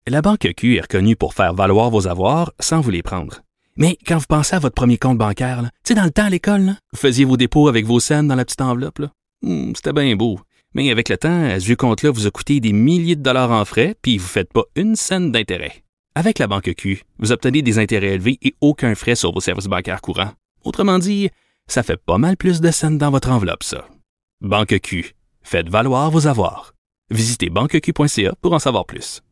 La Banque Q est reconnue pour faire valoir vos avoirs sans vous les prendre. Mais quand vous pensez à votre premier compte bancaire, tu sais, dans le temps à l'école, là, vous faisiez vos dépôts avec vos scènes dans la petite enveloppe. Là. C'était bien beau. Mais avec le temps, ce vieux compte-là vous a coûté des milliers de dollars en frais, puis vous ne faites pas une scène d'intérêt. Avec la Banque Q, vous obtenez des intérêts élevés et aucun frais sur vos services bancaires courants. Autrement dit, ça fait pas mal plus de scènes dans votre enveloppe, ça. Banque Q. Faites valoir vos avoirs. Visitez banqueq.ca pour en savoir plus.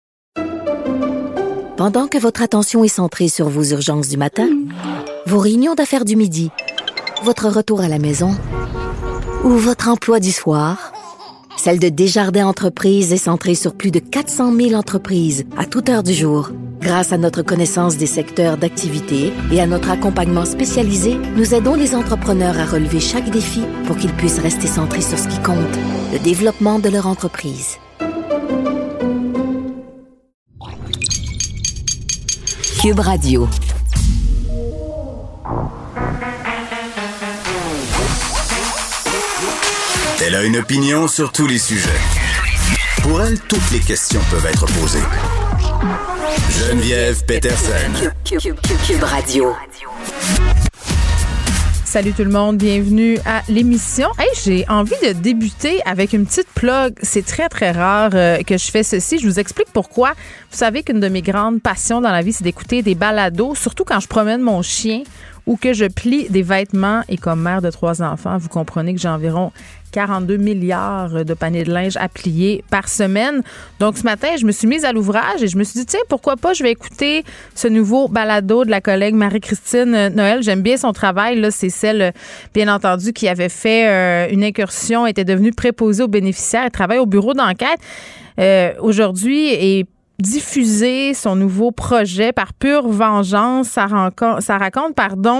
Pendant que votre attention est centrée sur vos urgences du matin, vos réunions d'affaires du midi, votre retour à la maison ou votre emploi du soir, celle de Desjardins Entreprises est centrée sur plus de 400 000 entreprises à toute heure du jour. Grâce à notre connaissance des secteurs d'activité et à notre accompagnement spécialisé, nous aidons les entrepreneurs à relever chaque défi pour qu'ils puissent rester centrés sur ce qui compte, le développement de leur entreprise. Cube Radio. Elle a une opinion sur tous les sujets. Pour elle, toutes les questions peuvent être posées. Geneviève Peterson. Cube Radio. Salut tout le monde, bienvenue à l'émission. Hey, j'ai envie de débuter avec une petite plug. C'est très, très rare que je fais ceci. Je vous explique pourquoi. Vous savez qu'une de mes grandes passions dans la vie, c'est d'écouter des balados, surtout quand je promène mon chien ou que je plie des vêtements. Et comme mère de 3 enfants, vous comprenez que j'ai environ 42 milliards de paniers de linge à plier par semaine. Donc, ce matin, je me suis mise à l'ouvrage et je me suis dit, tiens, pourquoi pas, je vais écouter ce nouveau balado de la collègue Marie-Christine Noël. J'aime bien son travail. Là, c'est celle, bien entendu, qui avait fait une incursion, était devenue préposée aux bénéficiaires et travaille au bureau d'enquête. Aujourd'hui, et diffuser son nouveau projet par pure vengeance. Ça raconte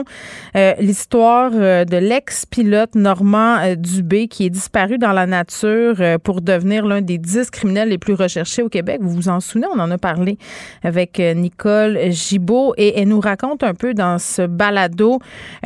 l'histoire de l'ex-pilote Normand Dubé qui est disparu dans la nature pour devenir l'un des 10 criminels les plus recherchés au Québec. Vous vous en souvenez? On en a parlé avec Nicole Gibault et elle nous raconte un peu dans ce balado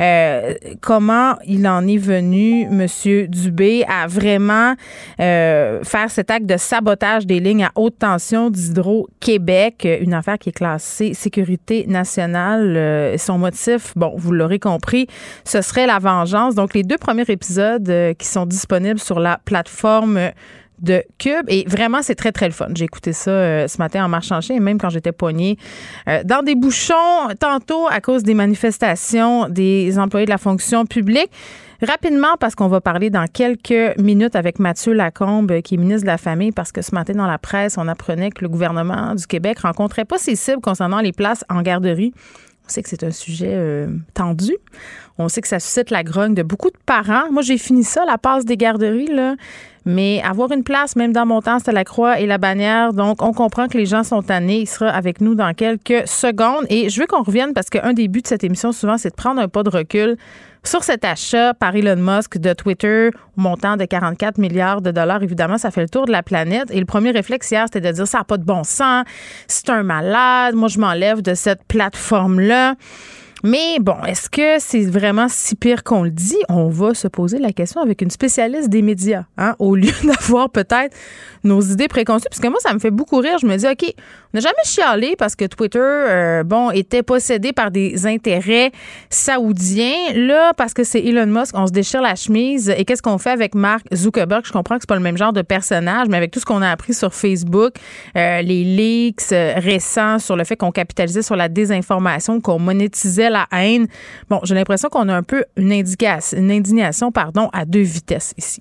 comment il en est venu, Monsieur Dubé, à vraiment faire cet acte de sabotage des lignes à haute tension d'Hydro-Québec, une affaire qui est classée sécurité nationale. Son motif, bon, vous l'aurez compris, ce serait la vengeance. Donc, les 2 premiers épisodes qui sont disponibles sur la plateforme de Cube. Et vraiment, c'est très, très le fun. J'ai écouté ça ce matin en marchant en chien, et même quand j'étais poignée dans des bouchons, tantôt à cause des manifestations des employés de la fonction publique. Rapidement, parce qu'on va parler dans quelques minutes avec Mathieu Lacombe, qui est ministre de la Famille, parce que ce matin, dans la presse, on apprenait que le gouvernement du Québec rencontrait pas ses cibles concernant les places en garderie. On sait que c'est un sujet tendu. On sait que ça suscite la grogne de beaucoup de parents. Moi, j'ai fini ça, la passe des garderies, là. Mais avoir une place, même dans mon temps, c'était la croix et la bannière. Donc, on comprend que les gens sont tannés. Il sera avec nous dans quelques secondes. Et je veux qu'on revienne parce qu'un des buts de cette émission, souvent, c'est de prendre un pas de recul sur cet achat par Elon Musk de Twitter au montant de 44 milliards de dollars. Évidemment, ça fait le tour de la planète. Et le premier réflexe hier, c'était de dire ça n'a pas de bon sens. C'est un malade. Moi, je m'enlève de cette plateforme-là. Mais bon, est-ce que c'est vraiment si pire qu'on le dit? On va se poser la question avec une spécialiste des médias, hein, au lieu d'avoir peut-être nos idées préconçues. Parce que moi, ça me fait beaucoup rire. Je me dis, OK, on n'a jamais chialé parce que Twitter, était possédé par des intérêts saoudiens. Là, parce que c'est Elon Musk, on se déchire la chemise. Et qu'est-ce qu'on fait avec Mark Zuckerberg? Je comprends que c'est pas le même genre de personnage, mais avec tout ce qu'on a appris sur Facebook, les leaks récents sur le fait qu'on capitalisait sur la désinformation, qu'on monétisait la haine. Bon, j'ai l'impression qu'on a un peu une indignation, à 2 vitesses ici.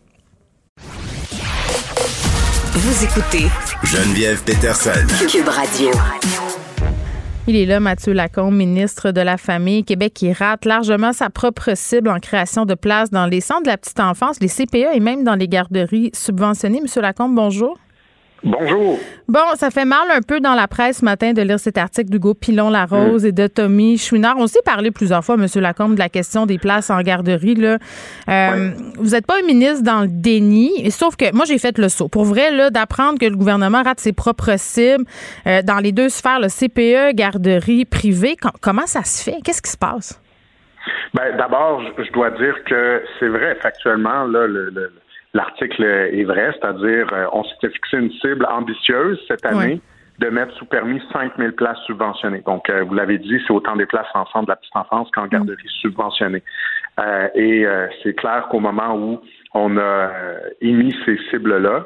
Vous écoutez Geneviève Peterson. Cube Radio. Il est là, Mathieu Lacombe, ministre de la Famille. Québec qui rate largement sa propre cible en création de places dans les centres de la petite enfance, les CPE et même dans les garderies subventionnées. Monsieur Lacombe, bonjour. Bonjour. Bon, ça fait mal un peu dans la presse ce matin de lire cet article d'Hugo Pilon-Larose et de Tommy Chouinard. On s'est parlé plusieurs fois, M. Lacombe, de la question des places en garderie. Là. Vous n'êtes pas un ministre dans le déni, sauf que moi, j'ai fait le saut. Pour vrai, là, d'apprendre que le gouvernement rate ses propres cibles dans les 2 sphères, le CPE, garderie privée, comment ça se fait? Qu'est-ce qui se passe? Ben, d'abord, je dois dire que c'est vrai, factuellement, là, l'article est vrai, c'est-à-dire on s'était fixé une cible ambitieuse cette année de mettre sous permis 5 000 places subventionnées. Donc, vous l'avez dit, c'est autant des places en centre de la petite enfance qu'en garderie subventionnée. C'est clair qu'au moment où on a émis ces cibles-là,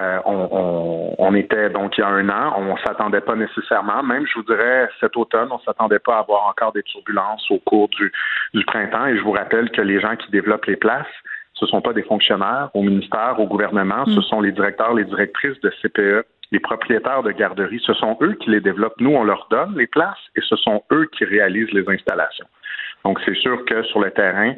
on était donc il y a un an, on s'attendait pas nécessairement, même je vous dirais cet automne, on s'attendait pas à avoir encore des turbulences au cours du printemps. Et je vous rappelle que les gens qui développent les places, ce sont pas des fonctionnaires au ministère, au gouvernement, ce sont les directeurs, les directrices de CPE, les propriétaires de garderies, ce sont eux qui les développent. Nous, on leur donne les places et ce sont eux qui réalisent les installations. Donc, c'est sûr que sur le terrain,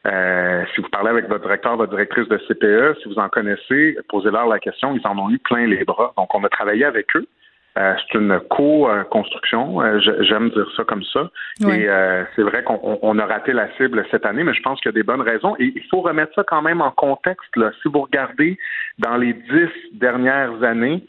si vous parlez avec votre directeur, votre directrice de CPE, si vous en connaissez, posez-leur la question, ils en ont eu plein les bras. Donc, on a travaillé avec eux. C'est une co-construction, j'aime dire ça comme ça. Oui. Et c'est vrai qu'on a raté la cible cette année, mais je pense qu'il y a des bonnes raisons. Et il faut remettre ça quand même en contexte, là. Si vous regardez dans les 10 dernières années,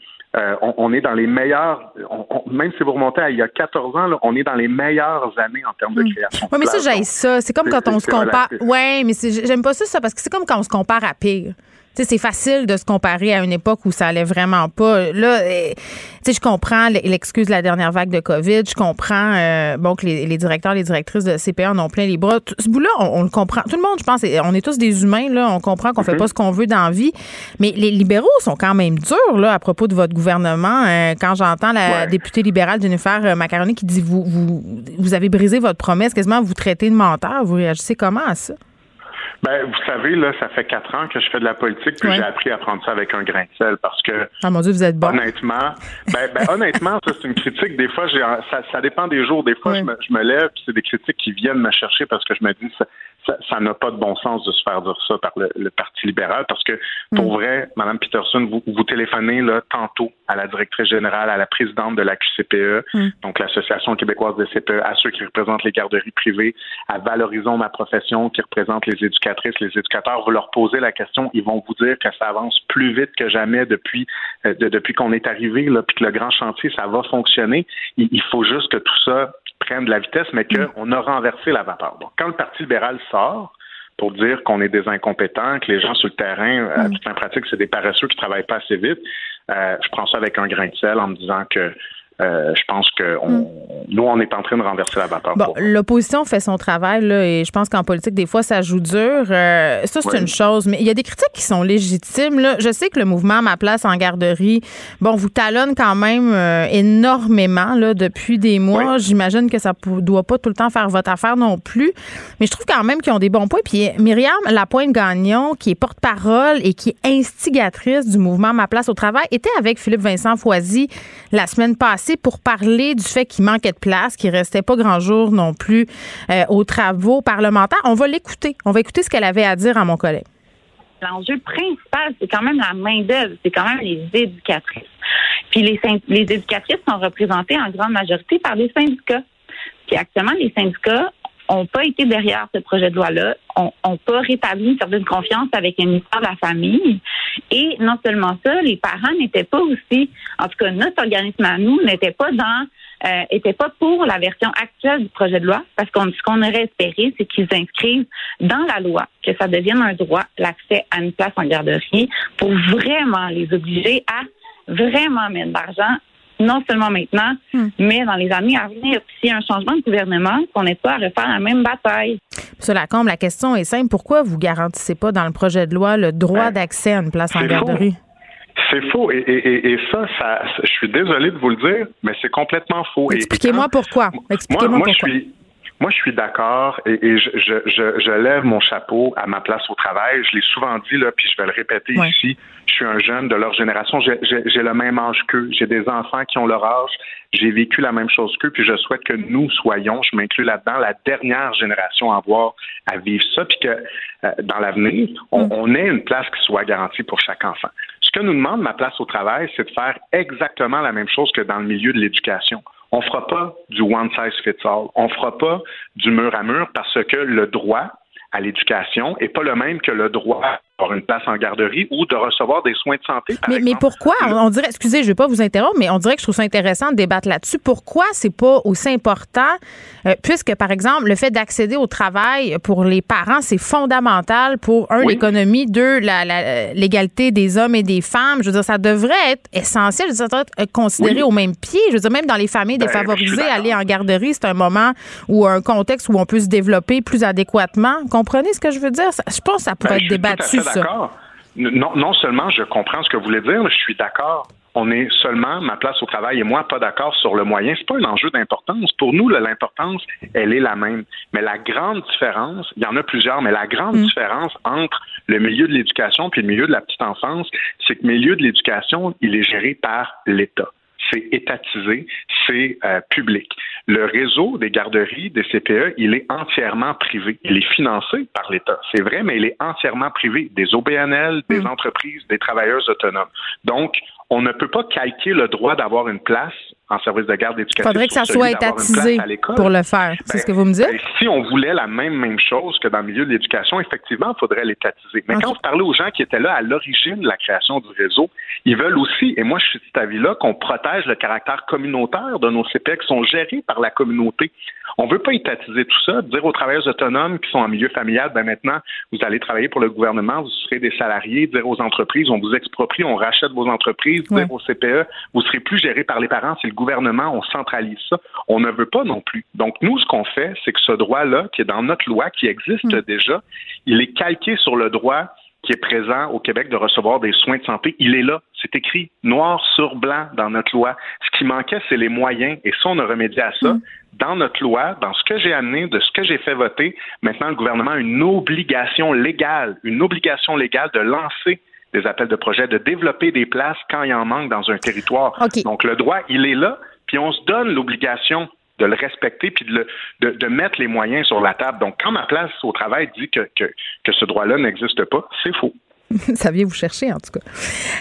on est dans les meilleurs, même si vous remontez à il y a 14 ans, là, on est dans les meilleures années en termes de création. Oui, mais ça, j'aime ça. C'est comme quand on se compare. Oui, mais j'aime pas ça parce que c'est comme quand on se compare à pire. Tu sais, c'est facile de se comparer à une époque où ça allait vraiment pas. Là, tu sais, je comprends l'excuse de la dernière vague de COVID. Je comprends que les directeurs, les directrices de CPE en ont plein les bras. Ce bout-là, on le comprend. Tout le monde, je pense, on est tous des humains. Là, on comprend qu'on fait pas ce qu'on veut dans la vie. Mais les libéraux sont quand même durs là à propos de votre gouvernement. Quand j'entends la députée libérale Jennifer Macaroni qui dit vous avez brisé votre promesse, quasiment vous traitez de menteur. Vous réagissez comment à ça? Ben, vous savez, là, ça fait 4 ans que je fais de la politique, puis j'ai appris à prendre ça avec un grain de sel, parce que... Ah mon Dieu, vous êtes bon. Honnêtement, ça, c'est une critique. Des fois, ça dépend des jours. Des fois, je me lève, puis c'est des critiques qui viennent me chercher parce que je me dis, ça n'a pas de bon sens de se faire dire ça par le Parti libéral, parce que, pour vrai, Mme Peterson, vous téléphonez, là, tantôt à la directrice générale, à la présidente de la QCPE, donc l'Association québécoise des CPE, à ceux qui représentent les garderies privées, à Valorisons ma profession, qui représente les éducatrices, les éducateurs. Vous leur posez la question, ils vont vous dire que ça avance plus vite que jamais depuis qu'on est arrivé, là, puis que le grand chantier, ça va fonctionner. Il faut juste que tout ça prenne de la vitesse, mais qu'on a renversé la vapeur. Donc, quand le Parti libéral sort pour dire qu'on est des incompétents, que les gens sur le terrain, à toute fin pratique, c'est des paresseux qui travaillent pas assez vite, je prends ça avec un grain de sel en me disant que je pense que nous, on est en train de renverser la vapeur. Bon, l'opposition fait son travail, là, et je pense qu'en politique, des fois, ça joue dur. Ça, c'est une chose. Mais il y a des critiques qui sont légitimes. Là. Je sais que le mouvement Ma place en garderie, vous talonne quand même énormément là, depuis des mois. Oui. J'imagine que ça doit pas tout le temps faire votre affaire non plus. Mais je trouve quand même qu'ils ont des bons points. Puis Myriam Lapointe-Gagnon, qui est porte-parole et qui est instigatrice du mouvement Ma place au travail, était avec Philippe Vincent Foisy la semaine passée pour parler du fait qu'il manquait de place, qu'il restait pas grand jour non plus aux travaux parlementaires. On va l'écouter. On va écouter ce qu'elle avait à dire à mon collègue. L'enjeu principal, c'est quand même la main-d'œuvre, c'est quand même les éducatrices. Puis les éducatrices sont représentées en grande majorité par les syndicats. Puis actuellement, les syndicats n'ont pas été derrière ce projet de loi-là, ont pas rétabli une certaine confiance avec le ministère de la Famille. Et non seulement ça, les parents n'étaient pas aussi, en tout cas notre organisme à nous, n'était pas pour la version actuelle du projet de loi, parce ce qu'on aurait espéré, c'est qu'ils inscrivent dans la loi que ça devienne un droit, l'accès à une place en garderie, pour vraiment les obliger à vraiment mettre de l'argent, non seulement maintenant, mais dans les années à venir. Puis s'il y a un changement de gouvernement, qu'on n'ait pas à refaire la même bataille. M. Lacombe, la question est simple. Pourquoi vous garantissez pas dans le projet de loi le droit d'accès à une place en garderie? C'est faux. Et ça, je suis désolé de vous le dire, mais c'est complètement faux. Expliquez-moi pourquoi. Expliquez-moi pourquoi. Moi, je suis d'accord et je lève mon chapeau à Ma place au travail. Je l'ai souvent dit, là, puis je vais le répéter ici. Je suis un jeune de leur génération. J'ai le même âge qu'eux. J'ai des enfants qui ont leur âge. J'ai vécu la même chose qu'eux, puis je souhaite que nous soyons, je m'inclus là-dedans, la dernière génération à avoir à vivre ça, puis que dans l'avenir, on ait une place qui soit garantie pour chaque enfant. Ce que nous demande Ma place au travail, c'est de faire exactement la même chose que dans le milieu de l'éducation. On fera pas du one size fits all. On fera pas du mur à mur parce que le droit à l'éducation est pas le même que le droit avoir une place en garderie ou de recevoir des soins de santé, par exemple. Mais pourquoi? On dirait, excusez, je ne vais pas vous interrompre, mais on dirait que je trouve ça intéressant de débattre là-dessus. Pourquoi c'est pas aussi important, puisque, par exemple, le fait d'accéder au travail pour les parents, c'est fondamental pour, l'économie, deux, l'égalité des hommes et des femmes. Je veux dire, ça devrait être essentiel, ça devrait être considéré au même pied. Je veux dire, même dans les familles défavorisées, aller en garderie, c'est un moment ou un contexte où on peut se développer plus adéquatement. Comprenez ce que je veux dire? Je pense que ça pourrait être débattu, ça. Non seulement je comprends ce que vous voulez dire, mais je suis d'accord. On est seulement, ma place au travail et moi, pas d'accord sur le moyen. C'est pas un enjeu d'importance. Pour nous, l'importance, elle est la même. Mais la grande différence, il y en a plusieurs, mais la grande différence entre le milieu de l'éducation puis le milieu de la petite enfance, c'est que le milieu de l'éducation, il est géré par l'État. C'est étatisé, c'est public. Le réseau des garderies, des CPE, il est entièrement privé. Il est financé par l'État, c'est vrai, mais il est entièrement privé. Des OBNL, des entreprises, des travailleurs autonomes. Donc, on ne peut pas calquer le droit d'avoir une place en service de garde éducatif. Il faudrait que ça soit étatisé pour le faire. C'est ce que vous me dites? Si on voulait la même chose que dans le milieu de l'éducation, effectivement, il faudrait l'étatiser. Mais quand vous parlez aux gens qui étaient là à l'origine de la création du réseau, ils veulent aussi, et moi je suis de cet avis-là, qu'on protège le caractère communautaire de nos CPE qui sont gérés par la communauté. On ne veut pas étatiser tout ça, dire aux travailleurs autonomes qui sont en milieu familial, maintenant, vous allez travailler pour le gouvernement, vous serez des salariés, dire aux entreprises, on vous exproprie, on rachète vos entreprises, dire aux CPE, vous serez plus gérés par les parents, c'est le gouvernement, on centralise ça. On ne veut pas non plus. Donc, nous, ce qu'on fait, c'est que ce droit-là, qui est dans notre loi, qui existe déjà, il est calqué sur le droit qui est présent au Québec de recevoir des soins de santé. Il est là. C'est écrit noir sur blanc dans notre loi. Ce qui manquait, c'est les moyens. Et ça, on a remédié à ça. Dans notre loi, dans ce que j'ai amené, de ce que j'ai fait voter, maintenant, le gouvernement a une obligation légale de lancer des appels de projets, de développer des places quand il en manque dans un territoire. Okay. Donc, le droit, il est là, puis on se donne l'obligation de le respecter puis de mettre les moyens sur la table. Donc, quand ma place au travail dit que ce droit-là n'existe pas, c'est faux. Ça vient vous chercher, en tout cas.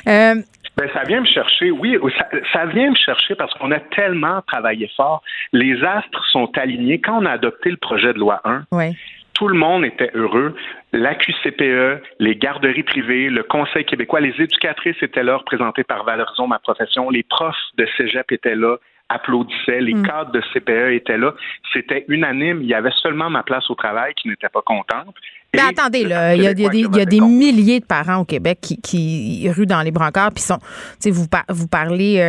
Ça vient me chercher, oui. Ça vient me chercher parce qu'on a tellement travaillé fort. Les astres sont alignés. Quand on a adopté le projet de loi 1, tout le monde était heureux. La QCPE, les garderies privées, le Conseil québécois, les éducatrices étaient là, représentées par Valorisons ma profession. Les profs de cégep étaient là, applaudissaient. Les cadres de CPE étaient là. C'était unanime. Il y avait seulement ma place au travail qui n'était pas contente. Mais attendez, là, il y a des milliers de parents au Québec qui ruent dans les brancards, puis sont, tu sais, vous parlez,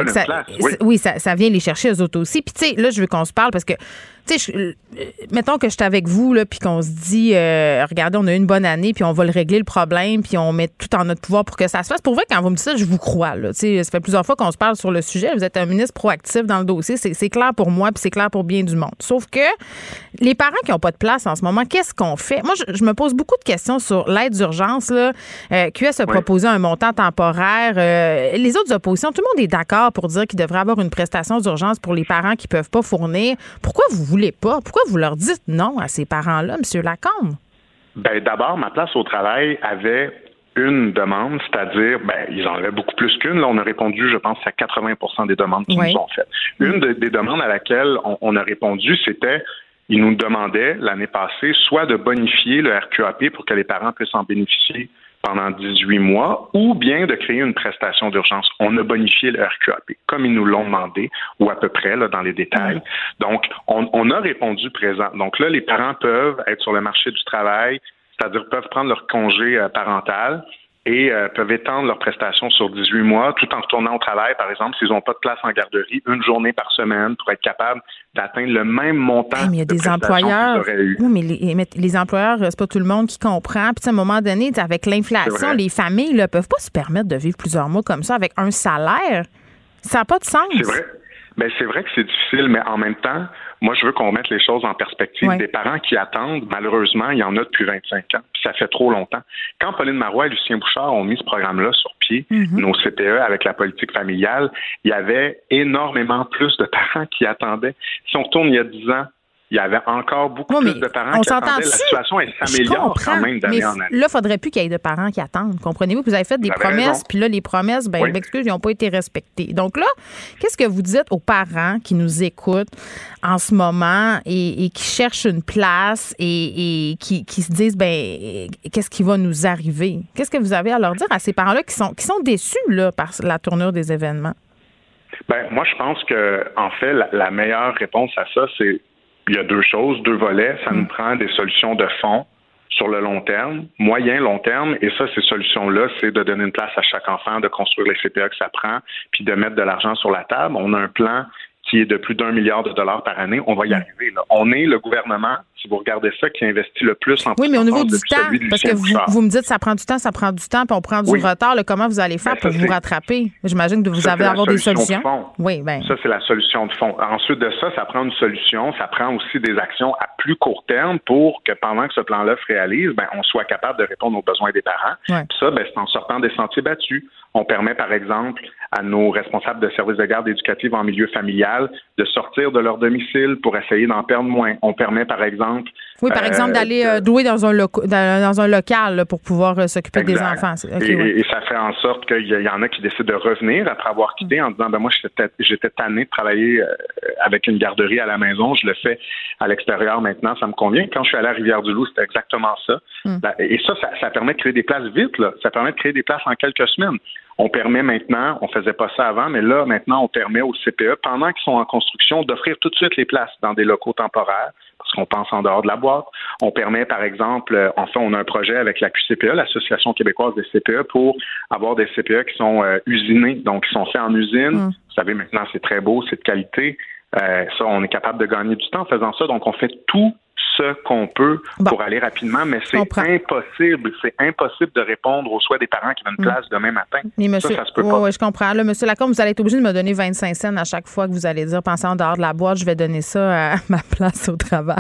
ça vient les chercher eux autres aussi. Puis tu sais, là, je veux qu'on se parle parce que, tu sais, mettons que je suis avec vous là, puis qu'on se dit, regardez, on a eu une bonne année, puis on va le régler le problème, puis on met tout en notre pouvoir pour que ça se fasse. Pour vrai, quand vous me dites ça, je vous crois. Là, tu sais, ça fait plusieurs fois qu'on se parle sur le sujet. Vous êtes un ministre proactif dans le dossier, c'est clair pour moi, puis c'est clair pour bien du monde. Sauf que les parents qui n'ont pas de place en ce moment, qu'est-ce qu'on fait? Moi, je me pose beaucoup de questions sur l'aide d'urgence. QS a proposé un montant temporaire. Les autres oppositions, tout le monde est d'accord pour dire qu'il devrait y avoir une prestation d'urgence pour les parents qui ne peuvent pas fournir. Pourquoi vous ne voulez pas? Pourquoi vous leur dites non à ces parents-là, M. Lacombe? D'abord, ma place au travail avait une demande, c'est-à-dire, ils en avaient beaucoup plus qu'une. Là, on a répondu, je pense, à 80% des demandes qu'ils nous ont faites. Une des demandes à laquelle on a répondu, c'était ils nous demandaient l'année passée soit de bonifier le RQAP pour que les parents puissent en bénéficier pendant 18 mois ou bien de créer une prestation d'urgence. On a bonifié le RQAP comme ils nous l'ont demandé ou à peu près là, dans les détails. Donc, on a répondu présent. Donc là, les parents peuvent être sur le marché du travail, c'est-à-dire peuvent prendre leur congé parental et peuvent étendre leurs prestations sur 18 mois tout en retournant au travail, par exemple, s'ils n'ont pas de place en garderie, une journée par semaine pour être capables d'atteindre le même montant mais il y a de des employeurs, qu'ils auraient eu. Oui, mais les employeurs, c'est pas tout le monde qui comprend. Puis à un moment donné, avec l'inflation, les familles ne peuvent pas se permettre de vivre plusieurs mois comme ça avec un salaire. Ça n'a pas de sens. C'est vrai. C'est vrai que c'est difficile, mais en même temps, moi, je veux qu'on mette les choses en perspective. Des parents qui attendent, malheureusement, il y en a depuis 25 ans, puis ça fait trop longtemps. Quand Pauline Marois et Lucien Bouchard ont mis ce programme-là sur pied, nos CPE avec la politique familiale, il y avait énormément plus de parents qui attendaient. Si on retourne il y a 10 ans, il y avait encore beaucoup plus de parents qui attendaient. La situation, elle s'améliore quand même d'année en année. Là, il ne faudrait plus qu'il y ait de parents qui attendent. Comprenez-vous? Vous avez fait des promesses, puis là, les promesses, je m'excuse, ils n'ont pas été respectées. Donc là, qu'est-ce que vous dites aux parents qui nous écoutent en ce moment et qui cherchent une place et qui se disent, qu'est-ce qui va nous arriver? Qu'est-ce que vous avez à leur dire à ces parents-là qui sont déçus là, par la tournure des événements? Moi, je pense que, en fait, la meilleure réponse à ça, c'est il y a deux choses, deux volets. Ça nous prend des solutions de fond sur le long terme, moyen, long terme. Et ça, ces solutions-là, c'est de donner une place à chaque enfant, de construire les CPE que ça prend, puis de mettre de l'argent sur la table. On a un plan qui est de plus d'1 milliard de dollars par année. On va y arriver. Là. On est le gouvernement, si vous regardez ça, qui investit le plus en Oui, mais au niveau du temps, parce que vous me dites ça prend du temps, puis on prend du retard. Là, comment vous allez faire pour vous rattraper? J'imagine que vous avez avoir des solutions. Oui, ça, c'est la solution de fond. Ensuite de ça, ça prend une solution. Ça prend aussi des actions à plus court terme pour que pendant que ce plan-là se réalise, on soit capable de répondre aux besoins des parents. Ouais. Puis ça, c'est en sortant des sentiers battus. On permet, par exemple, à nos responsables de services de garde éducative en milieu familial de sortir de leur domicile pour essayer d'en perdre moins. On permet, par exemple... Oui, par exemple, d'aller louer dans un local là, pour pouvoir s'occuper des enfants. Et ça fait en sorte qu'il y en a qui décident de revenir après avoir quitté en disant, moi, j'étais tanné de travailler avec une garderie à la maison. Je le fais à l'extérieur maintenant, ça me convient. Quand je suis allé à Rivière-du-Loup, c'était exactement ça. Et ça permet de créer des places vite. Là. Ça permet de créer des places en quelques semaines. On permet maintenant, on faisait pas ça avant, mais là, maintenant, on permet aux CPE, pendant qu'ils sont en construction, d'offrir tout de suite les places dans des locaux temporaires, parce qu'on pense en dehors de la boîte. On permet, par exemple, on a un projet avec la QCPE, l'Association québécoise des CPE, pour avoir des CPE qui sont usinés, donc qui sont faits en usine. Vous savez, maintenant, c'est très beau, c'est de qualité. Ça, on est capable de gagner du temps en faisant ça, donc on fait tout ce qu'on peut pour aller rapidement, mais c'est impossible. C'est impossible de répondre aux souhaits des parents qui veulent une place demain matin. Mais monsieur, ça se peut pas. Oui, je comprends. Là, monsieur Lacombe, vous allez être obligé de me donner 25 cents à chaque fois que vous allez dire pensez en dehors de la boîte, je vais donner ça à ma place au travail.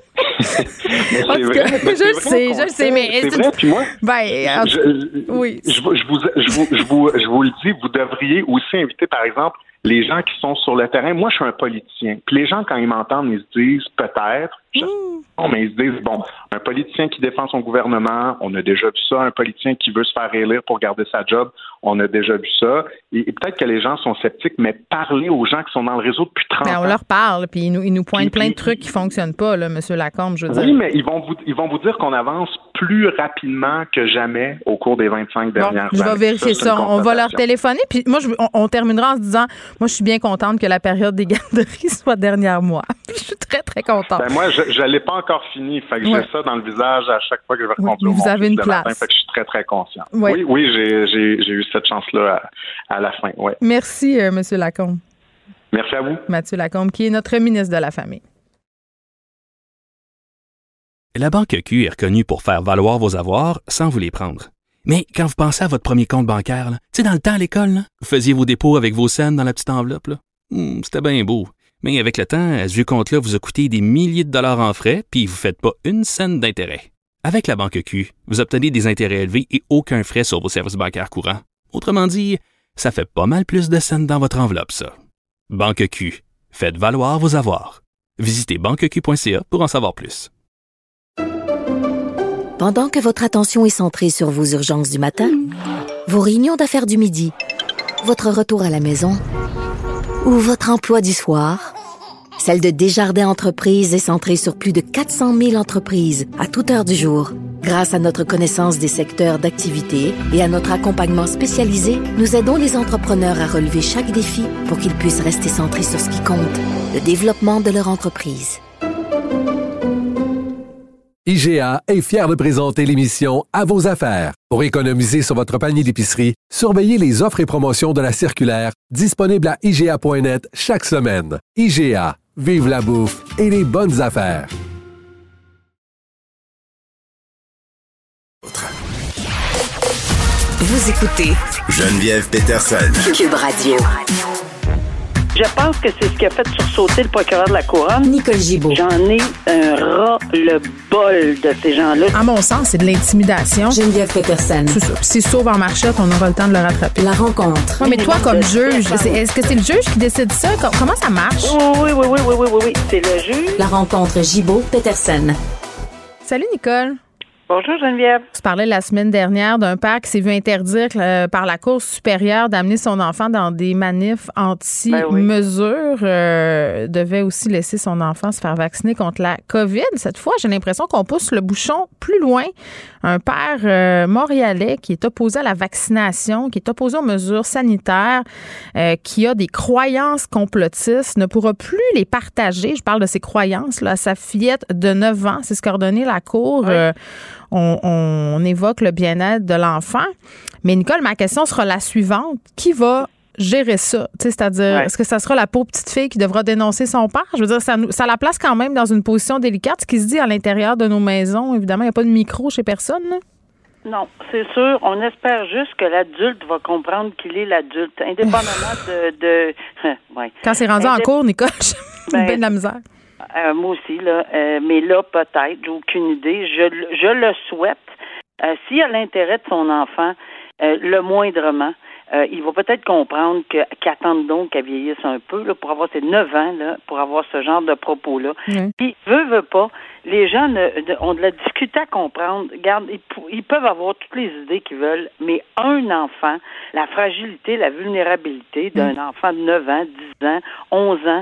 Je le sais, mais c'est vrai. Puis moi, oui. Je vous le dis, vous devriez aussi inviter, par exemple, les gens qui sont sur le terrain. Moi, je suis un politicien. Puis les gens, quand ils m'entendent, ils se disent peut-être. Mais ils se disent, un politicien qui défend son gouvernement, on a déjà vu ça. Un politicien qui veut se faire réélire pour garder sa job, on a déjà vu ça. Et peut-être que les gens sont sceptiques, mais parler aux gens qui sont dans le réseau depuis 30 ans. On leur parle, puis ils nous pointent plein de trucs qui fonctionnent pas, là, M. Lacombe, je veux dire. Oui, mais ils vont vous dire qu'on avance plus rapidement que jamais au cours des 25 dernières années. Je vais vérifier ça. On va leur téléphoner. Puis moi, on terminera en se disant, moi, je suis bien contente que la période des garderies soit derrière moi. Puis je suis très, très contente. Moi, je l'ai pas encore fini. Fait que j'ai ça dans le visage à chaque fois que je vais rencontrer vous avez une place. Matin, fait que je suis très, très conscient. Oui, j'ai eu cette chance-là à la fin. Ouais. Merci, M. Lacombe. Merci à vous. Mathieu Lacombe, qui est notre ministre de la Famille. La Banque Q est reconnue pour faire valoir vos avoirs sans vous les prendre. Mais quand vous pensez à votre premier compte bancaire, dans le temps à l'école, vous faisiez vos dépôts avec vos scènes dans la petite enveloppe. C'était bien beau. Mais avec le temps, ce vieux compte-là vous a coûté des milliers de dollars en frais, puis vous ne faites pas une scène d'intérêt. Avec la Banque Q, vous obtenez des intérêts élevés et aucun frais sur vos services bancaires courants. Autrement dit, ça fait pas mal plus de scènes dans votre enveloppe, ça. Banque Q. Faites valoir vos avoirs. Visitez banqueq.ca pour en savoir plus. Pendant que votre attention est centrée sur vos urgences du matin, vos réunions d'affaires du midi, votre retour à la maison ou votre emploi du soir, celle de Desjardins Entreprises est centrée sur plus de 400 000 entreprises à toute heure du jour. Grâce à notre connaissance des secteurs d'activité et à notre accompagnement spécialisé, nous aidons les entrepreneurs à relever chaque défi pour qu'ils puissent rester centrés sur ce qui compte, le développement de leur entreprise. IGA est fier de présenter l'émission À vos affaires. Pour économiser sur votre panier d'épicerie, surveillez les offres et promotions de la circulaire disponible à IGA.net chaque semaine. IGA, vive la bouffe et les bonnes affaires. Vous écoutez Geneviève Peterson. Cube Radio. Je pense que c'est ce qui a fait sursauter le procureur de la Couronne. Nicole Gibault. J'en ai un ras-le-bol de ces gens-là. À mon sens, c'est de l'intimidation. Geneviève Peterson. C'est ça. Puis s'il sauve en marchette, on aura le temps de le rattraper. La rencontre. Oui, mais toi, comme juge, est-ce que c'est le juge qui décide ça? Comment ça marche? Oui. C'est le juge. La rencontre Gibault-Peterson. Salut, Nicole. Bonjour Geneviève. Tu parlais la semaine dernière d'un père qui s'est vu interdire par la Cour supérieure d'amener son enfant dans des manifs anti-mesures. Devait aussi laisser son enfant se faire vacciner contre la COVID. Cette fois, j'ai l'impression qu'on pousse le bouchon plus loin. Un père montréalais qui est opposé à la vaccination, qui est opposé aux mesures sanitaires, qui a des croyances complotistes, ne pourra plus les partager. Je parle de ses croyances là, à sa fillette de 9 ans. C'est ce qu'a ordonné la Cour. Oui. On évoque le bien-être de l'enfant. Mais Nicole, ma question sera la suivante. Qui va gérer ça? C'est-à-dire, est-ce que ça sera la pauvre petite fille qui devra dénoncer son père? Je veux dire, ça la place quand même dans une position délicate. Ce qui se dit à l'intérieur de nos maisons, évidemment, il n'y a pas de micro chez personne. Là. Non, c'est sûr. On espère juste que l'adulte va comprendre qu'il est l'adulte, indépendamment de ouais. Quand c'est rendu en cours, Nicole, j'ai bien de la misère. Moi aussi, là. Mais là, peut-être, j'ai aucune idée. Je le souhaite. S'il a l'intérêt de son enfant, le moindrement, il va peut-être comprendre qu'attendre donc qu'elle vieillisse un peu là, pour avoir ses 9 ans, là, pour avoir ce genre de propos-là. Puis, veut pas, les gens ont de la difficulté à comprendre. Regarde, ils peuvent avoir toutes les idées qu'ils veulent, mais un enfant, la fragilité, la vulnérabilité d'un enfant de 9 ans, 10 ans, 11 ans,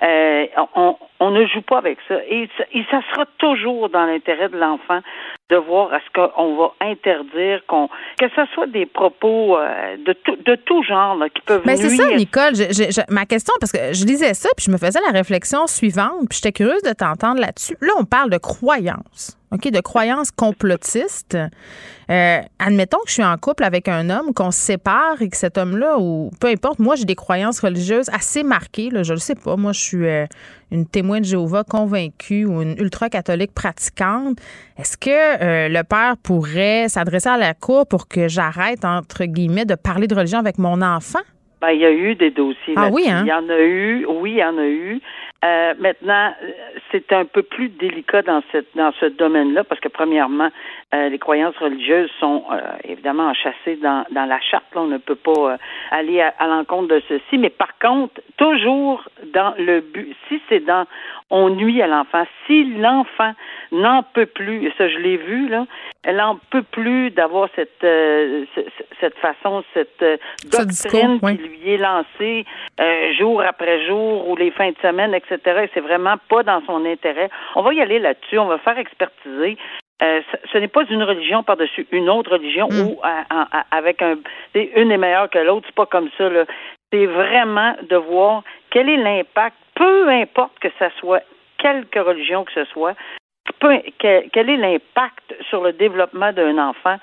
on ne joue pas avec ça. Et ça sera toujours dans l'intérêt de l'enfant de voir à ce qu'on va interdire que ce soit des propos de tout genre là, qui peuvent nuire. C'est ça, Nicole. Ma question, parce que je lisais ça, puis je me faisais la réflexion suivante, puis j'étais curieuse de t'entendre là-dessus. Là, on parle de croyances, OK, de croyances complotistes. Admettons que je suis en couple avec un homme, qu'on se sépare et que cet homme-là, ou peu importe, moi, j'ai des croyances religieuses assez marquées, là, je le sais pas. Moi, je suis une témoin de Jéhovah convaincue ou une ultra-catholique pratiquante. Est-ce que le père pourrait s'adresser à la cour pour que j'arrête, entre guillemets, de parler de religion avec mon enfant? Il y a eu des dossiers là-dessus. Oui, hein? Il y en a eu. Maintenant, c'est un peu plus délicat dans ce domaine-là parce que premièrement, les croyances religieuses sont évidemment enchâssées dans la charte. Là, on ne peut pas aller à l'encontre de ceci. Mais par contre, toujours dans le but, si c'est on nuit à l'enfant, si l'enfant n'en peut plus, et ça je l'ai vu là, elle n'en peut plus d'avoir cette façon, cette doctrine qui lui est lancée jour après jour ou les fins de semaine, etc. Et c'est vraiment pas dans son intérêt. On va y aller là-dessus, on va faire expertiser. Ce n'est pas une religion par-dessus une autre religion ou avec une est meilleure que l'autre, c'est pas comme ça, là. C'est vraiment de voir quel est l'impact, peu importe que ça soit quelque religion que ce soit, quel est l'impact sur le développement d'un enfant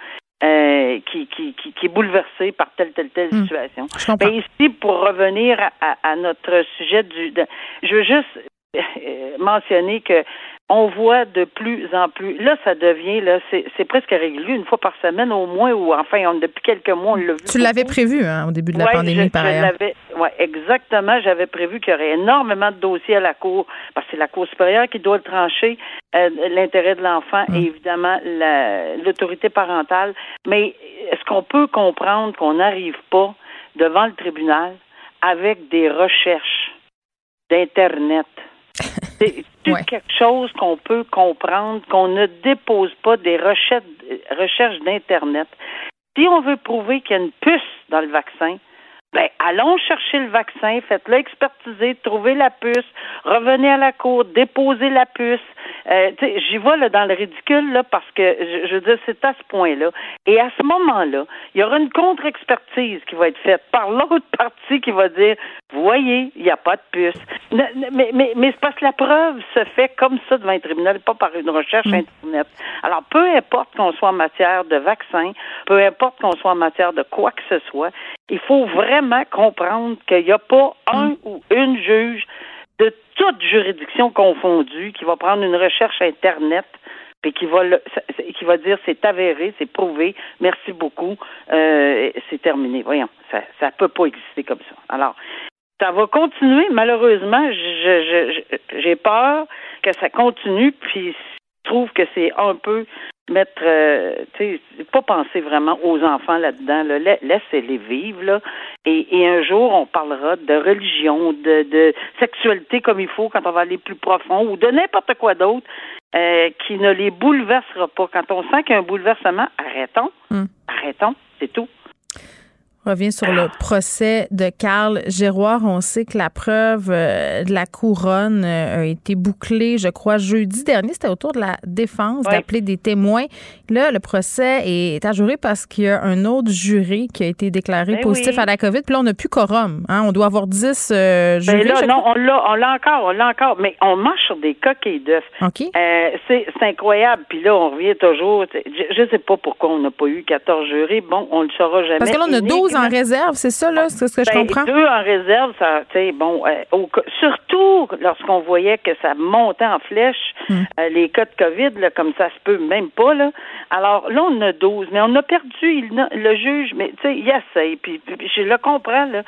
qui est bouleversé par telle situation. Mais ici, pour revenir à notre sujet je veux juste mentionner que on voit de plus en plus. Là, ça devient, c'est presque régulier, une fois par semaine au moins, ou enfin, depuis quelques mois, on l'a vu. Tu l'avais prévu, au début de la pandémie, par ailleurs. Oui, exactement. J'avais prévu qu'il y aurait énormément de dossiers à la Cour, parce que c'est la Cour supérieure qui doit le trancher, l'intérêt de l'enfant et évidemment l'autorité parentale. Mais est-ce qu'on peut comprendre qu'on n'arrive pas devant le tribunal avec des recherches d'Internet? C'est quelque chose qu'on peut comprendre, qu'on ne dépose pas des recherches d'Internet. Si on veut prouver qu'il y a une puce dans le vaccin, allons chercher le vaccin, faites-le expertiser, trouvez la puce, revenez à la cour, déposez la puce. J'y vais là, dans le ridicule là, parce que je veux dire, c'est à ce point-là. Et à ce moment-là, il y aura une contre-expertise qui va être faite par l'autre partie qui va dire, vous voyez, il n'y a pas de puce. Mais c'est parce que la preuve se fait comme ça devant un tribunal, pas par une recherche Internet. Alors, peu importe qu'on soit en matière de vaccin, peu importe qu'on soit en matière de quoi que ce soit, il faut vraiment comprendre qu'il n'y a pas un ou une juge de toute juridiction confondue qui va prendre une recherche Internet et qui va dire c'est avéré, c'est prouvé, merci beaucoup, c'est terminé. Voyons, ça peut pas exister comme ça. Alors, Ça va continuer, malheureusement. J'ai peur que ça continue, puis je trouve que c'est un peu mettre, pas penser vraiment aux enfants là-dedans. Là. Laissez-les vivre, là. Et un jour, on parlera de religion, de sexualité comme il faut quand on va aller plus profond, ou de n'importe quoi d'autre qui ne les bouleversera pas. Quand on sent qu'il y a un bouleversement, arrêtons, c'est tout. On revient sur le procès de Carl Giroir. On sait que la preuve de la couronne a été bouclée, je crois, jeudi dernier. C'était au tour de la défense d'appeler des témoins. Là, le procès est ajourné parce qu'il y a un autre jury qui a été déclaré positif à la COVID. Puis là, on n'a plus quorum. Hein? On doit avoir 10 jurys. Là, non, on l'a encore. Mais on marche sur des coquilles d'œufs. OK. C'est incroyable. Puis là, on revient toujours. Je ne sais pas pourquoi on n'a pas eu 14 jurys. Bon, on le saura jamais. Parce que là, on a 12 en réserve, c'est ça, là? C'est ce que je comprends? 2 en réserve, ça, tu sais, bon, surtout lorsqu'on voyait que ça montait en flèche, les cas de COVID, là, comme ça se peut même pas, là. Alors, là, on a 12, mais on a perdu le juge, mais, tu sais, il essaye, puis je le comprends, là.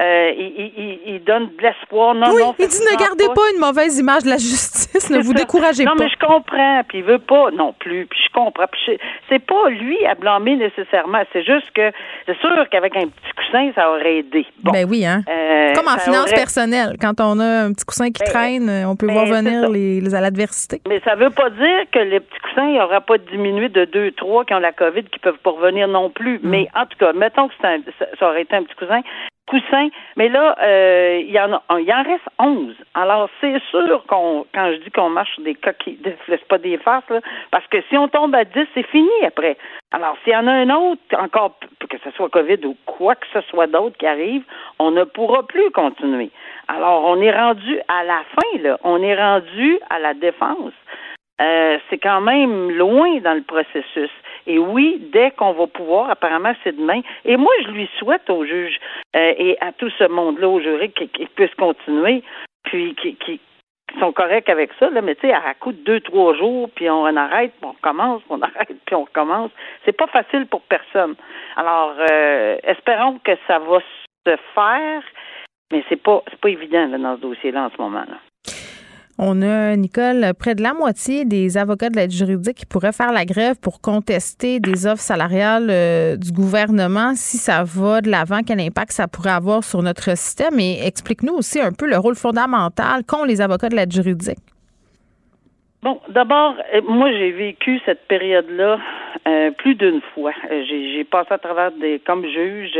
Il donne de l'espoir. Non, il dit ne gardez pas une mauvaise image de la justice, ne vous découragez pas. Non, mais je comprends, puis il veut pas non plus, puis je comprends. Puis c'est pas lui à blâmer nécessairement, c'est juste que c'est sûr qu'avec un petit coussin, ça aurait aidé. Bon, ben oui, hein. Comme en finance personnelle, quand on a un petit coussin qui traîne, on peut voir venir à l'adversité. Mais ça veut pas dire que les petits coussins n'auraient pas diminué de 2-3 qui ont la COVID, qui peuvent pas revenir non plus. Mais en tout cas, mettons que ça aurait été un petit coussin, mais là, il en reste 11. Alors, c'est sûr quand je dis qu'on marche sur des coquilles, c'est pas des farces, là, parce que si on tombe à 10, c'est fini après. Alors, s'il y en a un autre, encore, que ce soit COVID ou quoi que ce soit d'autre qui arrive, on ne pourra plus continuer. Alors, on est rendu à la fin, là. On est rendu à la défense. C'est quand même loin dans le processus. Et oui, dès qu'on va pouvoir, apparemment, c'est demain. Et moi, je lui souhaite au juge et à tout ce monde-là, au jury, qu'ils puissent continuer, puis qui sont corrects avec ça, là, mais tu sais, à coup de 2-3 jours, puis on arrête, puis on recommence, puis on arrête, puis on recommence. C'est pas facile pour personne. Alors, espérons que ça va se faire, mais c'est pas évident là, dans ce dossier-là en ce moment-là. On a, Nicole, près de la moitié des avocats de l'aide juridique qui pourraient faire la grève pour contester des offres salariales du gouvernement. Si ça va de l'avant, quel impact ça pourrait avoir sur notre système? Et explique-nous aussi un peu le rôle fondamental qu'ont les avocats de l'aide juridique. Bon, d'abord, moi, j'ai vécu cette période-là plus d'une fois. J'ai passé à travers comme juge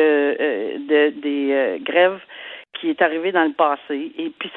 des grèves qui est arrivé dans le passé. Et puis,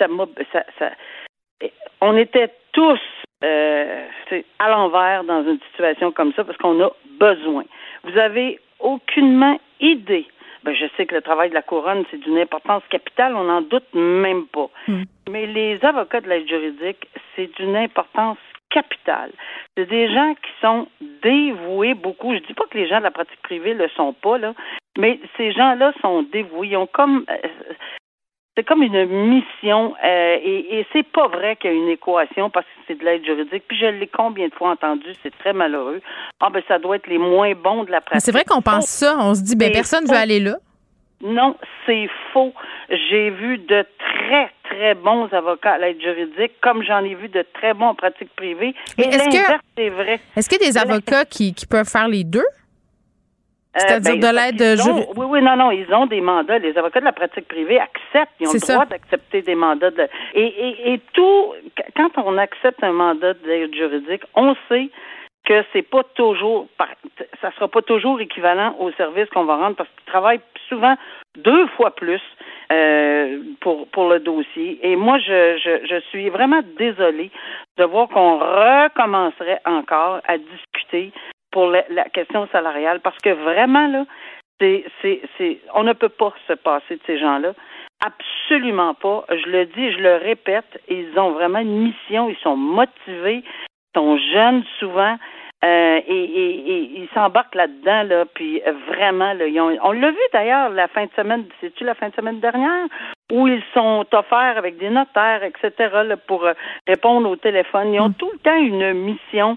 on était tous à l'envers dans une situation comme ça parce qu'on a besoin. Vous avez aucunement idée. Je sais que le travail de la couronne, c'est d'une importance capitale, on n'en doute même pas. Mais les avocats de l'aide juridique, c'est d'une importance capitale. C'est des gens qui sont dévoués beaucoup. Je dis pas que les gens de la pratique privée le sont pas, là, mais ces gens-là sont dévoués. Ils ont c'est comme une mission et c'est pas vrai qu'il y a une équation parce que c'est de l'aide juridique. Puis je l'ai combien de fois entendu, c'est très malheureux. Ça doit être les moins bons de la pratique. Mais c'est vrai qu'on pense ça, on se dit personne veut aller là. Non, c'est faux. J'ai vu de très, très bons avocats à l'aide juridique, comme j'en ai vu de très bons en pratique privée. Mais c'est vrai. Est-ce qu'il y a des avocats qui peuvent faire les deux? C'est-à-dire de l'aide juridique? Oui, non, ils ont des mandats. Les avocats de la pratique privée acceptent. Ils ont le droit d'accepter des mandats. Et tout, quand on accepte un mandat d'aide juridique, on sait que c'est pas toujours, ça sera pas toujours équivalent au service qu'on va rendre parce qu'ils travaillent souvent 2 fois plus pour le dossier. Et moi, je suis vraiment désolée de voir qu'on recommencerait encore à discuter pour la question salariale, parce que vraiment, là, on ne peut pas se passer de ces gens-là. Absolument pas. Je le dis, je le répète, ils ont vraiment une mission, ils sont motivés, ils sont jeunes souvent, et ils s'embarquent là-dedans, là, puis vraiment, là, on l'a vu d'ailleurs la fin de semaine, c'est-tu la fin de semaine dernière, où ils sont offerts avec des notaires, etc., là, pour répondre au téléphone. Ils ont tout le temps une mission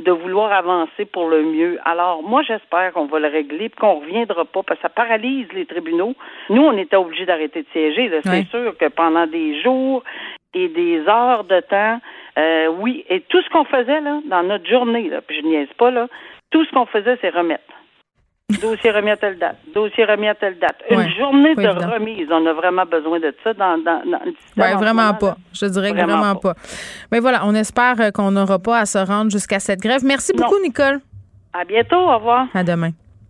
de vouloir avancer pour le mieux. Alors, moi, j'espère qu'on va le régler et qu'on ne reviendra pas, parce que ça paralyse les tribunaux. Nous, on était obligés d'arrêter de siéger. Là. C'est sûr que pendant des jours et des heures de temps, oui, et tout ce qu'on faisait là dans notre journée, là, puis je niaise pas, là, tout ce qu'on faisait, c'est remettre. Dossier remis à telle date. Dossier remis à telle date. Une journée de remise. On a vraiment besoin de ça dans le système. Vraiment pas. Je dirais que vraiment pas. Mais voilà, on espère qu'on n'aura pas à se rendre jusqu'à cette grève. Merci beaucoup, Nicole. À bientôt. Au revoir. À demain.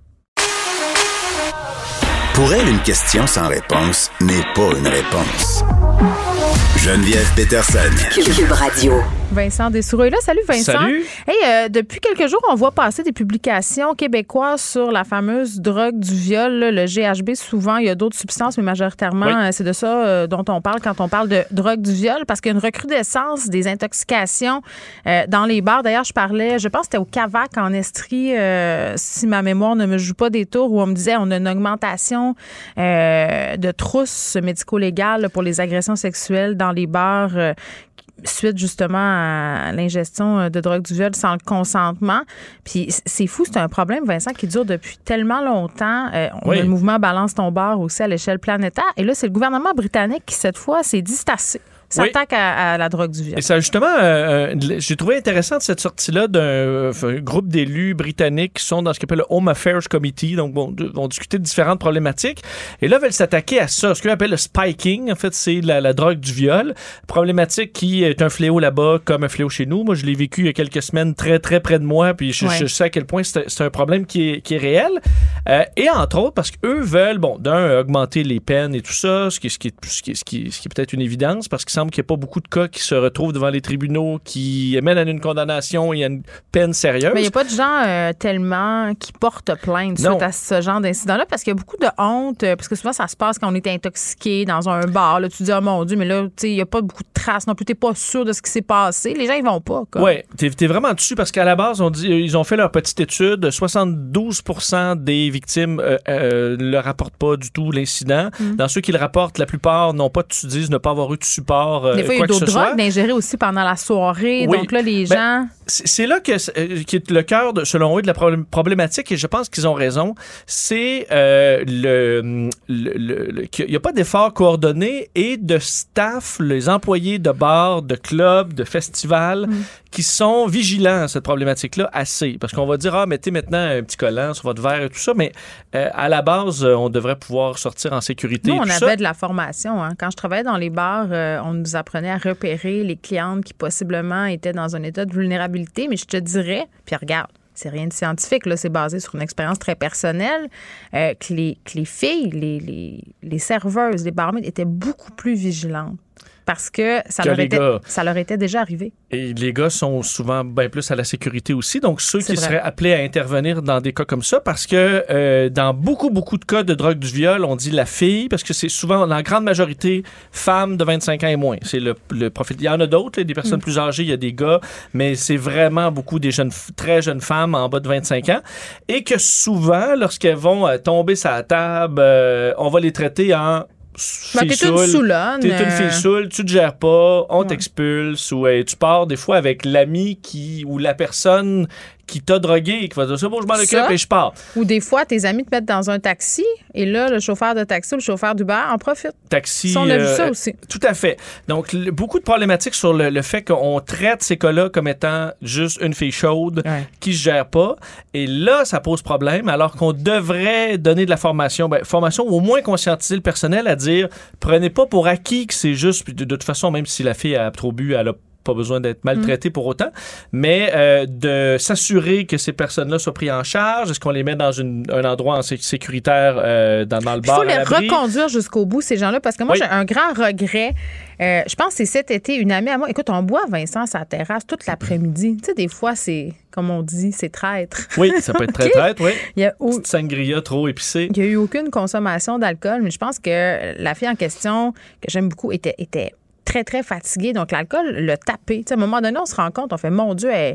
Pour elle, une question sans réponse n'est pas une réponse. Geneviève Peterson. Cube Radio. Vincent Dessureau est là. Salut, Vincent. Salut. Hey, depuis quelques jours, on voit passer des publications québécoises sur la fameuse drogue du viol, là, le GHB. Souvent, il y a d'autres substances, mais majoritairement, c'est de ça dont on parle quand on parle de drogue du viol, parce qu'il y a une recrudescence des intoxications dans les bars. D'ailleurs, je pense que c'était au Cavac en Estrie, si ma mémoire ne me joue pas des tours, où on me disait on a une augmentation de trousses médico-légales pour les agressions sexuelles dans les bars suite justement à l'ingestion de drogue du viol sans le consentement. Puis c'est fou, c'est un problème, Vincent, qui dure depuis tellement longtemps. On a le mouvement Balance ton bar aussi à l'échelle planétaire. Et là, c'est le gouvernement britannique qui, cette fois, s'est dit c'est assez. S'attaque à la drogue du viol. Et ça, justement, j'ai trouvé intéressante cette sortie-là d'un groupe d'élus britanniques qui sont dans ce qu'on appelle le Home Affairs Committee, donc vont discuter de différentes problématiques. Et là, ils veulent s'attaquer à ça, ce qu'on appelle le spiking. En fait, c'est la drogue du viol. Problématique qui est un fléau là-bas comme un fléau chez nous. Moi, je l'ai vécu il y a quelques semaines très, très près de moi, puis je sais à quel point c'est un problème qui est réel. Et entre autres, parce qu'eux veulent, augmenter les peines et tout ça, ce qui est peut-être une évidence, parce qu'ils qu'il n'y a pas beaucoup de cas qui se retrouvent devant les tribunaux qui mènent à une condamnation et à une peine sérieuse. Mais il n'y a pas de gens tellement qui portent plainte suite à ce genre d'incident-là, parce qu'il y a beaucoup de honte, parce que souvent ça se passe quand on est intoxiqué dans un bar. Là, tu dis, oh mon Dieu, mais là, il n'y a pas beaucoup de traces non plus, tu n'es pas sûr de ce qui s'est passé. Les gens, ils vont pas. Oui, tu es vraiment dessus, parce qu'à la base, ils ont fait leur petite étude. 72% des victimes ne rapportent pas du tout l'incident. Dans ceux qui le rapportent, la plupart disent ne pas avoir eu de support. Des fois, il y a d'autres drogues ingérées aussi pendant la soirée. Oui. Donc là, les gens... C'est là qui est le cœur, selon eux, de la problématique, et je pense qu'ils ont raison. C'est qu'il n'y a pas d'efforts coordonnés et de staff, les employés de bars, de clubs, de festivals, qui sont vigilants à cette problématique-là assez. Parce qu'on va dire, mettez maintenant un petit collant sur votre verre et tout ça, mais à la base, on devrait pouvoir sortir en sécurité. Nous, on avait de la formation. Hein. Quand je travaillais dans les bars, on nous apprenait à repérer les clientes qui possiblement étaient dans un état de vulnérabilité, mais je te dirais, puis regarde, c'est rien de scientifique, là, c'est basé sur une expérience très personnelle, que les filles, les serveuses, les barmaids étaient beaucoup plus vigilantes. Parce que ça leur était déjà arrivé. Et les gars sont souvent bien plus à la sécurité aussi. Donc, ceux qui seraient appelés à intervenir dans des cas comme ça, parce que dans beaucoup de cas de drogue du viol, on dit la fille, parce que c'est souvent, dans la grande majorité, femmes de 25 ans et moins. C'est le profil. Il y en a d'autres, des personnes plus âgées, il y a des gars, mais c'est vraiment beaucoup des très jeunes femmes en bas de 25 ans. Et que souvent, lorsqu'elles vont tomber sur la table, on va les traiter en... t'es une saoulonne. T'es une fille saoule, tu te gères pas, on t'expulse, ou tu pars des fois avec l'ami ou la personne qui t'a drogué et qui va dire c'est bon, je m'en occupe et je pars. Ou des fois, tes amis te mettent dans un taxi et là, le chauffeur de taxi ou le chauffeur d'Uber en profite. Taxi. On a vu ça aussi. Tout à fait. Donc, beaucoup de problématiques sur le fait qu'on traite ces cas-là comme étant juste une fille chaude qui se gère pas. Et là, ça pose problème, alors qu'on devrait donner de la formation. Formation ou au moins conscientiser le personnel à dire prenez pas pour acquis que c'est juste. Puis de toute façon, même si la fille a trop bu, elle a pas besoin d'être maltraité pour autant, mais de s'assurer que ces personnes-là soient prises en charge. Est-ce qu'on les met dans un endroit sécuritaire dans le bar? Il faut les reconduire jusqu'au bout, ces gens-là, parce que moi, j'ai un grand regret. Je pense que c'est cet été, une amie à moi. Écoute, on boit, Vincent, sa terrasse toute l'après-midi. Tu sais, des fois, c'est, comme on dit, c'est traître. Oui, ça peut être très traître, oui. Il y a petite sangria trop épicée. Il n'y a eu aucune consommation d'alcool, mais je pense que la fille en question, que j'aime beaucoup, était très, très fatiguée. Donc, l'alcool l'a tapé. T'sais, à un moment donné, on se rend compte, on fait, mon Dieu, elle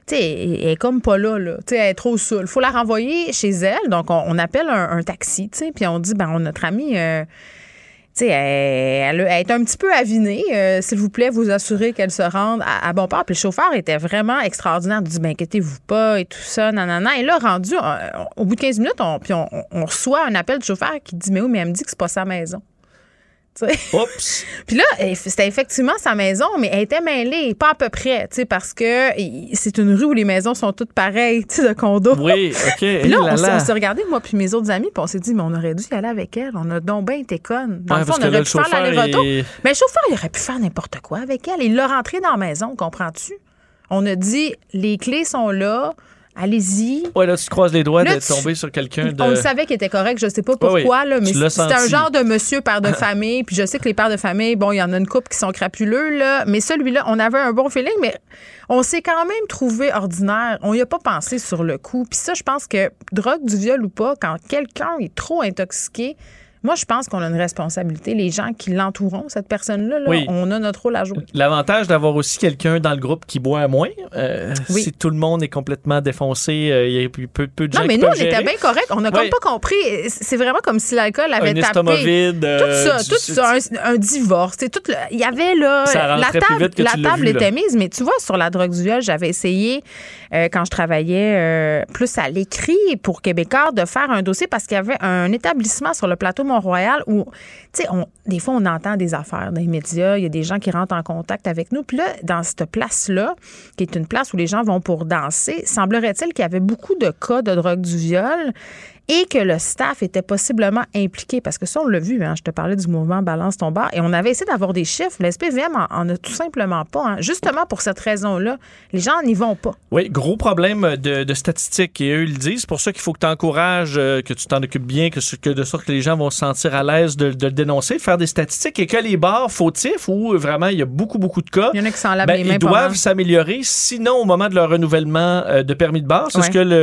est comme pas là. Elle est trop saoule. Il faut la renvoyer chez elle. Donc, on appelle un taxi, puis on dit, notre ami... sais, elle est un petit peu avinée. S'il vous plaît, vous assurez qu'elle se rende à bon port. Puis le chauffeur était vraiment extraordinaire. Il dit, ben inquiétez-vous pas et tout ça, nanana. Et là, rendu, au bout de 15 minutes, on reçoit un appel du chauffeur qui dit, mais oui, mais elle me dit que c'est pas sa maison. Oups! Puis là, c'était effectivement sa maison, mais elle était mêlée, pas à peu près, parce que c'est une rue où les maisons sont toutes pareilles, de condos. Oui, OK. Puis là, on s'est regardé, moi puis mes autres amis, puis on s'est dit, mais on aurait dû y aller avec elle. On a donc bien été connes. Dans le fond, on aurait pu faire l'aller-retour. Mais le chauffeur, il aurait pu faire n'importe quoi avec elle. Il l'a rentrée dans la maison, comprends-tu? On a dit, les clés sont là. Allez-y. Ouais, là, tu te croises les doigts de tomber sur quelqu'un de... On le savait qu'il était correct, je sais pas pourquoi, là, mais c'est un genre de monsieur père de famille, puis je sais que les pères de famille, bon, il y en a une couple qui sont crapuleux, là, mais celui-là, on avait un bon feeling, mais on s'est quand même trouvé ordinaire. On y a pas pensé sur le coup. Puis ça, je pense que, drogue du viol ou pas, quand quelqu'un est trop intoxiqué, moi, je pense qu'on a une responsabilité. Les gens qui l'entourent, cette personne-là, on a notre rôle à jouer. L'avantage d'avoir aussi quelqu'un dans le groupe qui boit moins, si tout le monde est complètement défoncé, il y a peu de gens qui peuvent gérer. Non, mais nous, on était bien corrects. On n'a comme pas compris. C'est vraiment comme si l'alcool avait tapé. Un estomac vide. Tout ça, un divorce. Il y avait, là... La table était mise, mais tu vois, sur la drogue du viol, j'avais essayé, quand je travaillais plus à l'écrit pour Québécois, de faire un dossier parce qu'il y avait un établissement sur le plateau Mont-Royal où, tu sais, des fois, on entend des affaires dans les médias, il y a des gens qui rentrent en contact avec nous. Puis là, dans cette place-là, qui est une place où les gens vont pour danser, semblerait-il qu'il y avait beaucoup de cas de drogue du viol et que le staff était possiblement impliqué. Parce que ça, on l'a vu, je te parlais du mouvement Balance ton bar, et on avait essayé d'avoir des chiffres. Le SPVM en a tout simplement pas. Justement pour cette raison-là, les gens n'y vont pas. Oui, gros problème de statistiques. Et eux, ils le disent. C'est pour ça qu'il faut que tu encourages, que tu t'en occupes bien, que de sorte que les gens vont se sentir à l'aise de le dénoncer, de faire des statistiques, et que les bars fautifs, où vraiment il y a beaucoup de cas, il y en a qui s'en lavent les mains, ils doivent s'améliorer. Sinon, au moment de leur renouvellement de permis de bar, c'est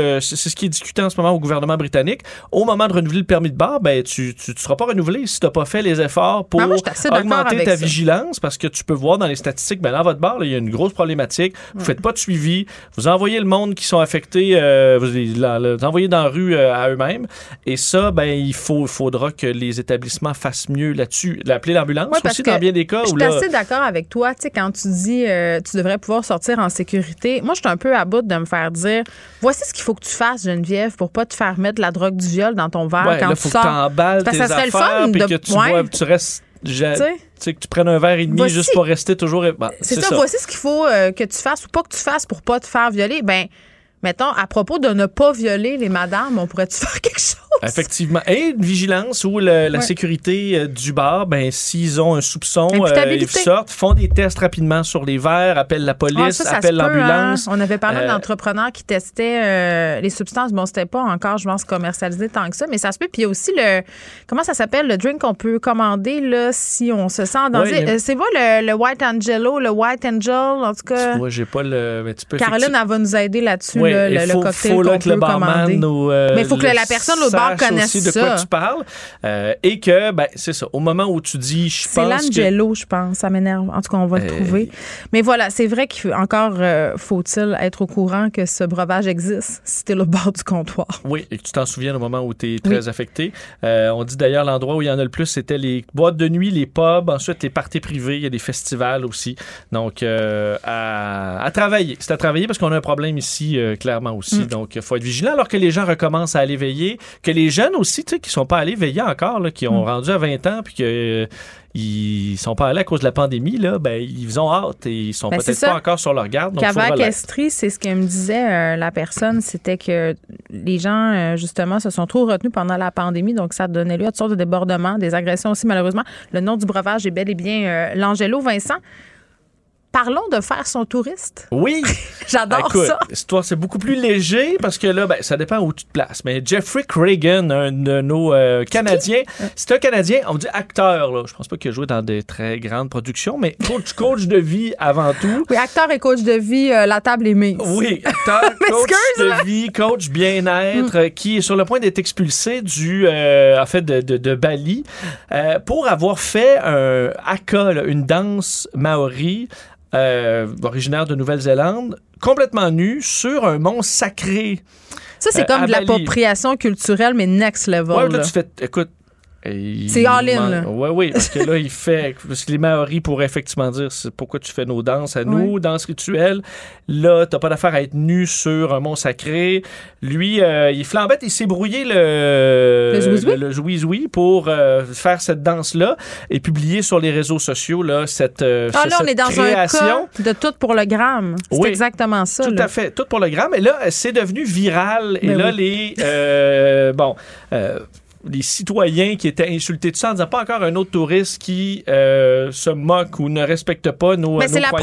ce qui est discuté en ce moment au gouvernement britannique. Au moment de renouveler le permis de bar, tu ne seras pas renouvelé si tu n'as pas fait les efforts pour augmenter ta vigilance, parce que tu peux voir dans les statistiques, dans votre bar, il y a une grosse problématique. Vous ne faites pas de suivi. Vous envoyez le monde qui sont affectés, vous les envoyez dans la rue à eux-mêmes. Et ça, il faudra que les établissements fassent mieux là-dessus. Appeler l'ambulance aussi dans bien des cas. Je suis assez d'accord avec toi. Tu sais, quand tu dis tu devrais pouvoir sortir en sécurité, moi, je suis un peu à bout de me faire dire voici ce qu'il faut que tu fasses, Geneviève, pour pas te faire mettre la drogue du viol dans ton verre quand là, tu sors. Que t'emballes tes affaires, puis que tu bois, tu restes... Tu sais, que tu prennes un verre et demi juste pour rester toujours... c'est ça. Voici ce qu'il faut que tu fasses ou pas que tu fasses pour pas te faire violer. Mettons, à propos de ne pas violer les madames, on pourrait-tu faire quelque chose? Effectivement. Et une vigilance où la sécurité du bar, s'ils ont un soupçon, ils sortent, font des tests rapidement sur les verres, appellent la police, appellent l'ambulance. On avait parlé d'entrepreneurs qui testaient les substances. Bon, c'était pas encore, je pense, commercialisé tant que ça, mais ça se peut. Puis il y a aussi comment ça s'appelle, le drink qu'on peut commander là, si on se sent en danger. C'est pas le White Angelo, le White Angel, en tout cas. Moi, j'ai pas le... Mais tu peux Caroline, elle va nous aider là-dessus. Oui, le cocktail qu'on peut commander. Mais il faut que la personne au bar connaisse aussi de quoi tu parles. Et que, c'est ça. Au moment où tu dis, je pense que... C'est l'Angelo, je pense. Ça m'énerve. En tout cas, on va le trouver. Mais voilà, c'est vrai qu'encore faut-il être au courant que ce breuvage existe si t'es au bord du comptoir. Oui, et que tu t'en souviens au moment où t'es très affecté. On dit d'ailleurs l'endroit où il y en a le plus, c'était les boîtes de nuit, les pubs, ensuite les parties privées, il y a des festivals aussi. Donc, à travailler. C'est à travailler parce qu'on a un problème ici, clairement aussi. Donc, il faut être vigilant alors que les gens recommencent à aller veiller, que les jeunes aussi, tu sais, qui sont pas allés veiller encore, là, qui ont rendu à 20 ans, puis que ils sont pas allés à cause de la pandémie, là, ils ont hâte et ils sont peut-être pas encore sur leur garde. Cavac Estrie, c'est ce que me disait la personne, c'était que les gens, justement, se sont trop retenus pendant la pandémie, donc ça donnait lieu à toutes sortes de débordements, des agressions aussi, malheureusement. Le nom du breuvage est bel et bien l'Angelo. Vincent, parlons de faire son touriste. Oui. J'adore ça. L'histoire, c'est beaucoup plus léger parce que là, ça dépend où tu te places. Mais Jeffrey Cragen, un de nos Canadiens, c'est un Canadien, on dit acteur. Là. Je pense pas qu'il a joué dans des très grandes productions, mais coach de vie avant tout. Oui, acteur et coach de vie, la table est mise. Oui, acteur, coach de vie, coach bien-être, qui est sur le point d'être expulsé de Bali pour avoir fait un haka, une danse maori. Originaire de Nouvelle-Zélande, complètement nu sur un mont sacré. Ça, c'est comme de l'appropriation culturelle, mais next level. Ouais, là, tu fais, écoute, C'est all-in, là. Oui, parce que là, parce que les Maoris pourraient effectivement dire c'est pourquoi tu fais nos danses à nous, danses rituelles. Là, t'as pas d'affaire à être nu sur un mont sacré. Lui, il flambette, il s'est brouillé le jouizoui pour faire cette danse-là et publier sur les réseaux sociaux là, cette là, on est dans création. Un cas de tout pour le gramme. C'est exactement ça. Tout à fait, tout pour le gramme. Et là, c'est devenu viral. Et là, les citoyens qui étaient insultés de ça en disant pas encore un autre touriste qui se moque ou ne respecte pas nos croyances. Mais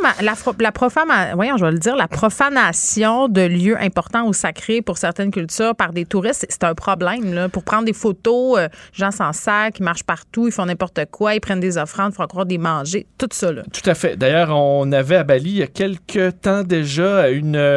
c'est la profanation de lieux importants ou sacrés pour certaines cultures par des touristes. C'est un problème, là. Pour prendre des photos, les gens s'en sac, ils marchent partout, ils font n'importe quoi, ils prennent des offrandes, il faut encore des manger, tout ça, là. Tout à fait. D'ailleurs, on avait à Bali, il y a quelques temps déjà,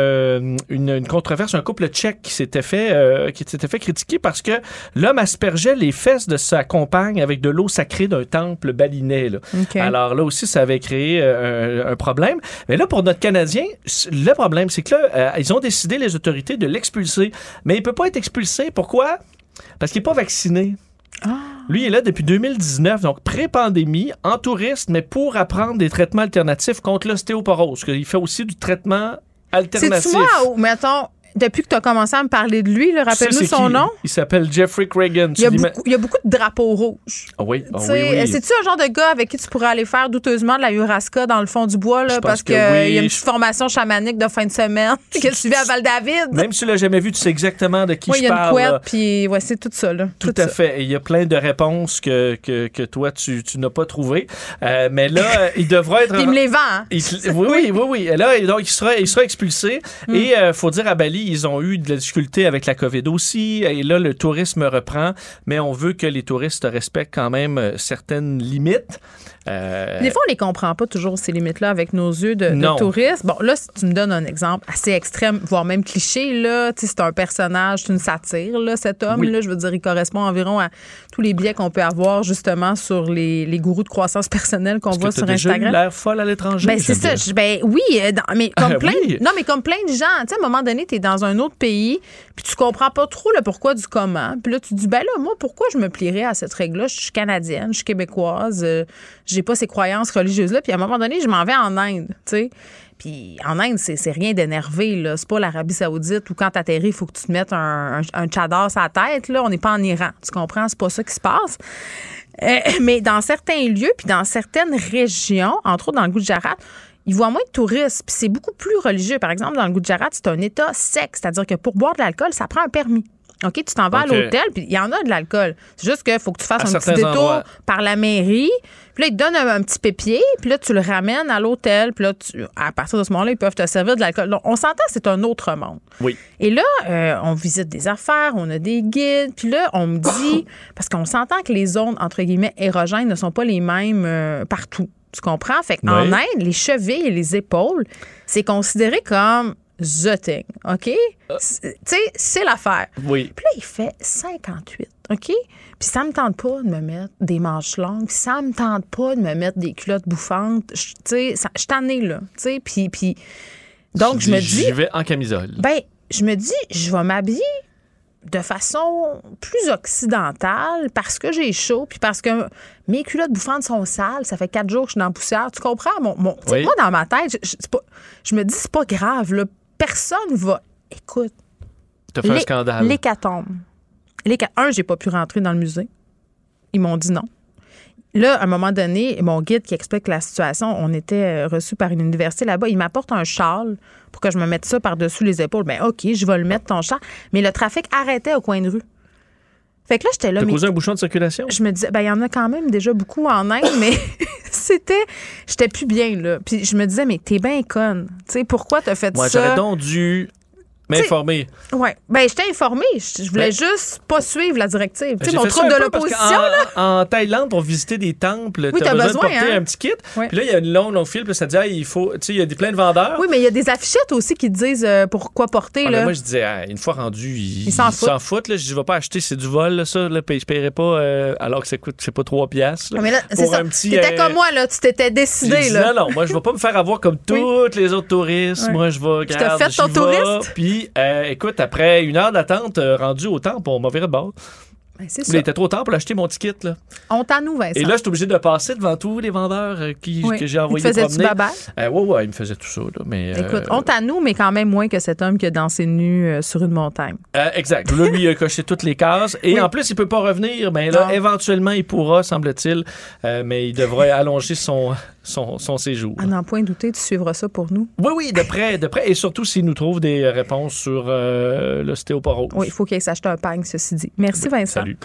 une controverse, un couple tchèque qui s'était fait critiquer parce que l'homme aspergeait les fesses de sa compagne avec de l'eau sacrée d'un temple balinais. Là. Okay. Alors là aussi, ça avait créé un problème. Mais là, pour notre Canadien, le problème, c'est que là, ils ont décidé, les autorités, de l'expulser. Mais il ne peut pas être expulsé. Pourquoi? Parce qu'il n'est pas vacciné. Lui, il est là depuis 2019, donc pré-pandémie, en touriste, mais pour apprendre des traitements alternatifs contre l'ostéoporose. Il fait aussi du traitement alternatif. C'est-tu moi ou, mettons... Depuis que tu as commencé à me parler de lui, là, rappelle-nous son nom. Il s'appelle Jeffrey Cragen. Il y a beaucoup de drapeaux rouges. Oui. C'est-tu un genre de gars avec qui tu pourrais aller faire douteusement de la ayahuasca dans le fond du bois là, parce qu'il y a une petite formation chamanique de fin de semaine que tu vis à Val-David? Même si tu l'as jamais vu, tu sais exactement de qui je parle. Oui, il y a une couette, puis c'est tout ça. Là, tout à fait. Il y a plein de réponses que toi, tu n'as pas trouvées. Mais là, il devrait être... Puis il me les vend. Hein? Oui. Et là, donc, il sera expulsé. Et il faut dire à Bali, ils ont eu de la difficulté avec la COVID aussi. Et là, le tourisme reprend. Mais on veut que les touristes respectent quand même certaines limites. Des fois, on les comprend pas toujours, ces limites-là, avec nos yeux de touristes. Bon, là, si tu me donnes un exemple assez extrême, voire même cliché, là, tu sais, c'est un personnage, c'est une satire, là, cet homme-là. Je veux dire, il correspond environ à tous les biais qu'on peut avoir, justement, sur les gourous de croissance personnelle qu'on voit sur Instagram. Déjà eu l'air folle à l'étranger. Ben, c'est ça. Oui, mais comme comme plein de gens, tu sais, à un moment donné, tu es dans un autre pays, puis tu comprends pas trop le pourquoi du comment. Puis là, tu te dis, ben là, moi, pourquoi je me plierais à cette règle-là? Je suis canadienne, je suis québécoise, j'ai pas ces croyances religieuses-là. Puis à un moment donné, je m'en vais en Inde, tu sais. Puis en Inde, c'est rien d'énervé, là. C'est pas l'Arabie Saoudite où quand t'atterris, il faut que tu te mettes un tchadar sur la tête, là. On n'est pas en Iran, tu comprends? C'est pas ça qui se passe. Mais dans certains lieux, puis dans certaines régions, entre autres dans le Gujarat, ils voient moins de touristes, puis c'est beaucoup plus religieux. Par exemple, dans le Gujarat, c'est un État sec, c'est-à-dire que pour boire de l'alcool, ça prend un permis. OK, tu t'en vas à l'hôtel, puis il y en a de l'alcool. C'est juste qu'il faut que tu fasses un petit détour par la mairie. Puis là, ils te donnent un petit pépier, puis là, tu le ramènes à l'hôtel. Puis là, à partir de ce moment-là, ils peuvent te servir de l'alcool. Donc, on s'entend, c'est un autre monde. Oui. Et là, on visite des affaires, on a des guides. Puis là, on me dit, parce qu'on s'entend que les zones, entre guillemets, érogènes ne sont pas les mêmes partout. Tu comprends? Fait qu'en Inde, les chevilles et les épaules, c'est considéré comme the thing, OK? Tu sais, c'est l'affaire. Oui. Puis là, il fait 58, OK? Puis ça me tente pas de me mettre des manches longues. Puis ça me tente pas de me mettre des culottes bouffantes. Tu sais, je suis tannée, là. Tu sais, puis... Donc, je me dis... J'y vais en camisole. Ben, je me dis, je vais m'habiller de façon plus occidentale parce que j'ai chaud puis parce que mes culottes bouffantes sont sales. Ça fait 4 jours que je suis dans la poussière. Tu comprends? Moi, dans ma tête, je me dis, c'est pas grave, là. Personne va... Écoute. T'as fait un scandale. L'hécatombe. J'ai pas pu rentrer dans le musée. Ils m'ont dit non. Là, à un moment donné, mon guide qui explique la situation, on était reçu par une université là-bas, il m'apporte un châle pour que je me mette ça par-dessus les épaules. Ben OK, je vais le mettre, ton châle. Mais le trafic arrêtait au coin de rue. Fait que là, j'étais là... T'as causé un bouchon de circulation? Je me disais, ben il y en a quand même déjà beaucoup en Inde, mais j'étais plus bien, là. Puis je me disais, mais t'es bien conne. Tu sais, pourquoi t'as fait ça? J'aurais donc dû m'informer. Oui. Ben, j'étais informée. Je voulais juste pas suivre la directive. Tu sais, mon truc de l'opposition, là. En Thaïlande, pour visiter des temples, t'as besoin de porter un petit kit. Oui. Puis là, il y a une longue file, puis ça dit, il faut. Tu sais, il y a plein de vendeurs. Oui, mais il y a des affichettes aussi qui te disent pourquoi porter, là. Moi, je disais, une fois rendu, ils s'en foutent. Là. Je vais pas acheter, c'est du vol, là, ça. Là, je paierais pas, alors que ça coûte, c'est pas 3 piastres. Mais là, c'est ça. T'étais comme moi, là. Tu t'étais décidé, là. Non, moi, je vais pas me faire avoir comme tous les autres touristes. Oui. Moi, je vais. Tu t'as fait ton touriste? Puis, écoute, après 1 heure d'attente, rendu au temple, on m'a viré de bord. Ben, c'est Il ça. était trop tard pour acheter mon ticket, là. Honte à nous, Vincent. Et là, j'étais obligé de passer devant tous les vendeurs que j'ai envoyés Il te faisait-tu promener. baballe? Ouais, il me faisait tout ça. Là, mais, Écoute, honte à nous, mais quand même moins que cet homme qui a dansé nu sur une montagne. Exact. Là, lui, il a coché toutes les cases. Et en plus, il peut pas revenir. Ben là, éventuellement, il pourra, semble-t-il. Mais il devrait allonger son séjour. À n'en point douter, tu suivras ça pour nous. Oui, de près. Et surtout, s'il nous trouve des réponses sur l'ostéoporose. Oui, il faut qu'il aille s'acheter un pagne, ceci dit. Merci, Vincent. Salut.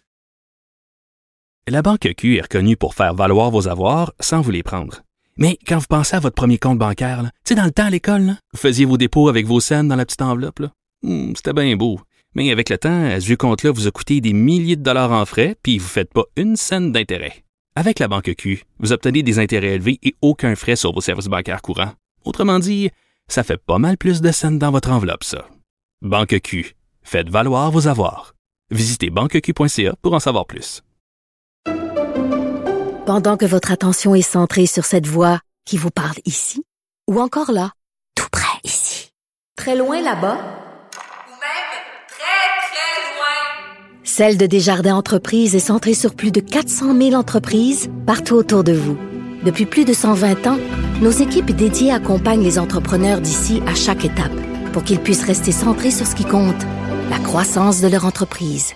La Banque Q est reconnue pour faire valoir vos avoirs sans vous les prendre. Mais quand vous pensez à votre premier compte bancaire, tu sais, dans le temps à l'école, là, vous faisiez vos dépôts avec vos scènes dans la petite enveloppe. Là. C'était bien beau. Mais avec le temps, ce vieux compte-là vous a coûté des milliers de dollars en frais, puis vous ne faites pas une scène d'intérêt. Avec la Banque Q, vous obtenez des intérêts élevés et aucun frais sur vos services bancaires courants. Autrement dit, ça fait pas mal plus de scènes dans votre enveloppe, ça. Banque Q. Faites valoir vos avoirs. Visitez banqueq.ca pour en savoir plus. Pendant que votre attention est centrée sur cette voix qui vous parle ici, ou encore là, tout près ici, très loin là-bas, ou même très, très loin, Celle de Desjardins Entreprises est centrée sur plus de 400 000 entreprises partout autour de vous. Depuis plus de 120 ans, nos équipes dédiées accompagnent les entrepreneurs d'ici à chaque étape pour qu'ils puissent rester centrés sur ce qui compte, la croissance de leur entreprise.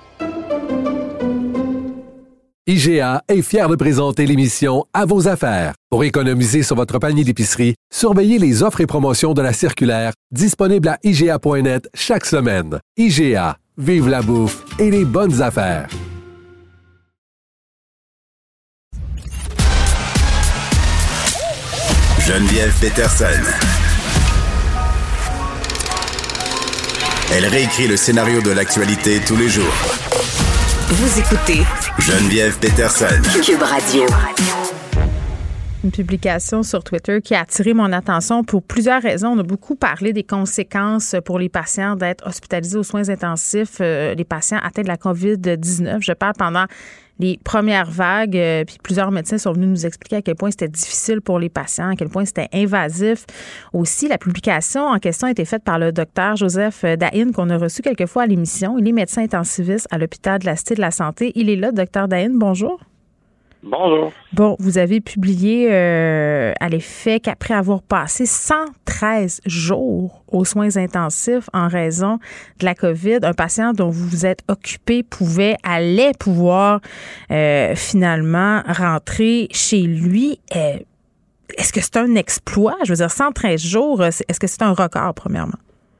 IGA est fier de présenter l'émission À vos affaires. Pour économiser sur votre panier d'épicerie, surveillez les offres et promotions de la circulaire disponible à IGA.net chaque semaine. IGA, vive la bouffe et les bonnes affaires. Geneviève Peterson. Elle réécrit le scénario de l'actualité tous les jours. Vous écoutez Geneviève Peterson. Cube Radio. Une publication sur Twitter qui a attiré mon attention pour plusieurs raisons. On a beaucoup parlé des conséquences pour les patients d'être hospitalisés aux soins intensifs, les patients atteints de la COVID-19. Je parle pendant les premières vagues, puis plusieurs médecins sont venus nous expliquer à quel point c'était difficile pour les patients, à quel point c'était invasif. Aussi, la publication en question a été faite par le docteur Joseph Dahin, qu'on a reçu quelques fois à l'émission. Il est médecin intensiviste à l'hôpital de la Cité de la Santé. Il est là, docteur Dahin. Bonjour. Bonjour. Bon, vous avez publié à l'effet qu'après avoir passé 113 jours aux soins intensifs en raison de la COVID, un patient dont vous vous êtes occupé allait pouvoir finalement rentrer chez lui. Est-ce que c'est un exploit? Je veux dire, 113 jours, est-ce que c'est un record, premièrement?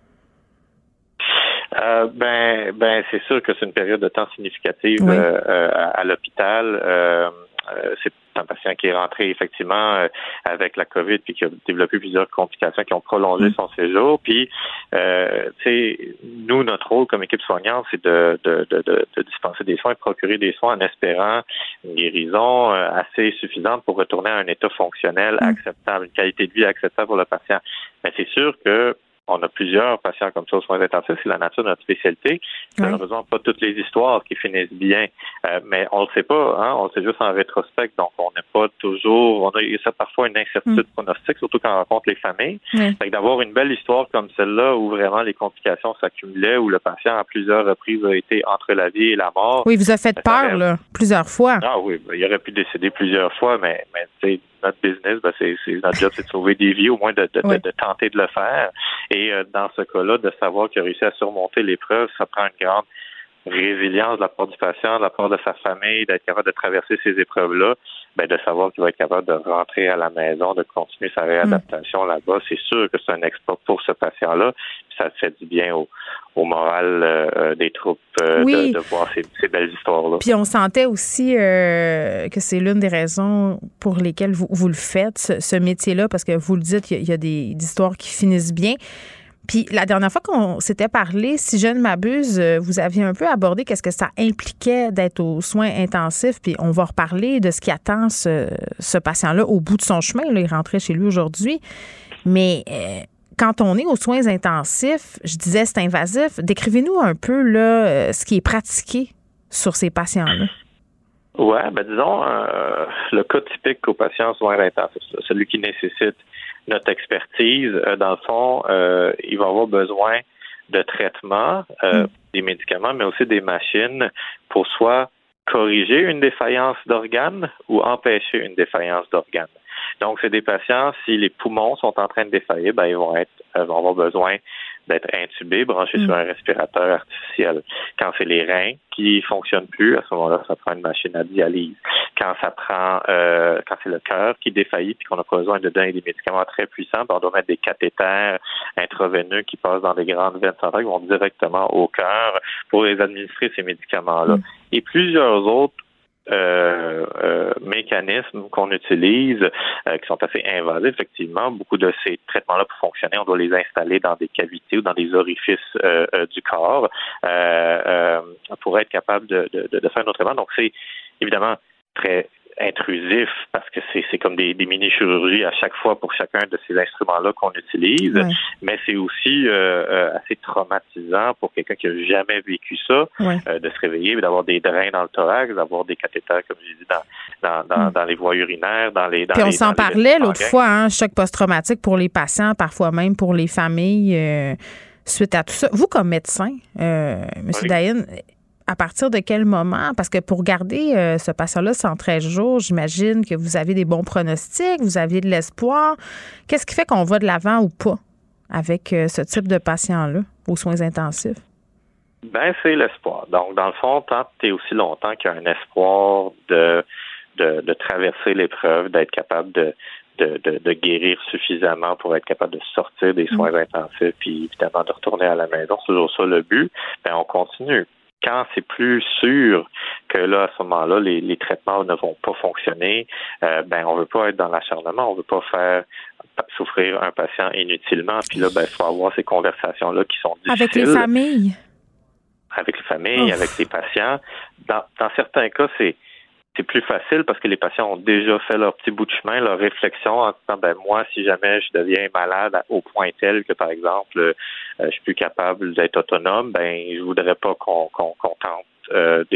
C'est sûr que c'est une période de temps significative à l'hôpital. C'est un patient qui est rentré effectivement avec la COVID puis qui a développé plusieurs complications qui ont prolongé son séjour. Puis, nous, notre rôle comme équipe soignante, c'est de dispenser des soins et de procurer des soins en espérant une guérison assez suffisante pour retourner à un état fonctionnel acceptable, une qualité de vie acceptable pour le patient. Mais c'est sûr que on a plusieurs patients comme ça aux soins intensifs, c'est la nature de notre spécialité. Malheureusement, pas toutes les histoires qui finissent bien, mais on le sait pas, hein, on le sait juste en rétrospect, donc on n'est pas toujours, on a parfois une incertitude pronostique, surtout quand on rencontre les familles. Fait que d'avoir une belle histoire comme celle-là où vraiment les complications s'accumulaient, où le patient à plusieurs reprises a été entre la vie et la mort. Oui, vous a fait peur, là, plusieurs fois. Ah oui, il aurait pu décéder plusieurs fois, mais tu sais, notre business, c'est notre job, c'est de sauver des vies, au moins de tenter de le faire. Et dans ce cas-là, de savoir qu'il a réussi à surmonter l'épreuve, ça prend une grande résilience de la part du patient, de la part de sa famille, d'être capable de traverser ces épreuves-là, de savoir qu'il va être capable de rentrer à la maison, de continuer sa réadaptation là-bas. C'est sûr que c'est un exploit pour ce patient-là. Puis ça fait du bien au moral des troupes de voir ces belles histoires-là. Puis on sentait aussi que c'est l'une des raisons pour lesquelles vous le faites, ce métier-là, parce que vous le dites, il y a des histoires qui finissent bien. Puis la dernière fois qu'on s'était parlé, si je ne m'abuse, vous aviez un peu abordé qu'est-ce que ça impliquait d'être aux soins intensifs. Puis on va reparler de ce qui attend ce patient-là au bout de son chemin. Là, il rentrait chez lui aujourd'hui. Mais quand on est aux soins intensifs, je disais c'est invasif. Décrivez-nous un peu là, ce qui est pratiqué sur ces patients-là. Oui, disons, le cas typique aux patients aux soins intensifs, celui qui nécessite notre expertise, dans le fond, il va avoir besoin de traitement, des médicaments, mais aussi des machines pour soit corriger une défaillance d'organes ou empêcher une défaillance d'organes. Donc, c'est des patients, si les poumons sont en train de défaillir, ils vont avoir besoin d'être intubés, branchés sur un respirateur artificiel. Quand c'est les reins qui fonctionnent plus, à ce moment-là, ça prend une machine à dialyse. Quand c'est le cœur qui défaillit puis qu'on a besoin de donner des médicaments très puissants, on doit mettre des cathéters intraveineux qui passent dans des grandes veines centrales qui vont directement au cœur pour les administrer ces médicaments-là. Et plusieurs autres mécanismes qu'on utilise qui sont assez invasifs, effectivement. Beaucoup de ces traitements-là, pour fonctionner, on doit les installer dans des cavités ou dans des orifices du corps pour être capable de faire notre traitement. Donc, c'est évidemment très intrusif parce que c'est comme des mini-chirurgies à chaque fois pour chacun de ces instruments-là qu'on utilise, mais c'est aussi assez traumatisant pour quelqu'un qui n'a jamais vécu ça, de se réveiller, d'avoir des drains dans le thorax, d'avoir des cathéters, comme je dis, dans les voies urinaires, Puis on s'en parlait l'autre fois, choc post-traumatique pour les patients, parfois même pour les familles, suite à tout ça. Vous, comme médecin, M. Dayen, à partir de quel moment? Parce que pour garder ce patient-là 113 jours, j'imagine que vous avez des bons pronostics, vous aviez de l'espoir. Qu'est-ce qui fait qu'on va de l'avant ou pas avec ce type de patient-là aux soins intensifs? C'est l'espoir. Donc, dans le fond, tant et aussi longtemps qu'il y a un espoir de traverser l'épreuve, d'être capable de guérir suffisamment pour être capable de sortir des soins intensifs, puis évidemment de retourner à la maison, c'est toujours ça le but, on continue. Quand c'est plus sûr que là, à ce moment-là, les traitements ne vont pas fonctionner, on veut pas être dans l'acharnement, on veut pas faire souffrir un patient inutilement. Puis là, il faut avoir ces conversations-là qui sont difficiles. Avec les familles. Avec les familles, avec les patients. Dans certains cas, c'est plus facile parce que les patients ont déjà fait leur petit bout de chemin, leur réflexion en disant, moi, si jamais je deviens malade au point tel que, par exemple, je suis plus capable d'être autonome, je voudrais pas qu'on tente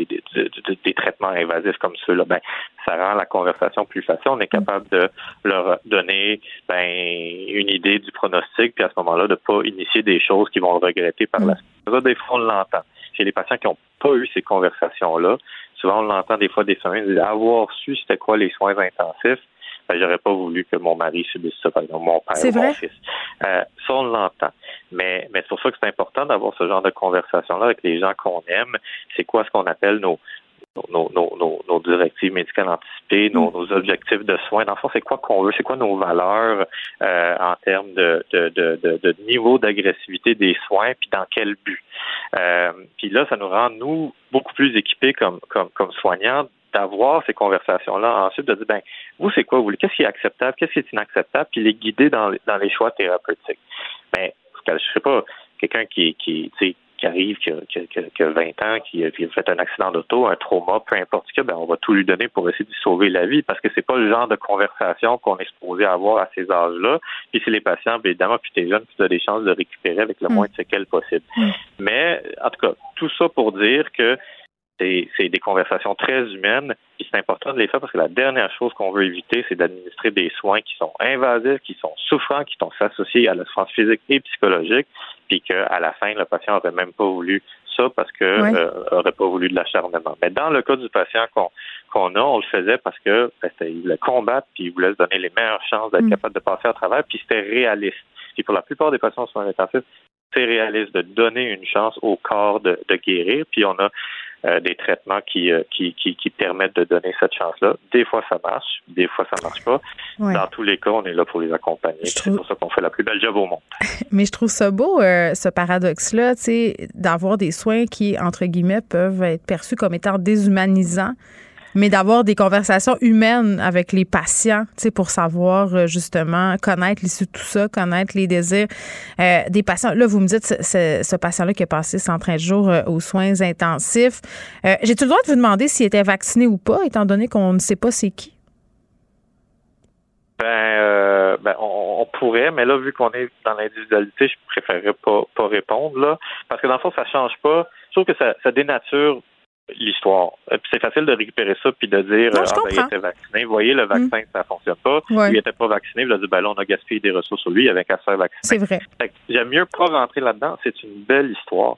des traitements invasifs comme ceux-là. Ça rend la conversation plus facile. On est capable de leur donner une idée du pronostic, puis à ce moment-là, de pas initier des choses qu'ils vont regretter par la suite. Des fois, on l'entend. Chez les patients qui n'ont pas eu ces conversations-là, souvent, on l'entend des fois des familles dire avoir su c'était quoi les soins intensifs, j'aurais pas voulu que mon mari subisse ça, par exemple, mon père ou mon fils. Ça, on l'entend. Mais c'est pour ça que c'est important d'avoir ce genre de conversation-là avec les gens qu'on aime. C'est quoi ce qu'on appelle nos directives médicales anticipées, nos objectifs de soins. Dans le fond, c'est quoi qu'on veut, c'est quoi nos valeurs en termes de niveau d'agressivité des soins, puis dans quel but. Puis là, ça nous rend, nous, beaucoup plus équipés comme soignants d'avoir ces conversations-là, ensuite de dire, vous, c'est quoi, vous voulez, qu'est-ce qui est acceptable, qu'est-ce qui est inacceptable, puis les guider dans les choix thérapeutiques. Je sais pas, quelqu'un qui arrive, qui a 20 ans, qui a fait un accident d'auto, un trauma, peu importe ce qu'il y a, on va tout lui donner pour essayer de sauver la vie, parce que c'est pas le genre de conversation qu'on est supposé avoir à ces âges-là. Puis si les patients, évidemment, puis t'es jeune, puis tu as des chances de récupérer avec le moins de séquelles possible. Mais, en tout cas, tout ça pour dire que c'est des conversations très humaines, et c'est important de les faire parce que la dernière chose qu'on veut éviter, c'est d'administrer des soins qui sont invasifs, qui sont souffrants, qui sont associés à la souffrance physique et psychologique, puis qu'à la fin, le patient n'aurait même pas voulu ça parce que aurait pas voulu de l'acharnement. Mais dans le cas du patient qu'on a, on le faisait parce que il voulait combattre, puis il voulait se donner les meilleures chances d'être capable de passer à travers, puis c'était réaliste. Et pour la plupart des patients en soins intensifs, c'est réaliste de donner une chance au corps de guérir, puis on a des traitements qui permettent de donner cette chance-là. Des fois, ça marche, des fois, ça marche pas. Dans tous les cas, on est là pour les accompagner. C'est pour ça qu'on fait la plus belle job au monde. Mais je trouve ça beau, ce paradoxe-là, d'avoir des soins qui, entre guillemets, peuvent être perçus comme étant déshumanisants, mais d'avoir des conversations humaines avec les patients, pour savoir justement connaître l'issue de tout ça, connaître les désirs des patients. Là, vous me dites, ce patient-là qui a passé 113 jours aux soins intensifs. J'ai-tu le droit de vous demander s'il était vacciné ou pas, étant donné qu'on ne sait pas c'est qui? On pourrait, mais là, vu qu'on est dans l'individualité, je préférerais pas répondre, là, parce que dans le fond, ça change pas. Je trouve que ça dénature l'histoire. C'est facile de récupérer ça puis de dire il était vacciné. Vous voyez, le vaccin, ça fonctionne pas. Ouais. Lui, il était pas vacciné. Il a dit là, on a gaspillé des ressources sur lui, il avait qu'à se faire vacciner. C'est vrai. J'aime mieux pas rentrer là-dedans. C'est une belle histoire.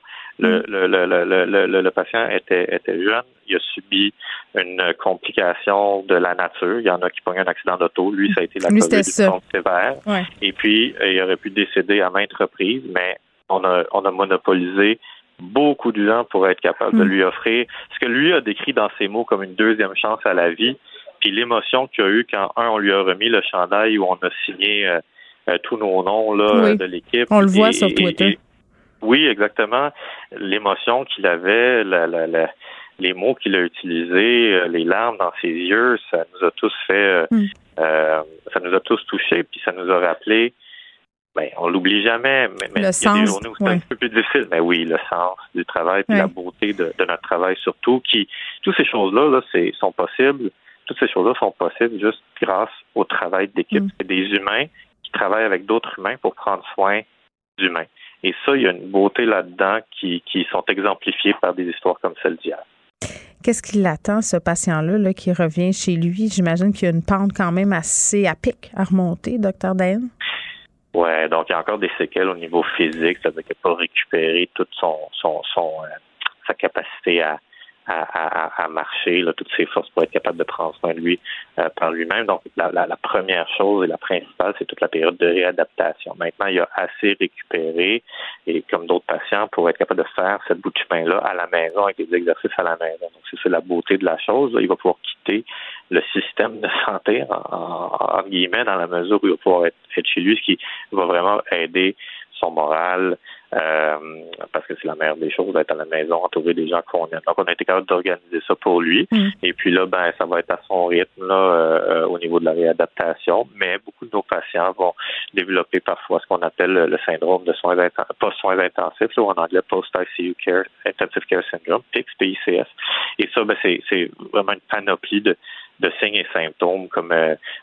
Le patient était jeune. Il a subi une complication de la nature. Il y en a qui pognent un accident d'auto. Lui, ça a été la COVID d'une forme sévère. Ouais. Et puis, il aurait pu décéder à maintes reprises, mais on a monopolisé beaucoup de gens pour être capable de lui offrir ce que lui a décrit dans ses mots comme une deuxième chance à la vie. Puis l'émotion qu'il a eue quand, on lui a remis le chandail où on a signé tous nos noms là, de l'équipe. On le voit sur Twitter. Oui, exactement. L'émotion qu'il avait, les mots qu'il a utilisés, les larmes dans ses yeux, ça nous a tous fait, ça nous a tous touchés, puis ça nous a rappelé, on l'oublie jamais, mais il y a des journées où c'est un peu plus difficile. Mais oui, le sens du travail, puis la beauté de notre travail surtout, toutes ces choses-là, sont possibles. Toutes ces choses-là sont possibles juste grâce au travail d'équipe. C'est des humains qui travaillent avec d'autres humains pour prendre soin d'humains. Et ça, il y a une beauté là-dedans qui sont exemplifiées par des histoires comme celle d'hier. Qu'est-ce qui l'attend, ce patient-là, qui revient chez lui? J'imagine qu'il y a une pente quand même assez à pic à remonter, Dr. Dayen. Oui, donc il y a encore des séquelles au niveau physique, c'est-à-dire qu'il n'a pas récupéré toute sa capacité à marcher, là, toutes ses forces pour être capable de prendre soin de lui par lui-même. Donc, la première chose et la principale, c'est toute la période de réadaptation. Maintenant, il a assez récupéré, et comme d'autres patients, pour être capable de faire cette bout de chemin-là à la maison, avec des exercices à la maison. Donc, c'est ça la beauté de la chose. Il va pouvoir quitter le système de santé, en guillemets, dans la mesure où il va pouvoir être chez lui, ce qui va vraiment aider son moral, parce que c'est la meilleure des choses d'être à la maison, entouré des gens qu'on aime. Donc, on a été capable d'organiser ça pour lui. Et puis là, ça va être à son rythme là, au niveau de la réadaptation. Mais beaucoup de nos patients vont développer parfois ce qu'on appelle le syndrome de post-soins intensifs, ou en anglais Post-ICU Care, Intensive Care Syndrome, PICS. Et ça, c'est vraiment une panoplie de signes et symptômes comme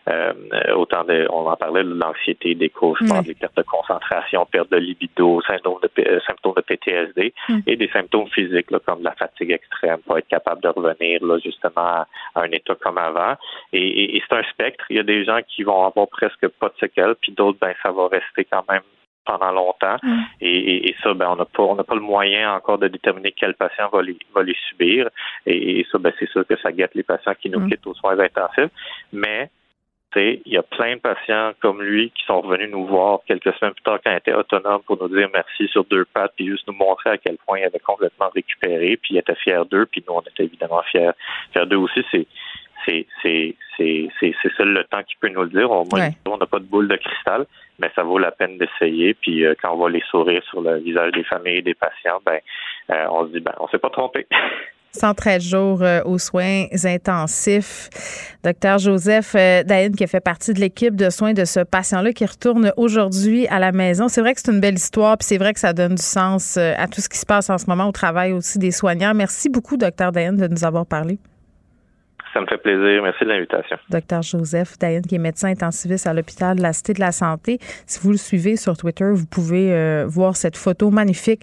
on en parlait de l'anxiété, des cauchemars, des pertes de concentration, perte de libido, symptômes de PTSD et des symptômes physiques là, comme la fatigue extrême, pour être capable de revenir là, justement à un état comme avant. Et c'est un spectre. Il y a des gens qui vont avoir presque pas de séquelles, puis d'autres, ça va rester quand même pendant longtemps. Et ça, on n'a pas le moyen encore de déterminer quel patient va les subir. Et ça, c'est sûr que ça guette les patients qui nous quittent aux soins intensifs. Mais, il y a plein de patients comme lui qui sont revenus nous voir quelques semaines plus tard quand il était autonome pour nous dire merci sur deux pattes, puis juste nous montrer à quel point il avait complètement récupéré, puis il était fier d'eux, puis nous, on était évidemment fiers d'eux aussi. C'est seul le temps qui peut nous le dire. On n'a pas de boule de cristal, mais ça vaut la peine d'essayer. Puis quand on voit les sourires sur le visage des familles et des patients, on se dit, on s'est pas trompé. 113 jours aux soins intensifs. Docteur Joseph Dayen, qui a fait partie de l'équipe de soins de ce patient-là, qui retourne aujourd'hui à la maison. C'est vrai que c'est une belle histoire, puis c'est vrai que ça donne du sens à tout ce qui se passe en ce moment au travail aussi des soignants. Merci beaucoup, Docteur Dayen, de nous avoir parlé. Ça me fait plaisir. Merci de l'invitation. Dr. Joseph Dayen, qui est médecin intensiviste à l'hôpital de la Cité de la Santé. Si vous le suivez sur Twitter, vous pouvez voir cette photo magnifique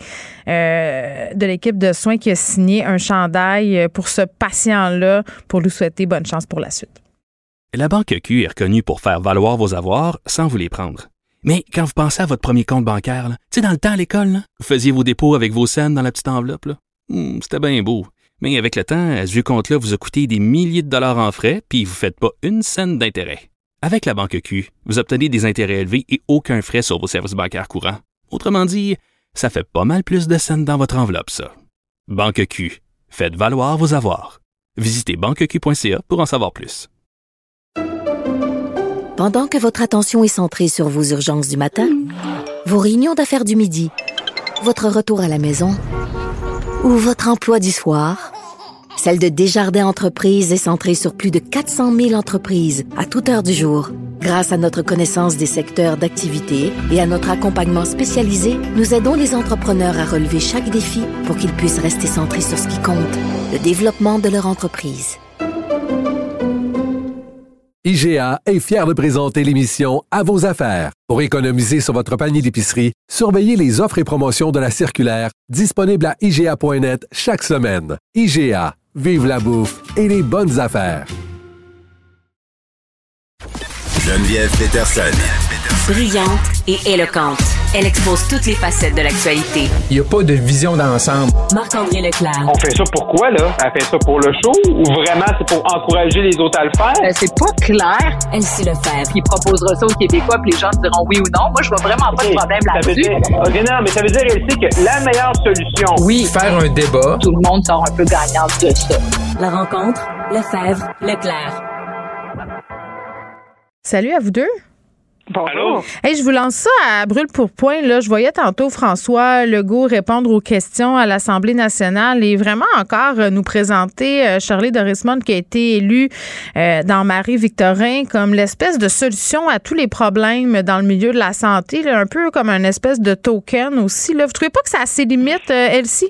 de l'équipe de soins qui a signé un chandail pour ce patient-là pour lui souhaiter bonne chance pour la suite. La Banque Q est reconnue pour faire valoir vos avoirs sans vous les prendre. Mais quand vous pensez à votre premier compte bancaire, dans le temps à l'école, vous faisiez vos dépôts avec vos scènes dans la petite enveloppe. C'était bien beau. Mais avec le temps, ce vieux compte-là vous a coûté des milliers de dollars en frais, puis vous ne faites pas une scène d'intérêt. Avec la Banque Q, vous obtenez des intérêts élevés et aucun frais sur vos services bancaires courants. Autrement dit, ça fait pas mal plus de scènes dans votre enveloppe, ça. Banque Q, faites valoir vos avoirs. Visitez banqueq.ca pour en savoir plus. Pendant que votre attention est centrée sur vos urgences du matin, vos réunions d'affaires du midi, votre retour à la maison ou votre emploi du soir, celle de Desjardins Entreprises est centrée sur plus de 400 000 entreprises à toute heure du jour. Grâce à notre connaissance des secteurs d'activité et à notre accompagnement spécialisé, nous aidons les entrepreneurs à relever chaque défi pour qu'ils puissent rester centrés sur ce qui compte, le développement de leur entreprise. IGA est fier de présenter l'émission À vos affaires. Pour économiser sur votre panier d'épicerie, surveillez les offres et promotions de la circulaire disponible à IGA.net chaque semaine. IGA, Vive la bouffe et les bonnes affaires. Geneviève Peterson. Brillante et éloquente. Elle expose toutes les facettes de l'actualité. Il n'y a pas de vision d'ensemble. Marc-André Leclerc. On fait ça pourquoi, là? Elle fait ça pour le show ou vraiment c'est pour encourager les autres à le faire? C'est pas clair. Elsie Lefebvre. Il proposera ça aux Québécois puis les gens diront oui ou non. Moi, je vois vraiment pas de problème là-dessus. Non, mais ça veut dire, Elsie, que la meilleure solution... Oui, faire un débat. Tout le monde sort un peu gagnant de ça. La rencontre, Lefebvre, Leclerc. Salut à vous deux. Bonjour. Hey, je vous lance ça à brûle pour point. Là, je voyais tantôt François Legault répondre aux questions à l'Assemblée nationale et vraiment encore nous présenter Shirley Dorismond qui a été élue dans Marie-Victorin comme l'espèce de solution à tous les problèmes dans le milieu de la santé, là, un peu comme une espèce de token aussi. Là. Vous trouvez pas que ça a ses limites, Elsie?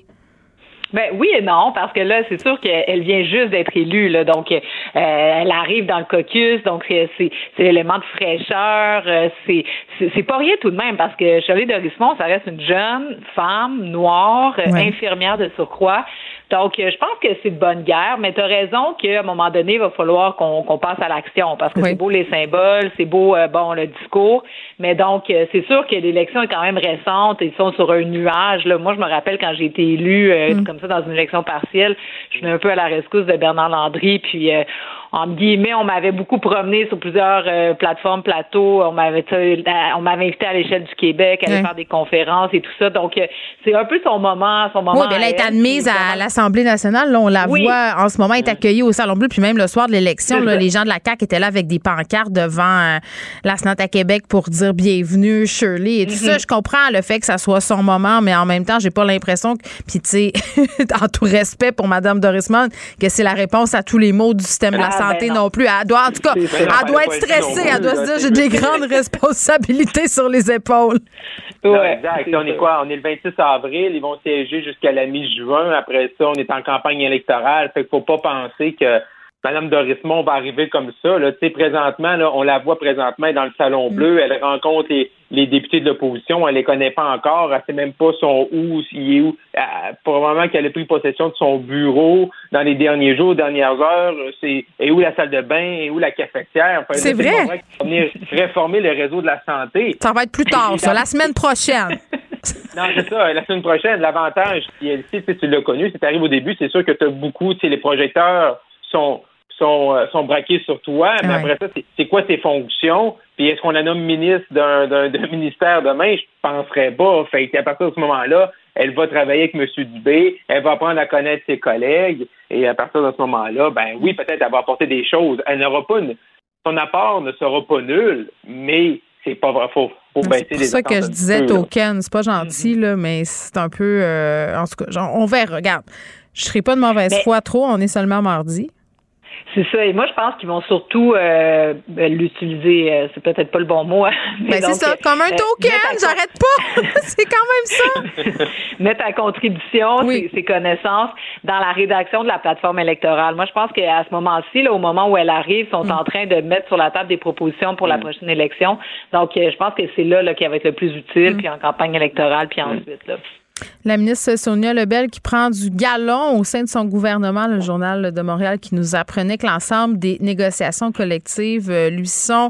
Ben oui et non, parce que là, c'est sûr qu'elle vient juste d'être élue, là, donc elle arrive dans le caucus, donc c'est l'élément de fraîcheur, c'est pas rien tout de même, parce que Shirley Dorismond, ça reste une jeune femme noire, infirmière de surcroît. Donc, je pense que c'est de bonne guerre, mais tu as raison qu'à un moment donné, il va falloir qu'on passe à l'action, parce que c'est beau les symboles, c'est beau, le discours, mais donc, c'est sûr que l'élection est quand même récente, ils sont sur un nuage, là. Moi, je me rappelle quand j'ai été élue, comme ça, dans une élection partielle, je venais un peu à la rescousse de Bernard Landry, puis en guillemets, on m'avait beaucoup promené sur plusieurs plateformes, plateaux. On m'avait invité à l'échelle du Québec à aller faire des conférences et tout ça. Donc, c'est un peu son moment. Oui, bien là, elle est admise à l'Assemblée nationale. Là, on la voit en ce moment, elle est accueillie au Salon Bleu. Puis même le soir de l'élection, là, les gens de la CAQ étaient là avec des pancartes devant la Sénat à Québec pour dire bienvenue, Shirley et tout ça. Je comprends le fait que ça soit son moment, mais en même temps, j'ai pas l'impression que, puis tu sais, en tout respect pour Mme Dorismond, que c'est la réponse à tous les maux du système de la santé non plus. Elle doit, en tout cas, elle doit être stressée. Elle doit se dire, j'ai des grandes responsabilités sur les épaules. Ouais, exact. On est quoi? On est le 26 avril. Ils vont siéger jusqu'à la mi-juin. Après ça, on est en campagne électorale. Fait qu'il faut pas penser que Mme Dorismond va arriver comme ça. Là. Tu sais, présentement, là, on la voit présentement dans le Salon Bleu. Elle rencontre les députés de l'opposition. Elle les connaît pas encore. Elle sait même pas il est où. Probablement qu'elle a pris possession de son bureau dans les derniers jours, dernières heures. Et où la salle de bain? Et où la cafetière? Enfin, c'est vrai. Il venir réformer le réseau de la santé. Ça va être plus tard, ça, la semaine prochaine. Non, c'est ça. La semaine prochaine, l'avantage, si tu l'as connu, si tu arrives au début, c'est sûr que tu as beaucoup, les projecteurs sont braqués sur toi, mais après ça, c'est quoi ses fonctions? Puis est-ce qu'on la nomme ministre d'un ministère demain? Je penserais pas. Fait qu'à partir de ce moment-là, elle va travailler avec M. Dubé, elle va apprendre à connaître ses collègues, et à partir de ce moment-là, ben oui, peut-être elle va apporter des choses. Elle n'aura pas son apport ne sera pas nul, mais c'est pas vrai. Faut baisser les attentes. C'est pour ça que je disais token. C'est pas gentil, là, mais c'est un peu... en tout cas, on verra. Regarde, je serai pas de mauvaise foi trop. On est seulement mardi. C'est ça. Et moi, je pense qu'ils vont surtout l'utiliser. C'est peut-être pas le bon mot. Mais donc, c'est ça, comme un token. J'arrête pas. C'est quand même ça. Mettre à contribution ses connaissances dans la rédaction de la plateforme électorale. Moi, je pense qu'à ce moment-ci, là, au moment où elle arrive, ils sont en train de mettre sur la table des propositions pour la prochaine élection. Donc, je pense que c'est là qu'elle va être le plus utile, puis en campagne électorale, puis ensuite, là. La ministre Sonia Lebel qui prend du galon au sein de son gouvernement, le Journal de Montréal qui nous apprenait que l'ensemble des négociations collectives lui sont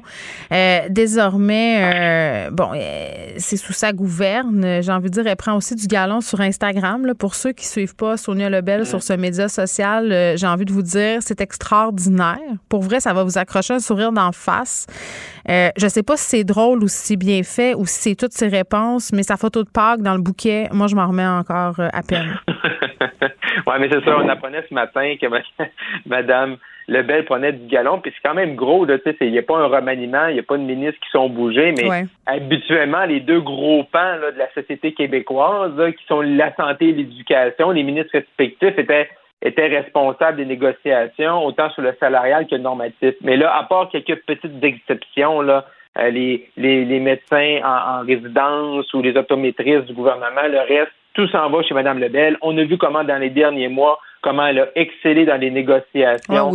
désormais, c'est sous sa gouverne. J'ai envie de dire, elle prend aussi du galon sur Instagram. Là, pour ceux qui suivent pas Sonia Lebel sur ce média social, j'ai envie de vous dire, c'est extraordinaire. Pour vrai, ça va vous accrocher un sourire d'en face. Je sais pas si c'est drôle ou si c'est bien fait ou si c'est toutes ses réponses, mais sa photo de Pâques dans le bouquet, moi, je m'en remets encore à peine. Oui, mais c'est ça, on apprenait ce matin que Mme Lebel prenait du galon, puis c'est quand même gros, là, tu sais, il n'y a pas un remaniement, il n'y a pas de ministres qui sont bougés, mais habituellement, les deux gros pans là, de la société québécoise, là, qui sont la santé et l'éducation, les ministres respectifs étaient responsables des négociations, autant sur le salarial que le normatif. Mais là, à part quelques petites exceptions, là, les médecins en résidence ou les optométristes du gouvernement, le reste, tout s'en va chez Mme Lebel. On a vu comment, dans les derniers mois, comment elle a excellé dans les négociations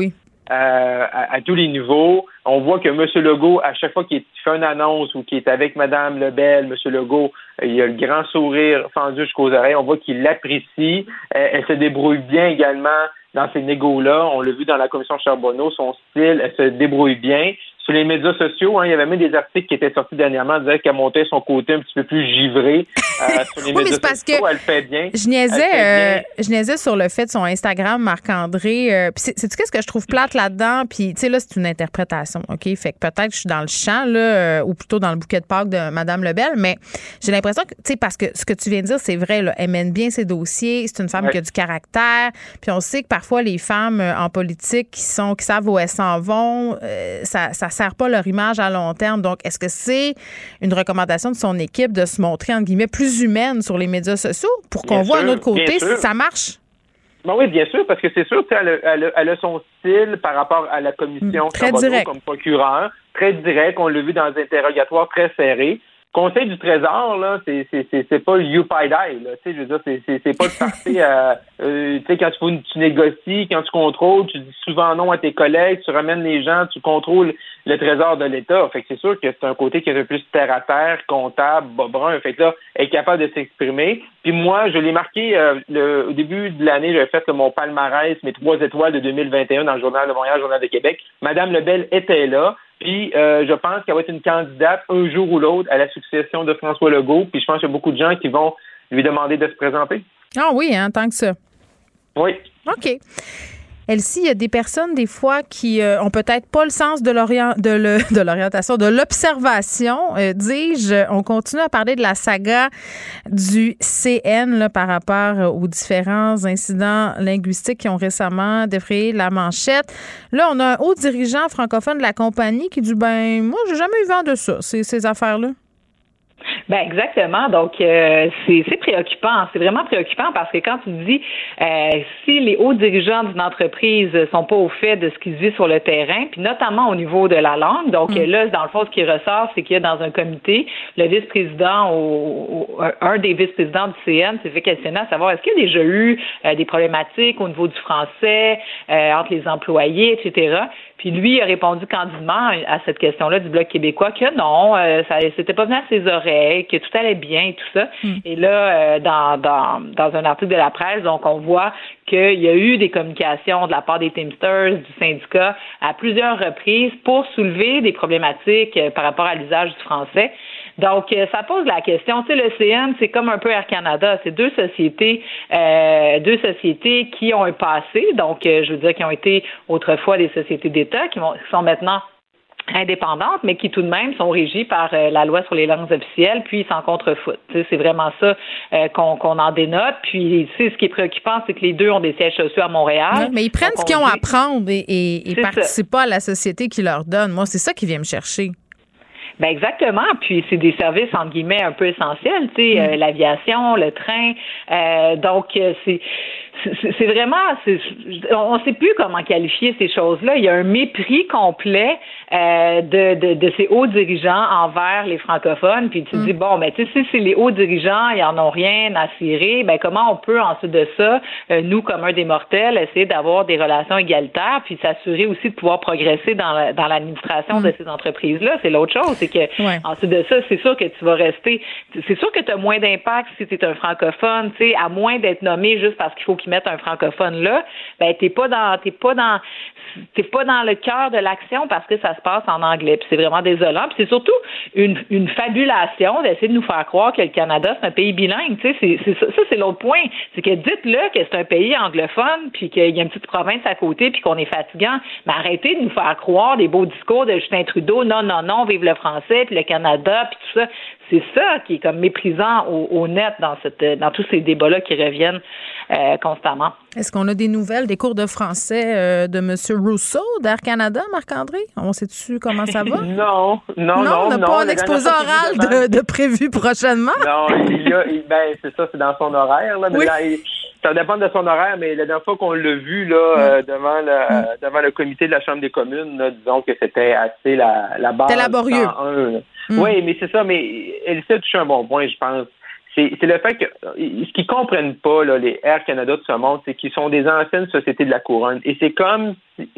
à tous les niveaux. On voit que M. Legault, à chaque fois qu'il fait une annonce ou qu'il est avec Mme Lebel, M. Legault, il a le grand sourire fendu jusqu'aux oreilles. On voit qu'il l'apprécie. Elle se débrouille bien également dans ces négos-là. On l'a vu dans la commission Charbonneau, son style, elle se débrouille bien. Sur les médias sociaux, il y avait même des articles qui étaient sortis dernièrement disant qu'elle montait son côté un petit peu plus givré sur les médias sociaux. Elle fait bien. Je niaisais sur le fait de son Instagram, Marc-André. Puis c'est-tu qu'est-ce que je trouve plate là-dedans? Puis, tu sais, là, c'est une interprétation, OK? Fait que peut-être que je suis dans le champ, là, ou plutôt dans le bouquet de Pâques de Mme Lebel, mais j'ai l'impression que, tu sais, parce que ce que tu viens de dire, c'est vrai, là, elle mène bien ses dossiers, c'est une femme qui a du caractère, puis on sait que parfois les femmes en politique qui savent où elles s'en vont, ça sert pas leur image à long terme. Donc, est-ce que c'est une recommandation de son équipe de se montrer, entre guillemets, plus humaine sur les médias sociaux pour qu'on voit un autre côté si ça marche? Ben oui, bien sûr, parce que c'est sûr qu'elle a son style par rapport à la commission Charbonneau comme procureur, très direct, on l'a vu dans des interrogatoires très serrés. Conseil du Trésor, là, c'est pas le you pie die, là, tu sais, je veux dire, c'est pas de partir tu sais, quand tu négocies, quand tu contrôles, tu dis souvent non à tes collègues, tu ramènes les gens, tu contrôles le Trésor de l'État. Fait que c'est sûr que c'est un côté qui est un peu plus terre à terre, comptable, brun. Fait que là, elle est capable de s'exprimer. Puis moi, je l'ai marqué au début de l'année, j'avais fait mon palmarès, mes 3 étoiles de 2021 dans le Journal de Montréal, Journal de Québec. Madame Lebel était là. Puis je pense qu'elle va être une candidate un jour ou l'autre à la succession de François Legault. Puis je pense qu'il y a beaucoup de gens qui vont lui demander de se présenter. Ah oui, hein, tant que ça. Oui. OK. Elsie, il y a des personnes, des fois, qui ont peut-être pas le sens de l'orientation, de l'observation. Dis-je, on continue à parler de la saga du CN là, par rapport aux différents incidents linguistiques qui ont récemment défrayé la manchette. Là, on a un haut dirigeant francophone de la compagnie qui dit, moi, j'ai jamais eu vent de ça, ces affaires-là. Ben exactement. Donc c'est préoccupant. C'est vraiment préoccupant parce que quand tu dis si les hauts dirigeants d'une entreprise sont pas au fait de ce qui se vit sur le terrain, puis notamment au niveau de la langue. Donc là, dans le fond, ce qui ressort, c'est qu'il y a dans un comité le vice-président un des vice-présidents du CN s'est fait questionner à savoir est-ce qu'il y a déjà eu des problématiques au niveau du français entre les employés, etc. Puis lui a répondu candidement à cette question-là du Bloc québécois que non, ça c'était pas venu à ses oreilles, que tout allait bien et tout ça. Et là, dans un article de la presse, donc on voit qu'il y a eu des communications de la part des Teamsters, du syndicat, à plusieurs reprises pour soulever des problématiques par rapport à l'usage du français. Donc, ça pose la question. Tu sais, le CN, c'est comme un peu Air Canada. C'est deux sociétés qui ont un passé. Donc, je veux dire, qui ont été autrefois des sociétés d'État, qui sont maintenant indépendantes, mais qui tout de même sont régies par la loi sur les langues officielles, puis ils s'en contrefoutent. Tu sais, c'est vraiment ça qu'on en dénote. Puis, tu sais, ce qui est préoccupant, c'est que les deux ont des sièges sociaux à Montréal. Oui, mais ils prennent ce qu'ils ont à prendre et ils participent pas à la société qui leur donne. Moi, c'est ça qui vient me chercher. Ben exactement. Puis c'est des services entre guillemets un peu essentiels, tu sais, l'aviation, le train. Donc c'est vraiment, on ne sait plus comment qualifier ces choses-là. Il y a un mépris complet de ces hauts dirigeants envers les francophones. Puis tu dis bon, ben tu sais, si c'est les hauts dirigeants, ils en ont rien à cirer. Ben comment on peut ensuite de ça, nous communs des mortels, essayer d'avoir des relations égalitaires, puis s'assurer aussi de pouvoir progresser dans l'administration de ces entreprises-là. C'est l'autre chose, c'est que ensuite de ça, c'est sûr que tu vas rester. C'est sûr que tu as moins d'impact si tu es un francophone, tu sais, à moins d'être nommé juste parce qu'il faut qu'ils mettent un francophone là. Ben t'es pas dans le cœur de l'action parce que ça se passe en anglais. Puis c'est vraiment désolant. Puis c'est surtout une fabulation d'essayer de nous faire croire que le Canada c'est un pays bilingue. Tu sais, c'est l'autre point. C'est que dites-le que c'est un pays anglophone, puis qu'il y a une petite province à côté, puis qu'on est fatigant. Mais arrêtez de nous faire croire des beaux discours de Justin Trudeau. Non, vive le français, puis le Canada, puis tout ça. C'est ça qui est comme méprisant au net dans tous ces débats-là qui reviennent constamment. Est-ce qu'on a des nouvelles des cours de français de M. Rousseau d'Air Canada, Marc-André? On sait-tu comment ça va? Non. On n'a pas un exposé oral de prévu prochainement? Non, c'est ça, c'est dans son horaire. Là, oui. Ça dépend de son horaire, mais la dernière fois qu'on l'a vu là, devant le comité de la Chambre des communes, là, disons que c'était assez la base. C'était laborieux. Oui, mais c'est ça, mais elle s'est touché un bon point, je pense. C'est le fait que ce qu'ils comprennent pas, là, les Air Canada de ce monde, c'est qu'ils sont des anciennes sociétés de la couronne. Et c'est comme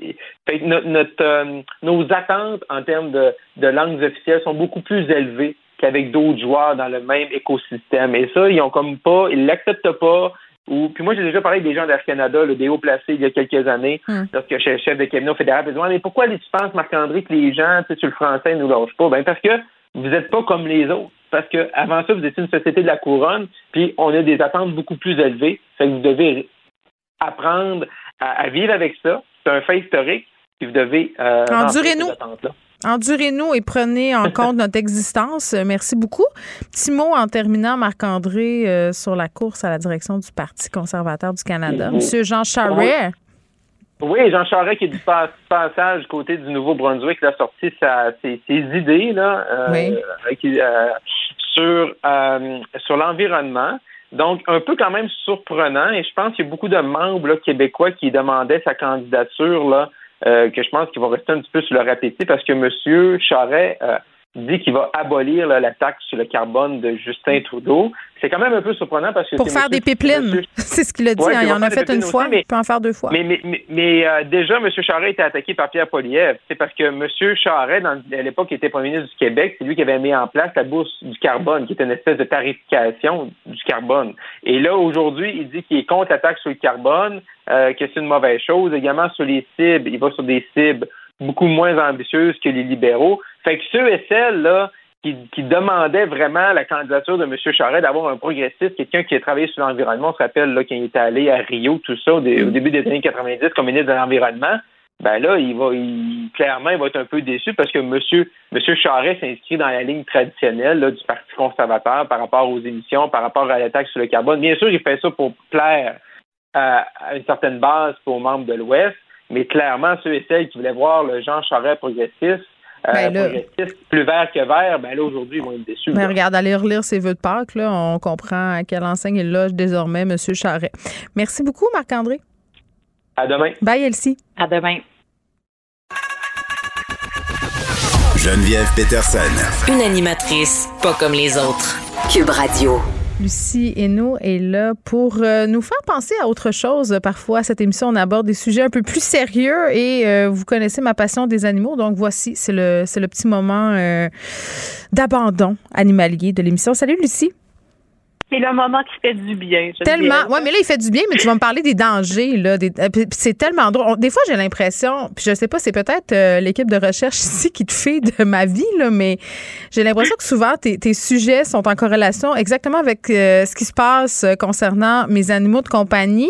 nos attentes en termes de langues officielles sont beaucoup plus élevées qu'avec d'autres joueurs dans le même écosystème. Et ça, ils l'acceptent pas. Puis moi, j'ai déjà parlé avec des gens d'Air Canada, des hauts placés, il y a quelques années, lorsque j'étais chef de cabinet au fédéral. Ils disaient, mais pourquoi tu penses, Marc-André, que les gens, sur le français, ne nous lâchent pas? Ben, parce que vous n'êtes pas comme les autres. Parce que avant ça, vous étiez une société de la couronne, puis on a des attentes beaucoup plus élevées. Fait que vous devez apprendre à vivre avec ça. C'est un fait historique, puis vous devez Endurez-nous. Endurez-nous et prenez en compte notre existence. Merci beaucoup. Petit mot en terminant, Marc-André, sur la course à la direction du Parti conservateur du Canada. Monsieur Jean Charest. Oui, Jean Charest qui est du passage du côté du Nouveau-Brunswick, il a sorti ses idées là, sur l'environnement. Donc, un peu quand même surprenant. Et je pense qu'il y a beaucoup de membres là, québécois qui demandaient sa candidature là, que je pense qu'il va rester un petit peu sur leur appétit parce que M. Charest dit qu'il va abolir là, la taxe sur le carbone de Justin Trudeau. C'est quand même un peu surprenant parce que pour faire des pipelines, c'est ce qu'il a dit. Il en a fait une fois, mais il peut en faire deux fois. Mais déjà, M. Charest était attaqué par Pierre Poilievre. C'est parce que M. Charest, à l'époque, il était premier ministre du Québec, c'est lui qui avait mis en place la bourse du carbone, qui était une espèce de tarification du carbone. Et là, aujourd'hui, il dit qu'il est contre la taxe sur le carbone, que c'est une mauvaise chose. Également, sur les cibles, il va sur des cibles beaucoup moins ambitieuses que les libéraux. Fait que ceux et celles là qui demandaient vraiment la candidature de M. Charest d'avoir un progressiste, quelqu'un qui a travaillé sur l'environnement, on se rappelle là, quand il était allé à Rio, tout ça, au début des années 90 comme ministre de l'Environnement, ben là, clairement, il va être un peu déçu parce que M. Charest s'inscrit dans la ligne traditionnelle là, du Parti conservateur par rapport aux émissions, par rapport à la taxe sur le carbone. Bien sûr, il fait ça pour plaire à une certaine base pour aux membres de l'Ouest, mais clairement, ceux et celles qui voulaient voir le Jean Charest progressiste, progressiste plus vert que vert, ben là, aujourd'hui, ils vont être déçus. Mais regarde, allez relire ses vœux de Pâques, là, on comprend à quelle enseigne il loge désormais, M. Charest. Merci beaucoup, Marc-André. À demain. Bye, Elsie. À demain. Geneviève Peterson. Une animatrice pas comme les autres. Cube Radio. Lucie Hainaut est là pour nous faire penser à autre chose. Parfois, à cette émission, on aborde des sujets un peu plus sérieux et vous connaissez ma passion des animaux. Donc, voici, c'est le petit moment d'abandon animalier de l'émission. Salut, Lucie. C'est le moment qui fait du bien. Tellement. Oui, mais là, il fait du bien, mais tu vas me parler des dangers. Là, c'est tellement drôle. Des fois, j'ai l'impression, puis je sais pas, c'est peut-être l'équipe de recherche ici qui te fait de ma vie, là, mais j'ai l'impression que souvent, tes sujets sont en corrélation exactement avec ce qui se passe concernant mes animaux de compagnie.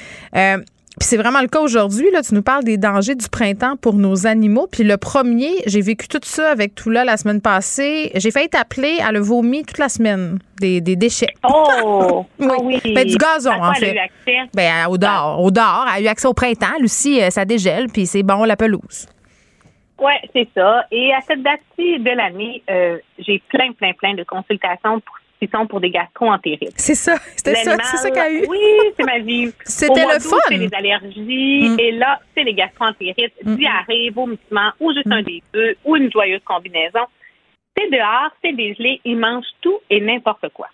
Puis c'est vraiment le cas aujourd'hui. Là, tu nous parles des dangers du printemps pour nos animaux. Puis le premier, j'ai vécu tout ça avec Toula la semaine passée. J'ai failli t'appeler, elle a vomi toute la semaine des déchets. Oh! Oui. Oh oui. Ben, du gazon, en fait. Elle a eu accès? Ben, au dehors. Elle a eu accès au printemps. Lucie, ça dégèle, puis c'est bon, la pelouse. Oui, c'est ça. Et à cette date-ci de l'année, j'ai plein de consultations qui sont pour des gastro-entérites. C'est ça qu'elle a eu. Oui, c'est ma vie. C'était le fun. C'est les allergies. Et là, c'est les gastro-entérites, diarrhée, vomissement, ou juste un des deux, ou une joyeuse combinaison. C'est dehors, c'est dégelé, ils mangent tout et n'importe quoi.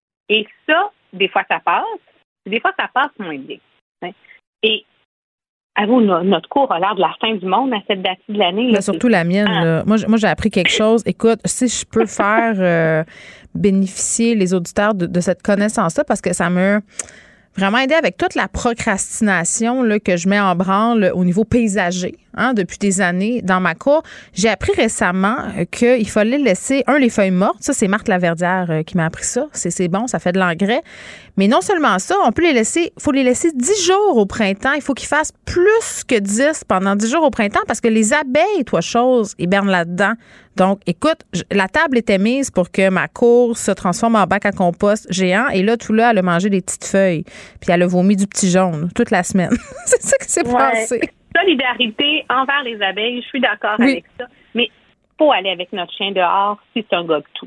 Et ça, des fois, ça passe. Des fois, ça passe moins bien. Hein? Et avoue, notre cours a l'air de la fin du monde à cette date de l'année. Là, surtout la mienne. Là. Moi, j'ai appris quelque chose. Écoute, si je peux faire bénéficier les auditeurs de cette connaissance-là, parce que ça m'a vraiment aidé avec toute la procrastination là, que je mets en branle au niveau paysager depuis des années dans ma cour. J'ai appris récemment qu'il fallait laisser, les feuilles mortes. Ça, c'est Marthe Laverdière qui m'a appris ça. C'est bon, ça fait de l'engrais. Mais non seulement ça, on peut faut les laisser 10 jours au printemps. Il faut qu'ils fassent plus que 10 pendant 10 jours au printemps parce que les abeilles, hibernent là-dedans. Donc, écoute, la table était mise pour que ma cour se transforme en bac à compost géant. Et là, Toula, elle a mangé des petites feuilles. Puis elle a vomi du petit jaune toute la semaine. C'est ça qui s'est passé. Solidarité envers les abeilles, je suis d'accord avec ça. Mais il faut aller avec notre chien dehors si c'est un gog-tout.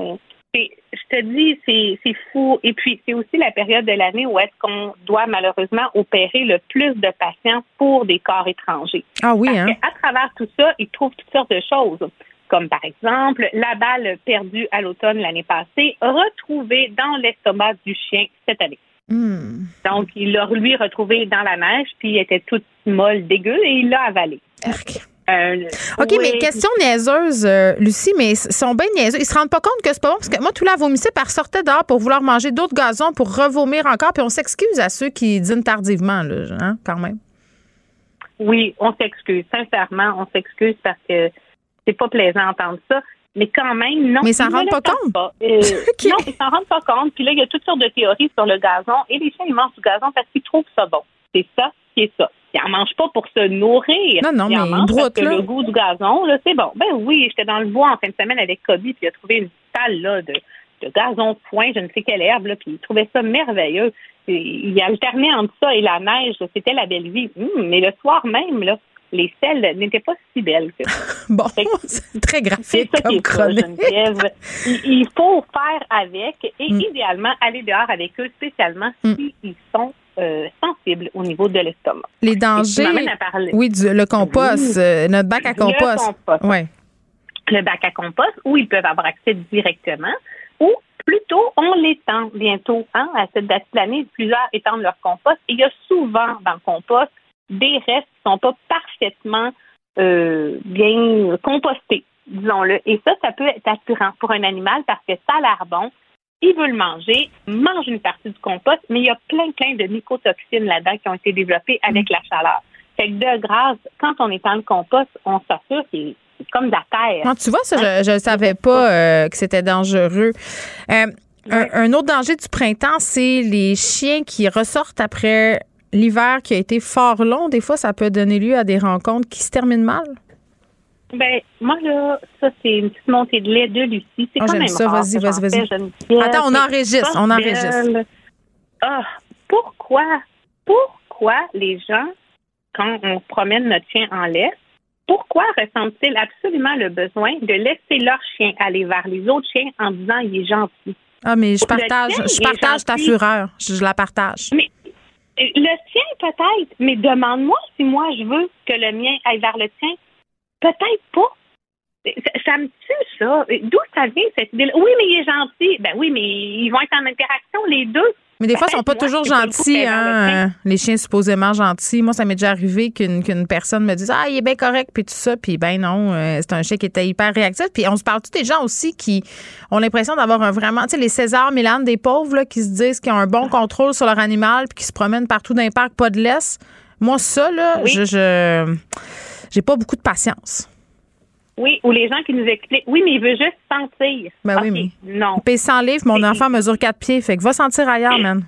Je te dis, c'est fou. Et puis, c'est aussi la période de l'année où est-ce qu'on doit malheureusement opérer le plus de patients pour des corps étrangers. Ah oui, Parce qu'à travers tout ça, ils trouvent toutes sortes de choses. Comme par exemple, la balle perdue à l'automne l'année passée, retrouvée dans l'estomac du chien cette année. Donc, il l'a lui retrouvé dans la neige, puis il était toute molle, dégueu, et il l'a avalé. OK, mais question niaiseuse, Lucie, mais ils sont bien niaiseux. Ils se rendent pas compte que c'est pas bon? Parce que moi, tout là, vomissait, puis elle sortait dehors pour vouloir manger d'autres gazons, pour revomir encore, puis on s'excuse à ceux qui dînent tardivement, là, hein, quand même. Oui, on s'excuse. Sincèrement, on s'excuse parce que c'est pas plaisant d'entendre ça. Mais quand même, non. Mais ils s'en rendent pas compte? Non, ils s'en rendent pas compte. Puis là, il y a toutes sortes de théories sur le gazon. Et les chiens, ils mangent du gazon parce qu'ils trouvent ça bon. C'est ça qui est ça. Ils n'en mangent pas pour se nourrir. Non, ils en mais mangent parce que là. le goût du gazon, là, c'est bon. Ben oui, j'étais dans le bois en fin de semaine avec Kobe, puis il a trouvé une salle là, de gazon de foin, je ne sais quelle herbe, là, puis il trouvait ça merveilleux. Il alternait entre ça et la neige. Là, c'était la belle vie. Mais le soir même, là, les selles n'étaient pas si belles que ça. Bon, c'est très graphique comme chronique. Il faut faire avec et idéalement aller dehors avec eux, spécialement s'ils sont sensibles au niveau de l'estomac. Les dangers, oui, le compost, notre bac à compost. Le compost. Ouais. Le bac à compost, où ils peuvent avoir accès directement, ou plutôt, on l'étend bientôt. Hein, à cette date de l'année, plusieurs étendent leur compost. Et il y a souvent dans le compost des restes qui ne sont pas parfaitement bien compostés, disons-le. Et ça peut être attirant pour un animal parce que ça a l'air bon. Il veut le manger, mange une partie du compost, mais il y a plein de mycotoxines là-dedans qui ont été développées avec la chaleur. Fait que de grâce, quand on étend le compost, on s'assure qu'il c'est comme de la terre. Non, tu vois, ça, je ne savais pas que c'était dangereux. Un autre danger du printemps, c'est les chiens qui ressortent après l'hiver qui a été fort long. Des fois, ça peut donner lieu à des rencontres qui se terminent mal. Ben, moi, là, ça, c'est une petite montée de lait de Lucie. C'est quand même ça. rare. Vas-y. Attends, on enregistre. Ah, pourquoi les gens, quand on promène notre chien en laisse, pourquoi ressentent-ils absolument le besoin de laisser leur chien aller vers les autres chiens en disant il est gentil? Ah, mais je partage ta fureur. Je la partage. Mais le tien, peut-être, mais demande-moi si moi, je veux que le mien aille vers le tien. Peut-être pas. Ça me tue, ça. D'où ça vient, cette idée-là? Oui, mais il est gentil. Ben oui, mais ils vont être en interaction, les deux. Mais des fois, ils sont pas toujours gentils, hein, les chiens supposément gentils. Moi, ça m'est déjà arrivé qu'une personne me dise « Ah, il est bien correct », puis tout ça, puis ben non, c'est un chien qui était hyper réactif. Puis on se parle-tu des gens aussi qui ont l'impression d'avoir un vraiment... Tu sais, les César Milan des pauvres, là, qui se disent qu'ils ont un bon contrôle sur leur animal puis qui se promènent partout dans les parcs, pas de laisse. Moi, ça, là, oui. J'ai pas beaucoup de patience. Oui, ou les gens qui nous expliquent, oui, mais il veut juste sentir. Ben okay, oui, mais non. Il paye 100 livres, mon enfant mesure 4 pieds, fait que va sentir ailleurs, man.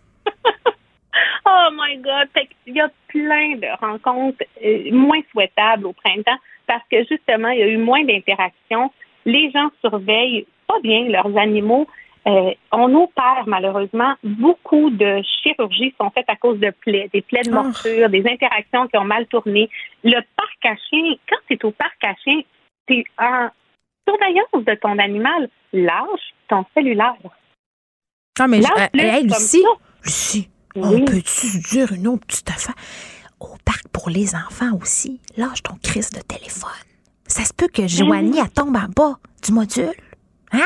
Oh my God! Fait qu'il y a plein de rencontres moins souhaitables au printemps parce que justement, il y a eu moins d'interactions. Les gens surveillent pas bien leurs animaux. On opère malheureusement beaucoup de chirurgies sont faites à cause de plaies, des plaies de morsure, des interactions qui ont mal tourné. Le parc à chiens, quand c'est au parc à chiens, c'est en surveillance de ton animal. Lâche ton cellulaire. Ah, mais Lucie, on peut-tu dire une autre petite affaire? Au parc pour les enfants aussi, lâche ton crise de téléphone. Ça se peut que Joanie, elle tombe en bas du module. Hein?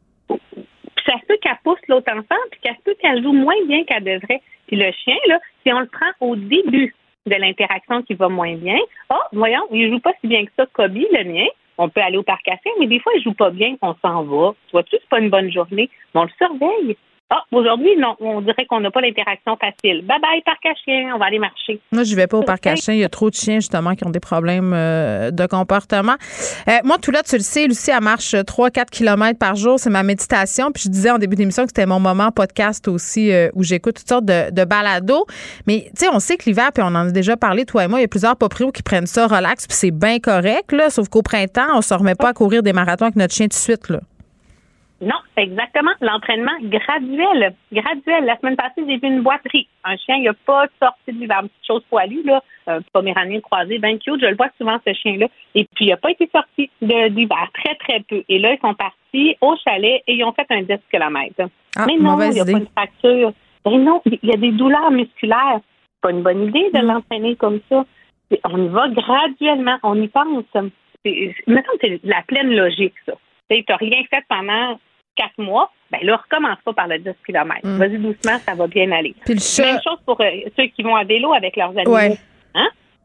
Ça se peut qu'elle pousse l'autre enfant, puis ça se peut qu'elle joue moins bien qu'elle devrait. Puis le chien, là, si on le prend au début de l'interaction qui va moins bien, voyons, il joue pas si bien que ça, Kobe, le mien. On peut aller au parc à chiens, mais des fois, il joue pas bien, on s'en va. Tu vois-tu, c'est pas une bonne journée, mais on le surveille. Aujourd'hui, non, on dirait qu'on n'a pas l'interaction facile. Bye-bye, parc à chiens, on va aller marcher. Moi, je vais pas au parc à chiens. Il y a trop de chiens, justement, qui ont des problèmes de comportement. Moi, tout là, tu le sais, Lucie, elle marche 3-4 km par jour. C'est ma méditation. Puis je disais en début d'émission que c'était mon moment podcast aussi où j'écoute toutes sortes de balados. Mais, tu sais, on sait que l'hiver, puis on en a déjà parlé, toi et moi, il y a plusieurs proprios qui prennent ça relax, puis c'est bien correct, là. Sauf qu'au printemps, on se remet pas à courir des marathons avec notre chien tout de suite, là. Non, exactement. L'entraînement graduel. La semaine passée, j'ai vu une boiterie. Un chien, il n'a pas sorti de l'hiver. Une petite chose poilue, là. Un Poméranie croisé, bien cute. Je le vois souvent, ce chien-là. Et puis, il n'a pas été sorti d'hiver. Très, très peu. Et là, ils sont partis au chalet et ils ont fait un 10 km. Mais non, il n'y a pas une fracture. Mais non, il y a des douleurs musculaires. C'est pas une bonne idée de l'entraîner comme ça. On y va graduellement. On y pense. Mettons que c'est la pleine logique, ça. Tu n'as rien fait pendant 4 mois, ben là, recommence pas par le 10 km. Vas-y doucement, ça va bien aller. Puis Même chose pour ceux qui vont à vélo avec leurs animaux. Ouais. Hein?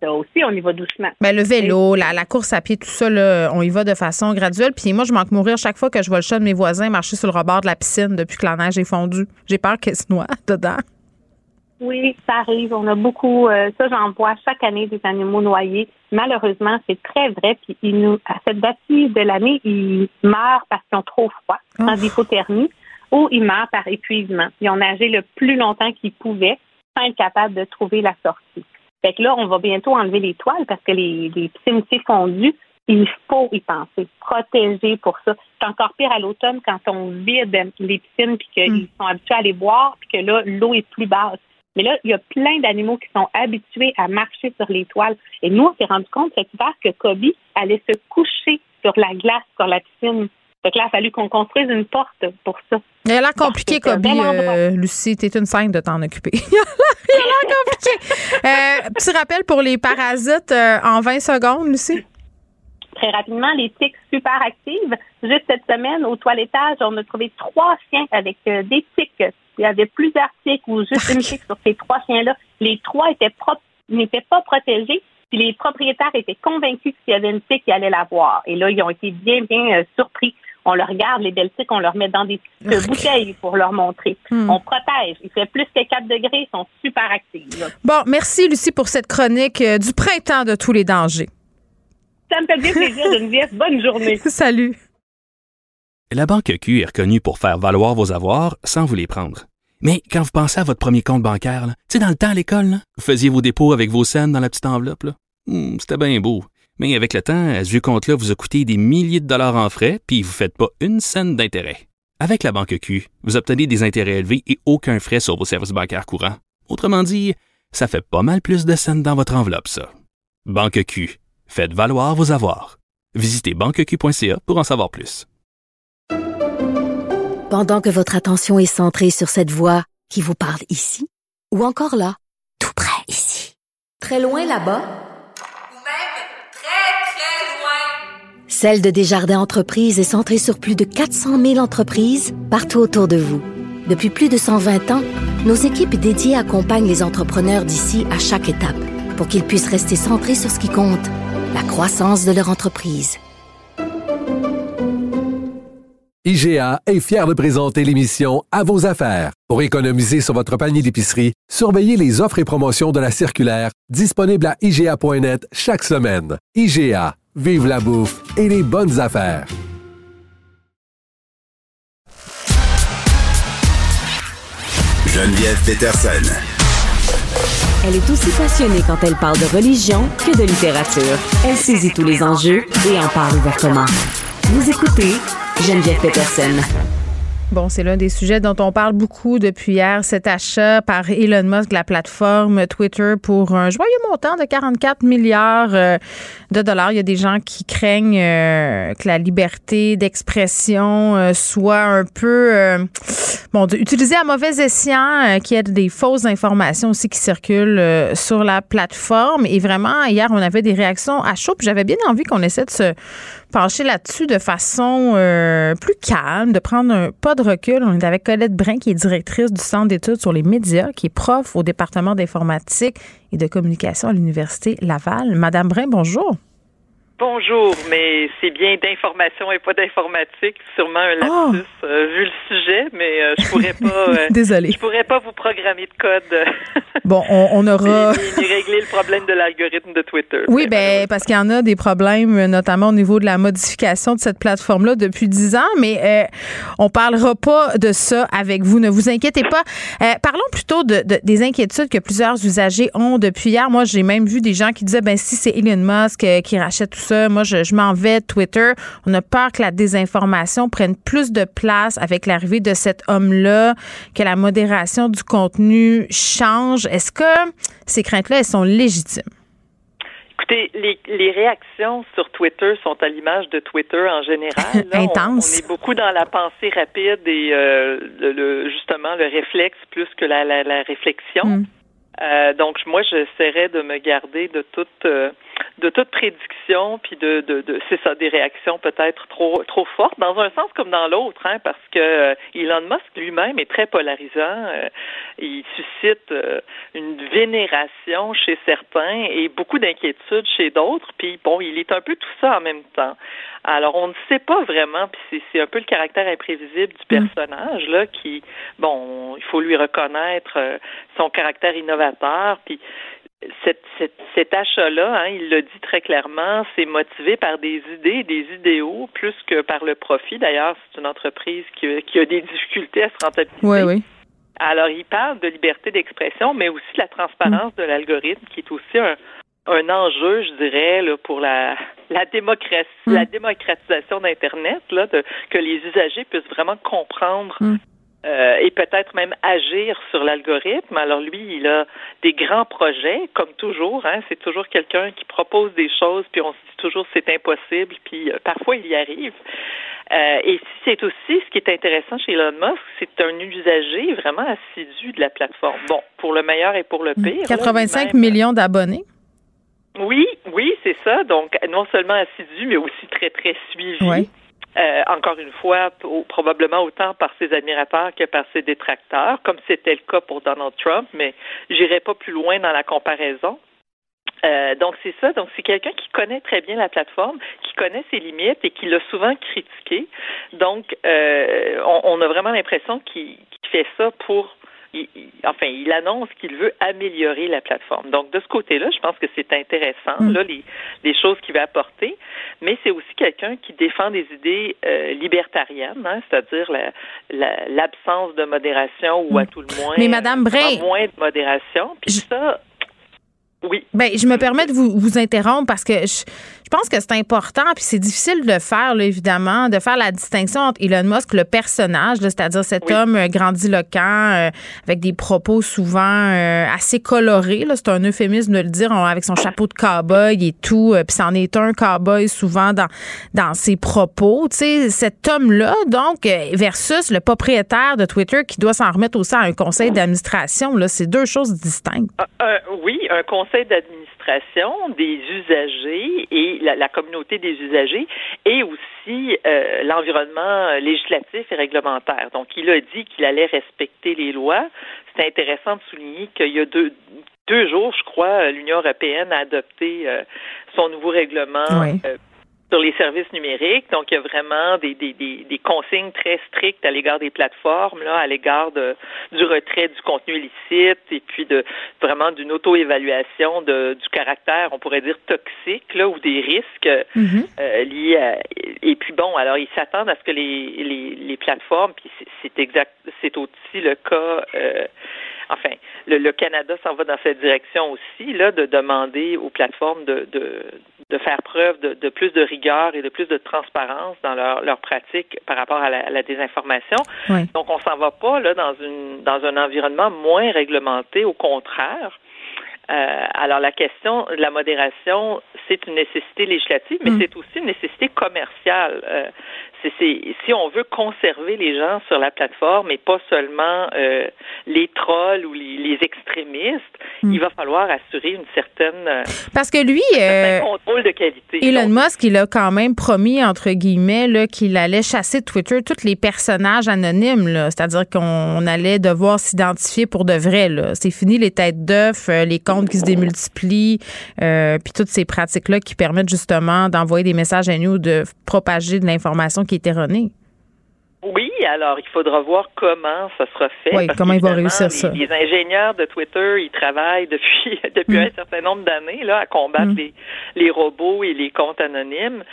Ça aussi, on y va doucement. Ben, le vélo, la course à pied, tout ça, là, on y va de façon graduelle. Puis moi, je manque mourir chaque fois que je vois le chat de mes voisins marcher sur le rebord de la piscine depuis que la neige est fondue. J'ai peur qu'elle se noie dedans. Oui, ça arrive. On a beaucoup, ça j'en vois chaque année des animaux noyés. Malheureusement, c'est très vrai. Puis à cette date-ci de l'année, ils meurent parce qu'ils ont trop froid, en hypothermie, ou ils meurent par épuisement. Ils ont nagé le plus longtemps qu'ils pouvaient sans être capables de trouver la sortie. Fait que là, on va bientôt enlever les toiles parce que les piscines fondues, il faut y penser, protéger pour ça. C'est encore pire à l'automne quand on vide les piscines puis qu'ils sont habitués à les boire puis que là, l'eau est plus basse. Mais là, il y a plein d'animaux qui sont habitués à marcher sur les toiles. Et nous, on s'est rendu compte cet hiver que Kobe allait se coucher sur la glace, sur la piscine. Fait que là, il a fallu qu'on construise une porte pour ça. Il a l'air compliqué, Kobe, Lucie. T'es une scène de t'en occuper. Il a l'air compliqué. Petit rappel pour les parasites en 20 secondes, Lucie. Très rapidement, les tiques super actives. Juste cette semaine, au toilettage, on a trouvé 3 chiens avec des tiques. Il y avait plusieurs tiques ou juste une tique sur ces 3 chiens-là. Les 3 n'étaient pas protégés. Puis les propriétaires étaient convaincus que s'il y avait une tique, ils allaient la voir. Et là, ils ont été bien surpris. On leur regarde, les belles tiques, on leur met dans des petites bouteilles pour leur montrer. On protège. Il fait plus que 4 degrés. Ils sont super actifs. Là. Bon, merci, Lucie, pour cette chronique du printemps de tous les dangers. Ça me fait bien plaisir, Geneviève. Bonne journée. Salut. La Banque Q est reconnue pour faire valoir vos avoirs sans vous les prendre. Mais quand vous pensez à votre premier compte bancaire, tu sais, dans le temps à l'école, là, vous faisiez vos dépôts avec vos scènes dans la petite enveloppe. C'était bien beau. Mais avec le temps, ce vieux compte-là vous a coûté des milliers de dollars en frais, puis vous ne faites pas une scène d'intérêt. Avec la Banque Q, vous obtenez des intérêts élevés et aucun frais sur vos services bancaires courants. Autrement dit, ça fait pas mal plus de scènes dans votre enveloppe, ça. Banque Q. Faites valoir vos avoirs. Visitez banqueq.ca pour en savoir plus. Pendant que votre attention est centrée sur cette voix qui vous parle ici, ou encore là, tout près ici, très loin là-bas, ou même très, très loin, Celle de Desjardins Entreprises est centrée sur plus de 400 000 entreprises partout autour de vous. Depuis plus de 120 ans, nos équipes dédiées accompagnent les entrepreneurs d'ici à chaque étape pour qu'ils puissent rester centrés sur ce qui compte, la croissance de leur entreprise. IGA est fier de présenter l'émission À vos affaires. Pour économiser sur votre panier d'épicerie, surveillez les offres et promotions de la circulaire disponible à IGA.net chaque semaine. IGA, vive la bouffe et les bonnes affaires. Geneviève Peterson. Elle est aussi passionnée quand elle parle de religion que de littérature. Elle saisit tous les enjeux et en parle ouvertement. Vous écoutez Geneviève Peterson. Bon, c'est l'un des sujets dont on parle beaucoup depuis hier, cet achat par Elon Musk de la plateforme Twitter pour un joyeux montant de 44 milliards de dollars. Il y a des gens qui craignent que la liberté d'expression soit un peu utilisée à mauvais escient, qu'il y ait des fausses informations aussi qui circulent sur la plateforme. Et vraiment, hier, on avait des réactions à chaud. Puis j'avais bien envie qu'on essaie de se pencher là-dessus de façon plus calme, de prendre un pas de recul. On est avec Colette Brun, qui est directrice du Centre d'études sur les médias, qui est prof au département d'informatique et de communication à l'Université Laval. Madame Brun, bonjour. Bonjour, mais c'est bien d'information et pas d'informatique. Sûrement un lapsus vu le sujet, mais je pourrais pas. Désolée. Je pourrais pas vous programmer de code. Bon, on aura. ni régler le problème de l'algorithme de Twitter. Oui, parce qu'il y en a des problèmes, notamment au niveau de la modification de cette plateforme-là depuis 10 ans, mais on parlera pas de ça avec vous. Ne vous inquiétez pas. Parlons plutôt des inquiétudes que plusieurs usagers ont depuis hier. Moi, j'ai même vu des gens qui disaient, si c'est Elon Musk qui rachète tout ça, moi, je m'en vais de Twitter. On a peur que la désinformation prenne plus de place avec l'arrivée de cet homme-là, que la modération du contenu change. Est-ce que ces craintes-là, elles sont légitimes? Écoutez, les réactions sur Twitter sont à l'image de Twitter en général. Là, intense. On est beaucoup dans la pensée rapide et justement le réflexe plus que la réflexion. Donc, moi, j'essaierais de me garder de toute toute prédiction, puis c'est ça, des réactions peut-être trop fortes, dans un sens comme dans l'autre, hein, parce que Elon Musk lui-même est très polarisant. Il suscite une vénération chez certains et beaucoup d'inquiétudes chez d'autres, puis bon, il est un peu tout ça en même temps. Alors, on ne sait pas vraiment, puis c'est un peu le caractère imprévisible du personnage, là, qui, bon, il faut lui reconnaître son caractère innovateur, puis cet achat-là, hein, il l'a dit très clairement, c'est motivé par des idées, des idéaux, plus que par le profit. D'ailleurs, c'est une entreprise qui a des difficultés à se rentabiliser. Oui, oui. Alors, il parle de liberté d'expression, mais aussi de la transparence de l'algorithme, qui est aussi un enjeu, je dirais, là, pour la démocratie, la démocratisation d'Internet, là, que les usagers puissent vraiment comprendre et peut-être même agir sur l'algorithme. Alors lui, il a des grands projets, comme toujours, hein, c'est toujours quelqu'un qui propose des choses, puis on se dit toujours c'est impossible, puis parfois il y arrive. Et c'est aussi ce qui est intéressant chez Elon Musk, c'est un usager vraiment assidu de la plateforme. Bon, pour le meilleur et pour le pire. 85 millions d'abonnés. Oui, c'est ça. Donc, non seulement assidu, mais aussi très, très suivi. Oui. Encore une fois, probablement autant par ses admirateurs que par ses détracteurs, comme c'était le cas pour Donald Trump, mais j'irai pas plus loin dans la comparaison. Donc, c'est ça. Donc, c'est quelqu'un qui connaît très bien la plateforme, qui connaît ses limites et qui l'a souvent critiqué. Donc, on a vraiment l'impression qu'il fait ça pour... il annonce qu'il veut améliorer la plateforme. Donc, de ce côté-là, je pense que c'est intéressant, là, les choses qu'il va apporter, mais c'est aussi quelqu'un qui défend des idées libertariennes, hein, c'est-à-dire l'absence de modération ou à tout le moins, mais Madame Bray, moins de modération. Puis ça... Oui. Ben, je me permets de vous interrompre parce que je pense que c'est important, puis c'est difficile de le faire, là, évidemment, de faire la distinction entre Elon Musk, le personnage, là, c'est-à-dire cet homme grandiloquent, avec des propos souvent assez colorés, là, c'est un euphémisme de le dire, avec son chapeau de cow-boy et tout, puis c'en est un cow-boy souvent dans ses propos, tu sais, cet homme-là, donc, versus le propriétaire de Twitter qui doit s'en remettre aussi à un conseil d'administration, là, c'est deux choses distinctes. Oui, un conseil d'administration des usagers et la communauté des usagers et aussi l'environnement législatif et réglementaire. Donc, il a dit qu'il allait respecter les lois. C'est intéressant de souligner qu'il y a deux jours, je crois, l'Union européenne a adopté son nouveau règlement sur les services numériques. Donc, il y a vraiment des consignes très strictes à l'égard des plateformes, là, à l'égard du retrait du contenu illicite et puis vraiment d'une auto-évaluation du caractère, on pourrait dire, toxique, là, ou des risques liés à... Et puis bon, alors, ils s'attendent à ce que les plateformes, puis c'est aussi le cas... le Canada s'en va dans cette direction aussi, là, de demander aux plateformes de faire preuve de plus de rigueur et de plus de transparence dans leur pratique par rapport à la désinformation. Oui. Donc, on s'en va pas là dans un environnement moins réglementé, au contraire. Alors, la question de la modération, c'est une nécessité législative, mais c'est aussi une nécessité commerciale. Si on veut conserver les gens sur la plateforme et pas seulement les trolls ou les extrémistes, il va falloir assurer une certaine parce que lui, contrôle de qualité. Elon Musk, il a quand même promis, entre guillemets, là, qu'il allait chasser de Twitter tous les personnages anonymes, là, c'est-à-dire qu'on allait devoir s'identifier pour de vrai. Là. C'est fini les têtes d'œufs, les comptes qui se démultiplient, puis toutes ces pratiques-là qui permettent justement d'envoyer des messages à nous, de propager de l'information qui est erronée. Oui, alors il faudra voir comment ça sera fait. Oui, comment il va réussir ça. Les ingénieurs de Twitter, ils travaillent depuis un certain nombre d'années là à combattre les robots et les comptes anonymes.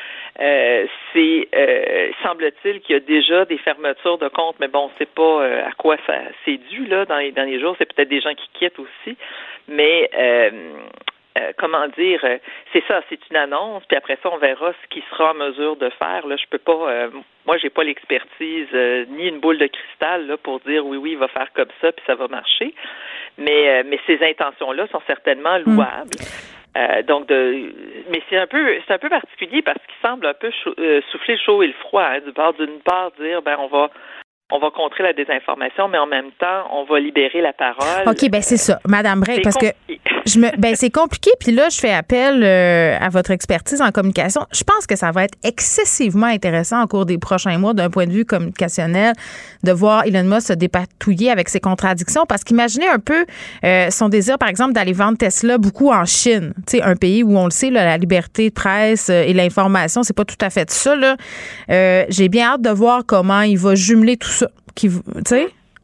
Semble-t-il qu'il y a déjà des fermetures de comptes, mais bon, c'est pas à quoi ça c'est dû là dans les derniers jours. C'est peut-être des gens qui quittent aussi, mais comment dire, c'est ça, c'est une annonce, puis après ça, on verra ce qu'il sera en mesure de faire. Là, je peux pas, moi, j'ai pas l'expertise ni une boule de cristal là pour dire oui, il va faire comme ça, puis ça va marcher. Mais ces intentions-là sont certainement louables. Mais c'est un peu particulier parce qu'il semble un peu souffler le chaud et le froid. Hein, d'une part, dire on va contrer la désinformation, mais en même temps, on va libérer la parole. OK, ben c'est ça, Madame Bray, parce que C'est compliqué. Puis là, je fais appel à votre expertise en communication. Je pense que ça va être excessivement intéressant au cours des prochains mois, d'un point de vue communicationnel, de voir Elon Musk se dépatouiller avec ses contradictions. Parce qu'imaginez un peu son désir, par exemple, d'aller vendre Tesla beaucoup en Chine. Tu sais, un pays où on le sait, là, la liberté de presse et l'information, c'est pas tout à fait ça. Là. J'ai bien hâte de voir comment il va jumeler tout ça. Tu sais?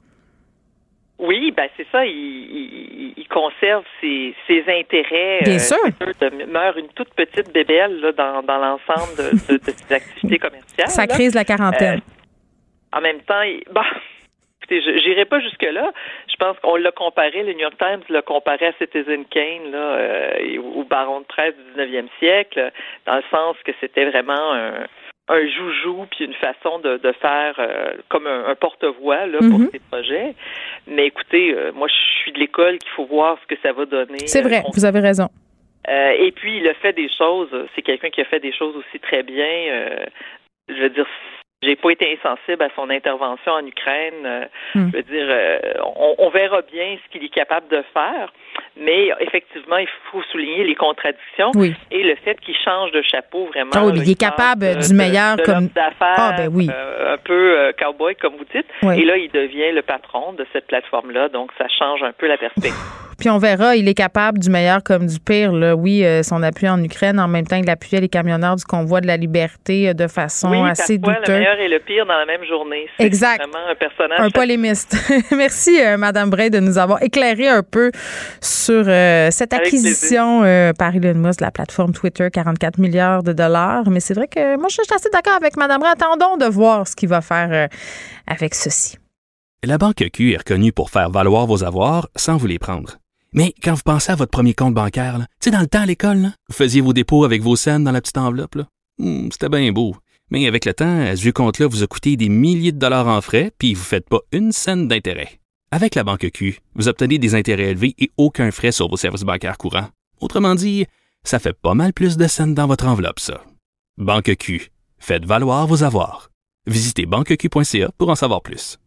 Oui, ben c'est ça. Il conserve ses intérêts. Bien sûr. Demeure une toute petite bébelle là, dans l'ensemble de ses activités commerciales. Ça crise la quarantaine. En même temps, écoutez, j'irai pas jusque-là. Je pense qu'on l'a comparé, le New York Times l'a comparé à Citizen Kane, là, au baron de presse du 19e siècle, dans le sens que c'était vraiment un joujou puis une façon de faire comme un porte-voix là, pour ces projets. Mais écoutez, moi, je suis de l'école qu'il faut voir ce que ça va donner. C'est vrai, vous avez raison. Et puis, il a fait des choses, c'est quelqu'un qui a fait des choses aussi très bien. Je veux dire, j'ai pas été insensible à son intervention en Ukraine. Je veux dire, on verra bien ce qu'il est capable de faire, mais effectivement, il faut souligner les contradictions et le fait qu'il change de chapeau vraiment. Oh, il est capable du meilleur comme d'affaires, un peu cowboy comme vous dites. Oui. Et là, il devient le patron de cette plateforme-là, donc ça change un peu la perspective. Puis on verra, il est capable du meilleur comme du pire. Là. Oui, son appui en Ukraine, en même temps, il appuyait les camionneurs du convoi de la liberté de façon assez douteuse. Le meilleur et le pire dans la même journée. C'est exact. Vraiment un personnage. Un polémiste. Merci, Mme Bray, de nous avoir éclairé un peu sur cette acquisition par Elon Musk de la plateforme Twitter, 44 milliards de dollars. Mais c'est vrai que moi, je suis assez d'accord avec Mme Bray. Attendons de voir ce qu'il va faire avec ceci. La Banque Q est reconnue pour faire valoir vos avoirs sans vous les prendre. Mais quand vous pensez à votre premier compte bancaire, tu sais, dans le temps à l'école, là, vous faisiez vos dépôts avec vos scènes dans la petite enveloppe. Là. C'était bien beau. Mais avec le temps, ce vieux compte-là vous a coûté des milliers de dollars en frais, puis vous ne faites pas une scène d'intérêt. Avec la Banque Q, vous obtenez des intérêts élevés et aucun frais sur vos services bancaires courants. Autrement dit, ça fait pas mal plus de scènes dans votre enveloppe, ça. Banque Q. Faites valoir vos avoirs. Visitez banqueq.ca pour en savoir plus.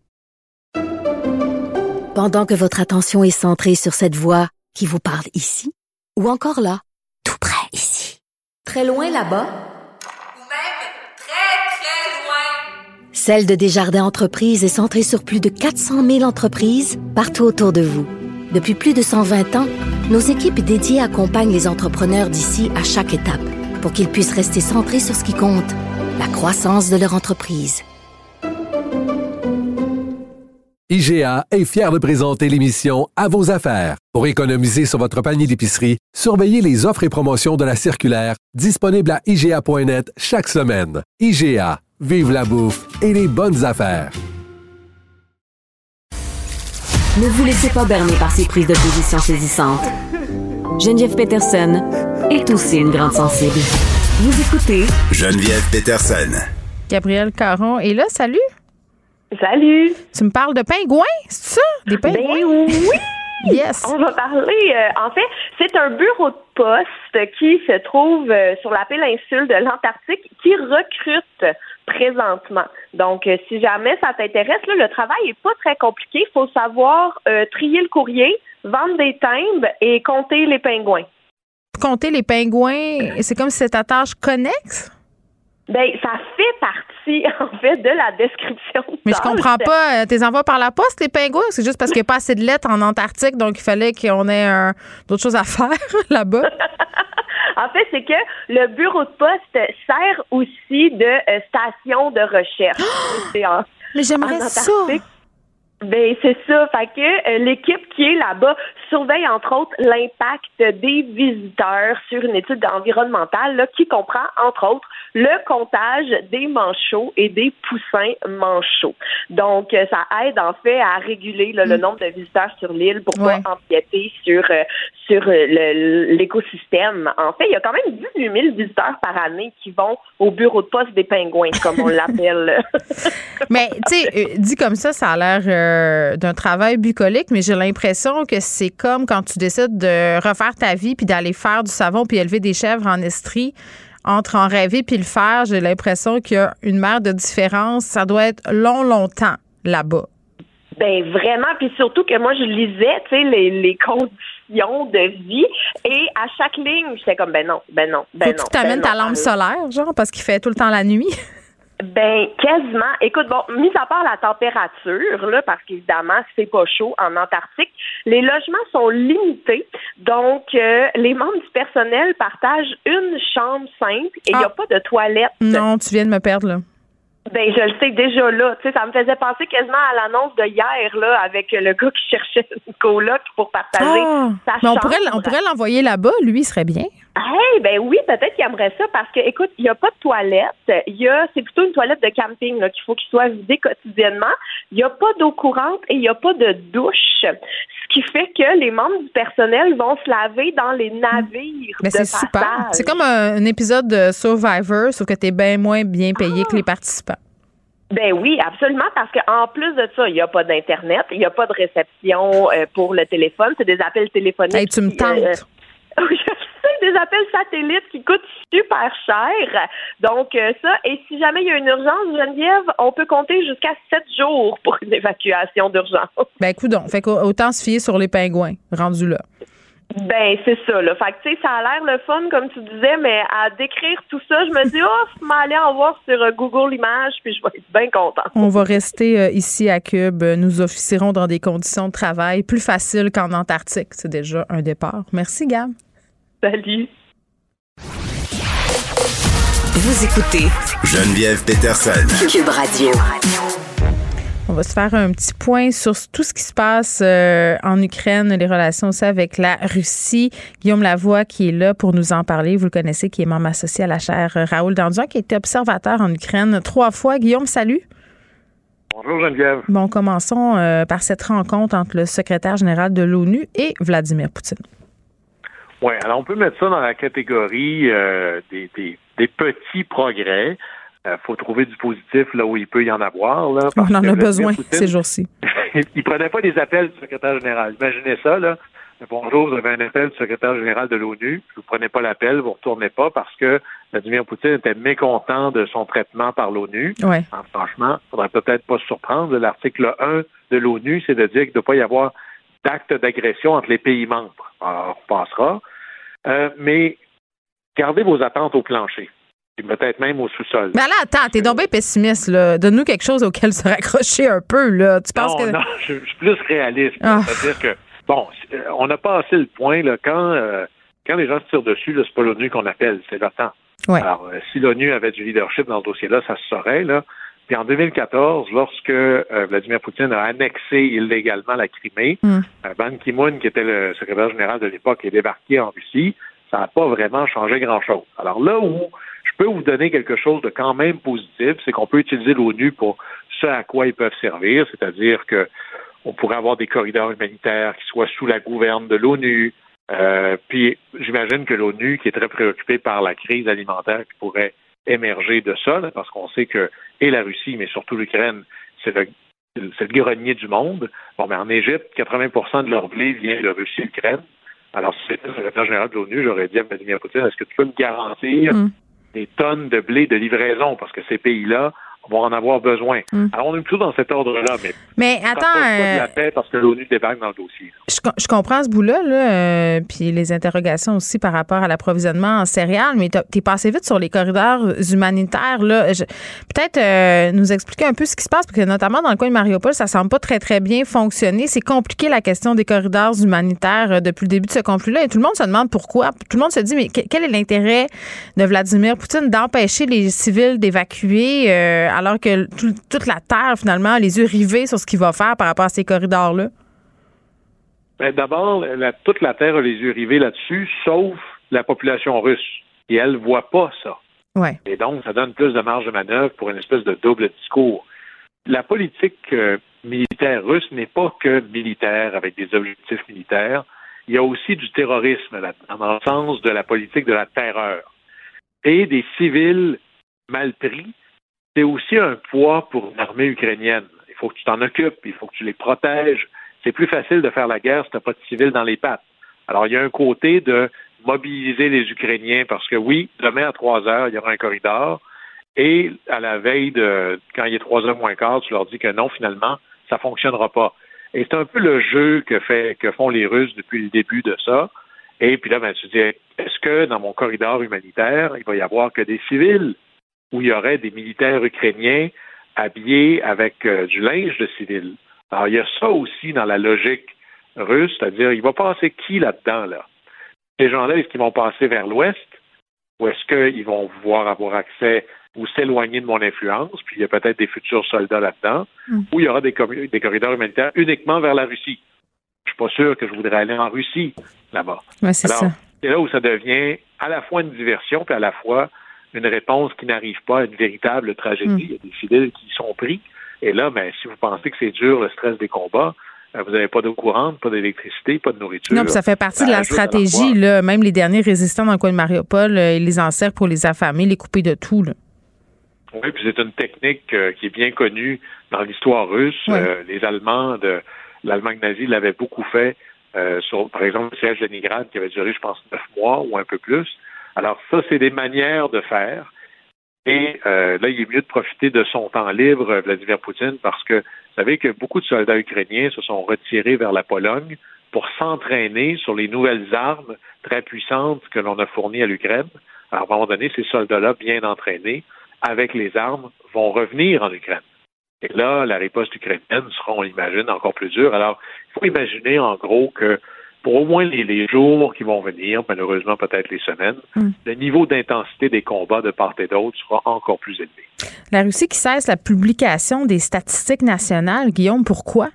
Pendant que votre attention est centrée sur cette voix qui vous parle ici, ou encore là, tout près ici, très loin là-bas, ou même très, très loin, Celle de Desjardins Entreprises est centrée sur plus de 400 000 entreprises partout autour de vous. Depuis plus de 120 ans, nos équipes dédiées accompagnent les entrepreneurs d'ici à chaque étape pour qu'ils puissent rester centrés sur ce qui compte, la croissance de leur entreprise. IGA est fier de présenter l'émission À vos affaires. Pour économiser sur votre panier d'épicerie, surveillez les offres et promotions de la circulaire disponible à IGA.net chaque semaine. IGA, vive la bouffe et les bonnes affaires. Ne vous laissez pas berner par ces prises de position saisissantes. Geneviève Peterson est aussi une grande sensible. Vous écoutez Geneviève Peterson. Gabrielle Caron est là, salut! Salut! Tu me parles de pingouins, c'est ça? Des pingouins? Ben oui! Yes! On va parler, en fait, c'est un bureau de poste qui se trouve sur la péninsule de l'Antarctique qui recrute présentement. Donc, si jamais ça t'intéresse, là, le travail est pas très compliqué. Il faut savoir trier le courrier, vendre des timbres et compter les pingouins. Compter les pingouins, c'est comme si c'était ta tâche connexe? Ben, ça fait partie, en fait, de la description. Mais je comprends pas. T'es envoies par la poste, les pingouins? C'est juste parce qu'il n'y a pas assez de lettres en Antarctique, donc il fallait qu'on ait d'autres choses à faire là-bas? En fait, c'est que le bureau de poste sert aussi de station de recherche. Mais j'aimerais ça! Ben c'est ça. Fait que l'équipe qui est là-bas surveille entre autres l'impact des visiteurs sur une étude environnementale là, qui comprend entre autres le comptage des manchots et des poussins manchots. Donc ça aide en fait à réguler là, le nombre de visiteurs sur l'île pour pas empiéter sur l'écosystème. En fait, il y a quand même 18 000 visiteurs par année qui vont au bureau de poste des pingouins, comme on l'appelle. Mais tu sais, dit comme ça a l'air d'un travail bucolique, mais j'ai l'impression que c'est comme quand tu décides de refaire ta vie puis d'aller faire du savon puis élever des chèvres en Estrie. Entre en rêver puis le faire, j'ai l'impression qu'il y a une mer de différence. Ça doit être longtemps là-bas. Ben vraiment, puis surtout que moi je lisais, tu sais, les conditions de vie et à chaque ligne, j'étais comme ben non. Faut que tu t'amènes ta lampe solaire, genre, parce qu'il fait tout le temps la nuit. Ben quasiment. Écoute, bon, mis à part la température, là, parce qu'évidemment c'est pas chaud en Antarctique, les logements sont limités, donc les membres du personnel partagent une chambre simple et il n'y a pas de toilette. Non, tu viens de me perdre là. Ben, je le sais déjà là. Tu sais, ça me faisait penser quasiment à l'annonce de hier, là, avec le gars qui cherchait une coloc pour partager sa chambre. On pourrait l'envoyer là-bas, lui, il serait bien. Hey, ben oui, peut-être qu'il aimerait ça parce que, écoute, il n'y a pas de toilette. C'est plutôt une toilette de camping, là, qu'il faut qu'il soit vidé quotidiennement. Il n'y a pas d'eau courante et il n'y a pas de douche. Ce qui fait que les membres du personnel vont se laver dans les navires. Mais c'est super. C'est comme un épisode de Survivor, sauf que tu es bien moins bien payé que les participants. Ben oui, absolument, parce qu'en plus de ça, il n'y a pas d'Internet, il n'y a pas de réception pour le téléphone, c'est des appels téléphoniques. Hey, tu me tentes. Des appels satellites qui coûtent super cher. Donc, ça, et si jamais il y a une urgence, Geneviève, on peut compter jusqu'à 7 jours pour une évacuation d'urgence. Ben, coudonc. Fait qu'autant se fier sur les pingouins, rendus là. Ben, c'est ça, là. Fait que, tu sais, ça a l'air le fun, comme tu disais, mais à décrire tout ça, je me dis, je m'allais en voir sur Google Images, puis je vais être bien contente. On va rester ici à Cube. Nous officierons dans des conditions de travail plus faciles qu'en Antarctique. C'est déjà un départ. Merci, Gab. Salut. Vous écoutez Geneviève Peterson. Cube Radio. On va se faire un petit point sur tout ce qui se passe en Ukraine, les relations aussi avec la Russie. Guillaume Lavoie qui est là pour nous en parler. Vous le connaissez, qui est membre associé à la chaire Raoul Danduan, qui a été observateur en Ukraine 3 fois. Guillaume, salut. Bonjour Geneviève. Bon, commençons par cette rencontre entre le secrétaire général de l'ONU et Vladimir Poutine. Oui, alors on peut mettre ça dans la catégorie des petits progrès. Faut trouver du positif là où il peut y en avoir. Là, on en a besoin Poutine, ces jours-ci. Il prenait pas des appels du secrétaire général. Imaginez ça, là. Bonjour, vous avez un appel du secrétaire général de l'ONU. Vous prenez pas l'appel, vous retournez pas parce que Vladimir Poutine était mécontent de son traitement par l'ONU. Ouais. Alors, franchement, il faudrait peut-être pas se surprendre. L'article 1 de l'ONU, c'est de dire qu'il ne doit pas y avoir d'actes d'agression entre les pays membres. Alors, on passera. Mais gardez vos attentes au plancher. Et peut-être même au sous-sol. Mais là, attends, t'es donc bien pessimiste, là. Donne-nous quelque chose auquel se raccrocher un peu, là. Tu penses que... Non, je suis plus réaliste. C'est-à-dire que, bon, on a passé le point, là, quand les gens se tirent dessus, là, c'est pas l'ONU qu'on appelle, c'est l'OTAN. Ouais. Alors, si l'ONU avait du leadership dans ce dossier-là, ça se saurait, là. Puis en 2014, lorsque Vladimir Poutine a annexé illégalement la Crimée, Ban Ki-moon, qui était le secrétaire général de l'époque, est débarqué en Russie. Ça n'a pas vraiment changé grand-chose. Alors là où je peux vous donner quelque chose de quand même positif, c'est qu'on peut utiliser l'ONU pour ce à quoi ils peuvent servir, c'est-à-dire que on pourrait avoir des corridors humanitaires qui soient sous la gouverne de l'ONU. Puis j'imagine que l'ONU, qui est très préoccupée par la crise alimentaire qui pourrait émerger de ça, là, parce qu'on sait que et la Russie, mais surtout l'Ukraine, c'est le grenier du monde. Bon, mais en Égypte, 80% de leur blé vient de Russie et l'Ukraine. Alors, si c'était le secrétaire général de l'ONU, j'aurais dit à Vladimir Poutine, est-ce que tu peux me garantir des tonnes de blé de livraison? Parce que ces pays-là vont en avoir besoin. Alors, on est plutôt dans cet ordre-là, mais attends, pas de la paix parce que l'ONU débarque dans le dossier. Je comprends ce bout-là, là, puis les interrogations aussi par rapport à l'approvisionnement en céréales, mais t'es passé vite sur les corridors humanitaires, là. Peut-être nous expliquer un peu ce qui se passe, parce que notamment dans le coin de Mariupol, ça semble pas très, très bien fonctionner. C'est compliqué, la question des corridors humanitaires depuis le début de ce conflit-là, et tout le monde se demande pourquoi. Tout le monde se dit, mais quel est l'intérêt de Vladimir Poutine d'empêcher les civils d'évacuer alors que toute la terre, finalement, a les yeux rivés sur ce qu'il va faire par rapport à ces corridors-là? Ben, d'abord, toute la terre a les yeux rivés là-dessus, sauf la population russe. Et elle ne voit pas ça. Ouais. Et donc, ça donne plus de marge de manœuvre pour une espèce de double discours. La politique militaire russe n'est pas que militaire avec des objectifs militaires. Il y a aussi du terrorisme là-dedans, dans le sens de la politique de la terreur. Et des civils mal pris, c'est aussi un poids pour une armée ukrainienne. Il faut que tu t'en occupes, il faut que tu les protèges. C'est plus facile de faire la guerre si tu n'as pas de civils dans les pattes. Alors, il y a un côté de mobiliser les Ukrainiens parce que oui, demain à 3 heures, il y aura un corridor. Et à la veille quand il est 3 heures moins quart, tu leur dis que non, finalement, ça fonctionnera pas. Et c'est un peu le jeu que font les Russes depuis le début de ça. Et puis là, tu dis, est-ce que dans mon corridor humanitaire, il va y avoir que des civils où il y aurait des militaires ukrainiens habillés avec du linge de civils? Alors, il y a ça aussi dans la logique russe, c'est-à-dire, il va passer qui là-dedans, là? Ces gens-là, est-ce qu'ils vont passer vers l'ouest ou est-ce qu'ils vont pouvoir avoir accès ou s'éloigner de mon influence, puis il y a peut-être des futurs soldats là-dedans, ou il y aura des corridors humanitaires uniquement vers la Russie? Je suis pas sûr que je voudrais aller en Russie, là-bas. Ouais, c'est ça. C'est là où ça devient à la fois une diversion, puis à la fois une réponse qui n'arrive pas à une véritable tragédie. Il y a des civils qui y sont pris. Et là, si vous pensez que c'est dur, le stress des combats, vous n'avez pas d'eau courante, pas d'électricité, pas de nourriture. Non, puis ça fait partie de la stratégie. Là, même les derniers résistants dans le coin de Mariupol, ils les encerclent pour les affamer, les couper de tout. Là. Oui, puis c'est une technique qui est bien connue dans l'histoire russe. Ouais. Les Allemands de l'Allemagne nazie l'avaient beaucoup fait sur, par exemple, le siège de Leningrad qui avait duré, je pense, 9 mois ou un peu plus. Alors ça, c'est des manières de faire. Et là, il est mieux de profiter de son temps libre, Vladimir Poutine, parce que vous savez que beaucoup de soldats ukrainiens se sont retirés vers la Pologne pour s'entraîner sur les nouvelles armes très puissantes que l'on a fournies à l'Ukraine. Alors, à un moment donné, ces soldats-là, bien entraînés, avec les armes, vont revenir en Ukraine. Et là, la riposte ukrainienne sera, on l'imagine, encore plus dure. Alors, il faut imaginer, en gros, que pour au moins les jours qui vont venir, malheureusement peut-être les semaines, le niveau d'intensité des combats de part et d'autre sera encore plus élevé. La Russie qui cesse la publication des statistiques nationales, Guillaume, pourquoi?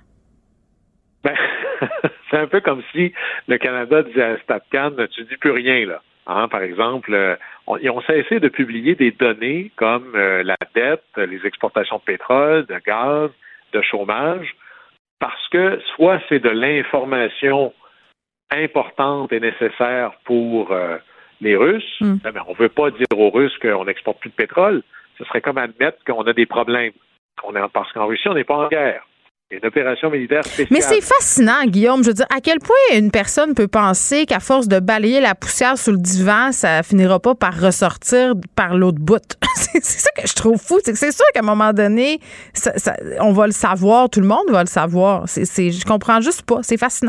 C'est un peu comme si le Canada disait à StatCan, tu dis plus rien, là. Hein, par exemple, ils ont cessé de publier des données comme la dette, les exportations de pétrole, de gaz, de chômage, parce que soit c'est de l'information importante et nécessaire pour les Russes, mais on ne veut pas dire aux Russes qu'on n'exporte plus de pétrole. Ce serait comme admettre qu'on a des problèmes. Parce qu'en Russie, on n'est pas en guerre. Il y a une opération militaire spéciale. Mais c'est fascinant, Guillaume. Je veux dire, à quel point une personne peut penser qu'à force de balayer la poussière sur le divan, ça finira pas par ressortir par l'autre bout. C'est ça que je trouve fou. C'est sûr qu'à un moment donné, on va le savoir. Tout le monde va le savoir. Je comprends juste pas. C'est fascinant.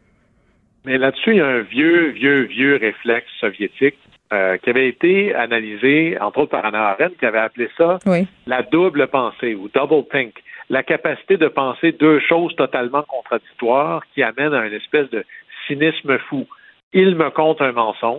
Mais là-dessus, il y a un vieux réflexe soviétique qui avait été analysé, entre autres par Hannah Arendt, qui avait appelé ça la double pensée ou double think. La capacité de penser deux choses totalement contradictoires qui amènent à une espèce de cynisme fou. Il me conte un mensonge.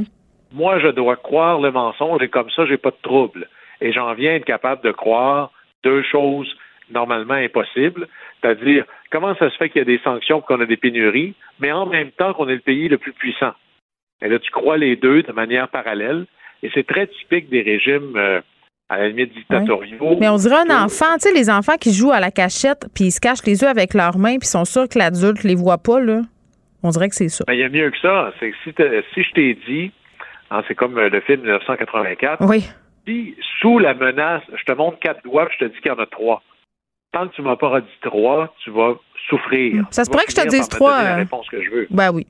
Moi, je dois croire le mensonge et comme ça, j'ai pas de trouble. Et j'en viens à être capable de croire deux choses normalement impossibles. C'est-à-dire, comment ça se fait qu'il y a des sanctions et qu'on a des pénuries, mais en même temps qu'on est le pays le plus puissant? Et là, tu crois les deux de manière parallèle. Et c'est très typique des régimes à la limite dictatoriaux. Oui. Mais on dirait un enfant, tu sais, les enfants qui jouent à la cachette puis ils se cachent les yeux avec leurs mains puis sont sûrs que l'adulte les voit pas, là. On dirait que c'est ça. Il y a mieux que ça. C'est que si je t'ai dit, c'est comme le film 1984, si sous la menace, je te montre 4 doigts puis je te dis qu'il y en a 3. Tant que tu m'as pas redit 3, tu vas souffrir. Ça se pourrait que je te dise 3. La réponse que je veux. Ben oui.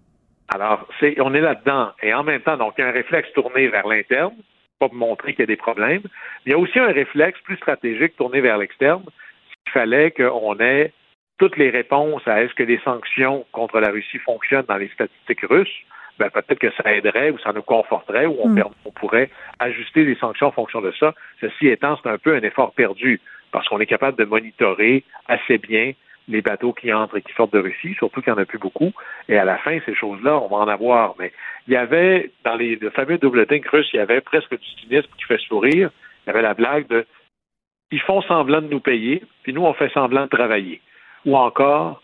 Alors, on est là-dedans. Et en même temps, donc, il y a un réflexe tourné vers l'interne, pas pour montrer qu'il y a des problèmes. Mais il y a aussi un réflexe plus stratégique tourné vers l'externe. Il fallait qu'on ait toutes les réponses à est-ce que les sanctions contre la Russie fonctionnent dans les statistiques russes. Ben, peut-être que ça aiderait ou ça nous conforterait ou on pourrait ajuster les sanctions en fonction de ça. Ceci étant, c'est un peu un effort perdu parce qu'on est capable de monitorer assez bien les bateaux qui entrent et qui sortent de Russie, surtout qu'il n'y en a plus beaucoup. Et à la fin, ces choses-là, on va en avoir. Mais il y avait, dans le fameux double think russe, il y avait presque du cynisme qui fait sourire. Il y avait la blague de « ils font semblant de nous payer, puis nous, on fait semblant de travailler ». Ou encore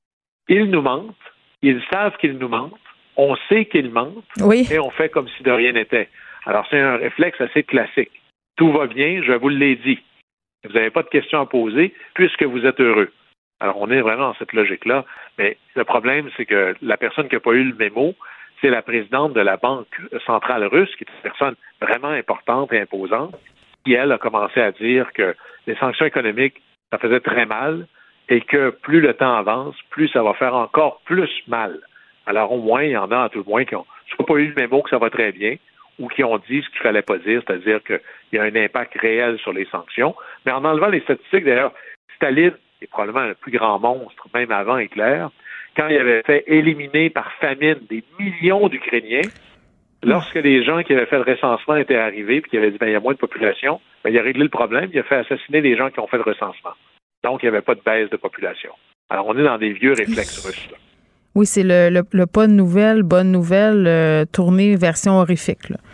« ils nous mentent, ils savent qu'ils nous mentent, on sait qu'ils mentent, et on fait comme si de rien n'était ». Alors, c'est un réflexe assez classique. Tout va bien, je vous l'ai dit. Vous n'avez pas de questions à poser puisque vous êtes heureux. Alors, on est vraiment dans cette logique-là. Mais le problème, c'est que la personne qui n'a pas eu le mémo, c'est la présidente de la Banque centrale russe, qui est une personne vraiment importante et imposante, qui, elle, a commencé à dire que les sanctions économiques, ça faisait très mal et que plus le temps avance, plus ça va faire encore plus mal. Alors, au moins, il y en a, à tout le moins, qui n'ont soit pas eu le mémo que ça va très bien ou qui ont dit ce qu'il ne fallait pas dire, c'est-à-dire qu'il y a un impact réel sur les sanctions. Mais en enlevant les statistiques, d'ailleurs, Staline qui est probablement le plus grand monstre, même avant Hitler, quand il avait fait éliminer par famine des millions d'Ukrainiens, lorsque les gens qui avaient fait le recensement étaient arrivés et qui avaient dit il y a moins de population, il a réglé le problème, il a fait assassiner les gens qui ont fait le recensement. Donc, il n'y avait pas de baisse de population. Alors, on est dans des vieux réflexes russes, là. Oui, c'est le pas de nouvelles, bonne nouvelle, tournée version horrifique, là.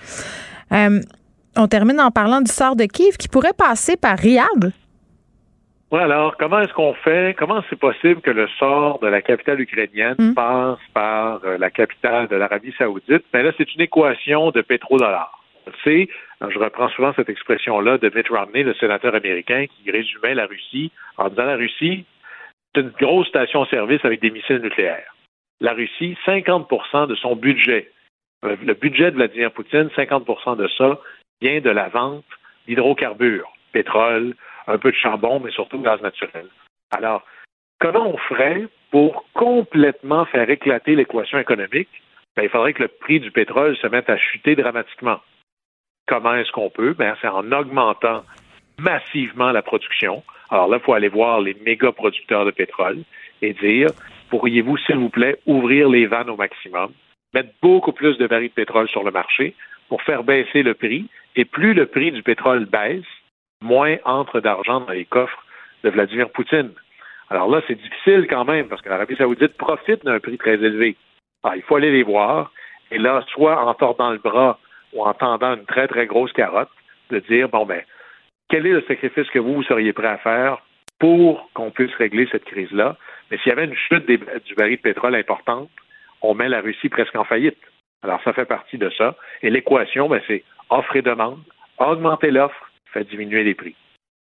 On termine en parlant du sort de Kiev qui pourrait passer par Riyad. Oui, alors, comment est-ce qu'on fait? Comment c'est possible que le sort de la capitale ukrainienne passe par la capitale de l'Arabie Saoudite? Ben là, c'est une équation de pétrodollars. Je reprends souvent cette expression-là de Mitt Romney, le sénateur américain, qui résumait la Russie en disant la Russie, c'est une grosse station-service avec des missiles nucléaires. La Russie, 50% de son budget, le budget de Vladimir Poutine, 50% de ça vient de la vente d'hydrocarbures, pétrole, un peu de charbon, mais surtout gaz naturel. Alors, comment on ferait pour complètement faire éclater l'équation économique? Ben, il faudrait que le prix du pétrole se mette à chuter dramatiquement. Comment est-ce qu'on peut? Ben, c'est en augmentant massivement la production. Alors là, il faut aller voir les méga producteurs de pétrole et dire, pourriez-vous, s'il vous plaît, ouvrir les vannes au maximum, mettre beaucoup plus de barils de pétrole sur le marché pour faire baisser le prix, et plus le prix du pétrole baisse, moins entre d'argent dans les coffres de Vladimir Poutine. Alors là, c'est difficile quand même, parce que l'Arabie Saoudite profite d'un prix très élevé. Alors, il faut aller les voir, et là, soit en tordant le bras ou en tendant une très, très grosse carotte, de dire, quel est le sacrifice que vous seriez prêt à faire pour qu'on puisse régler cette crise-là? Mais s'il y avait une chute du baril de pétrole importante, on met la Russie presque en faillite. Alors, ça fait partie de ça. Et l'équation, c'est offre et demande, augmenter l'offre, fait diminuer les prix.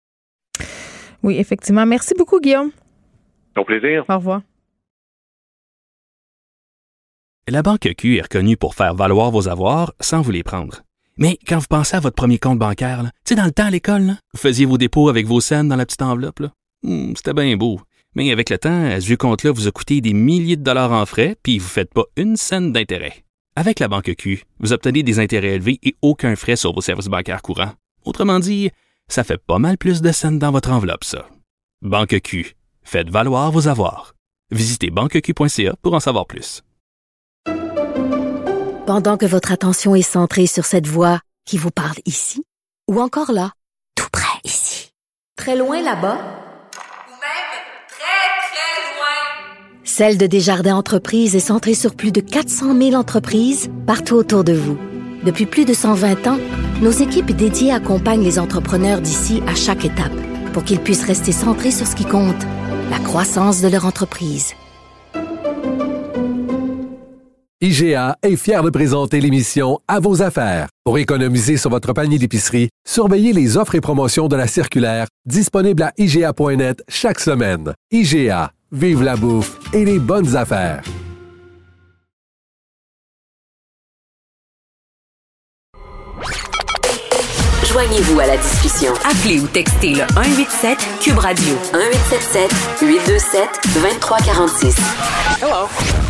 Oui, effectivement. Merci beaucoup, Guillaume. Au plaisir. Au revoir. La Banque Q est reconnue pour faire valoir vos avoirs sans vous les prendre. Mais quand vous pensez à votre premier compte bancaire, dans le temps à l'école, vous faisiez vos dépôts avec vos scènes dans la petite enveloppe. C'était bien beau. Mais avec le temps, ce vieux compte-là vous a coûté des milliers de dollars en frais, puis vous ne faites pas une scène d'intérêt. Avec la Banque Q, vous obtenez des intérêts élevés et aucun frais sur vos services bancaires courants. Autrement dit, ça fait pas mal plus de scènes dans votre enveloppe, ça. Banque Q. Faites valoir vos avoirs. Visitez banqueq.ca pour en savoir plus. Pendant que votre attention est centrée sur cette voix qui vous parle ici, ou encore là, tout près ici, très loin là-bas, ou même très, très loin, Celle de Desjardins Entreprises est centrée sur plus de 400 000 entreprises partout autour de vous. Depuis plus de 120 ans, nos équipes dédiées accompagnent les entrepreneurs d'ici à chaque étape pour qu'ils puissent rester centrés sur ce qui compte, la croissance de leur entreprise. IGA est fier de présenter l'émission À vos affaires. Pour économiser sur votre panier d'épicerie, surveillez les offres et promotions de la circulaire disponible à IGA.net chaque semaine. IGA, vive la bouffe et les bonnes affaires. Joignez-vous à la discussion. Appelez ou textez le 187-CUBE Radio. 1877-827-2346. Hello.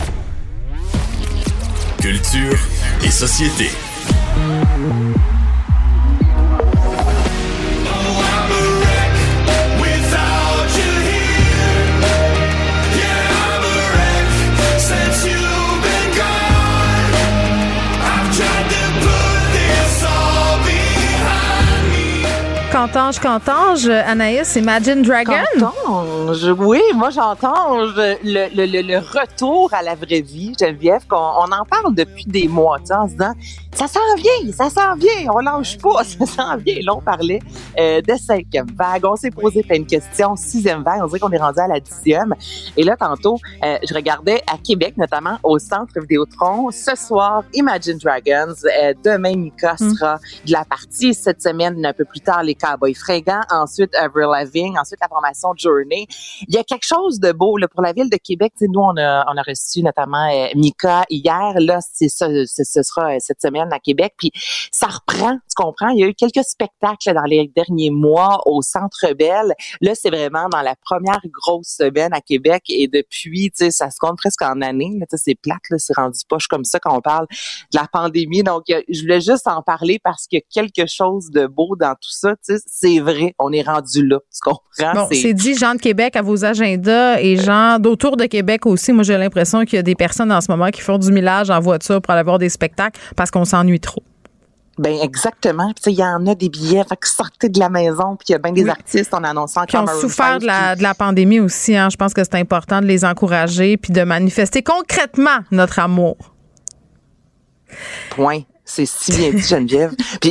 Culture et société. Qu'entends-je, Anaïs, Imagine Dragon? Oui, moi j'entends le retour à la vraie vie, Geneviève, qu'on en parle depuis des mois, en se disant ça s'en vient, on lâche pas, ça s'en vient. Là, on parlait de 5e vague, on s'est posé plein de questions, 6e vague, on dirait qu'on est rendu à la 10e. Et là, tantôt, je regardais à Québec, notamment au Centre Vidéotron, ce soir, Imagine Dragons, demain, Mika sera de la partie, cette semaine, un peu plus tard, les Cowboys Fringants, ensuite Avril Lavigne, ensuite la formation Journey. Il y a quelque chose de beau là, pour la ville de Québec. T'sais, nous, on a reçu notamment Mika hier. Là, ce sera cette semaine à Québec. Puis ça reprend, tu comprends? Il y a eu quelques spectacles dans les derniers mois au Centre Bell. Là, c'est vraiment dans la première grosse semaine à Québec et depuis, tu sais, ça se compte presque en années. Là, c'est plate, là, c'est rendu poche comme ça quand on parle de la pandémie. Donc, je voulais juste en parler parce qu'il y a quelque chose de beau dans tout ça. Tu sais, c'est vrai, on est rendu là. Tu comprends? Bon, c'est dit, gens de Québec à vos agendas et gens d'autour de Québec aussi. Moi, j'ai l'impression qu'il y a des personnes en ce moment qui font du millage en voiture pour aller voir des spectacles parce qu'on s'ennuie trop. Ben exactement. Tu sais, il y en a des billets, fait que sortez de la maison, puis il y a bien des artistes, on annonce encore. Qui ont souffert de la pandémie aussi. Hein. Je pense que c'est important de les encourager puis de manifester concrètement notre amour. Point. C'est si bien dit, Geneviève. Puis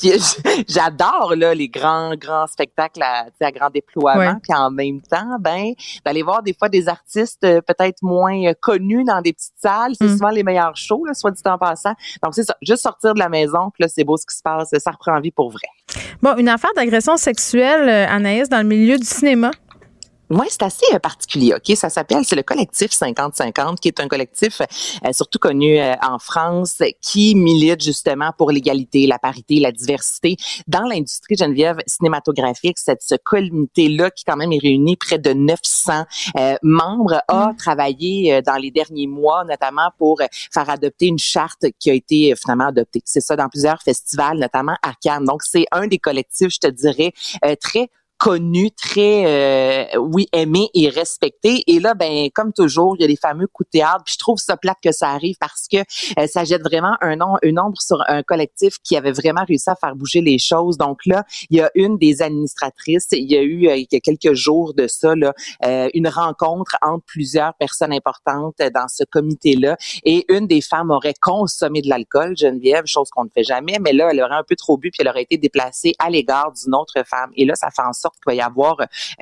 j'adore là les grands spectacles à grand déploiement. Puis en même temps, d'aller voir des fois des artistes peut-être moins connus dans des petites salles, c'est souvent les meilleurs shows, là, soit dit en passant. Donc c'est ça, juste sortir de la maison, puis là c'est beau ce qui se passe, ça reprend vie pour vrai. Bon, une affaire d'agression sexuelle, Anaïs, dans le milieu du cinéma. Oui, c'est assez particulier, OK? C'est le collectif 50-50, qui est un collectif surtout connu en France, qui milite justement pour l'égalité, la parité, la diversité dans l'industrie, Geneviève, cinématographique. Ce comité-là, qui quand même est réuni près de 900 membres, a travaillé dans les derniers mois, notamment pour faire adopter une charte qui a été finalement adoptée. C'est ça, dans plusieurs festivals, notamment à Cannes. Donc, c'est un des collectifs, je te dirais, très connu, très aimé et respecté. Et là, comme toujours, il y a les fameux coups de théâtre. Puis je trouve ça plate que ça arrive parce que ça jette vraiment une ombre sur un collectif qui avait vraiment réussi à faire bouger les choses. Donc là, il y a une des administratrices, il y a eu il y a quelques jours de ça là, une rencontre entre plusieurs personnes importantes dans ce comité-là. Et une des femmes aurait consommé de l'alcool, Geneviève, chose qu'on ne fait jamais. Mais là, elle aurait un peu trop bu puis elle aurait été déplacée à l'égard d'une autre femme. Et là, ça fait en sorte qu'il va y avoir,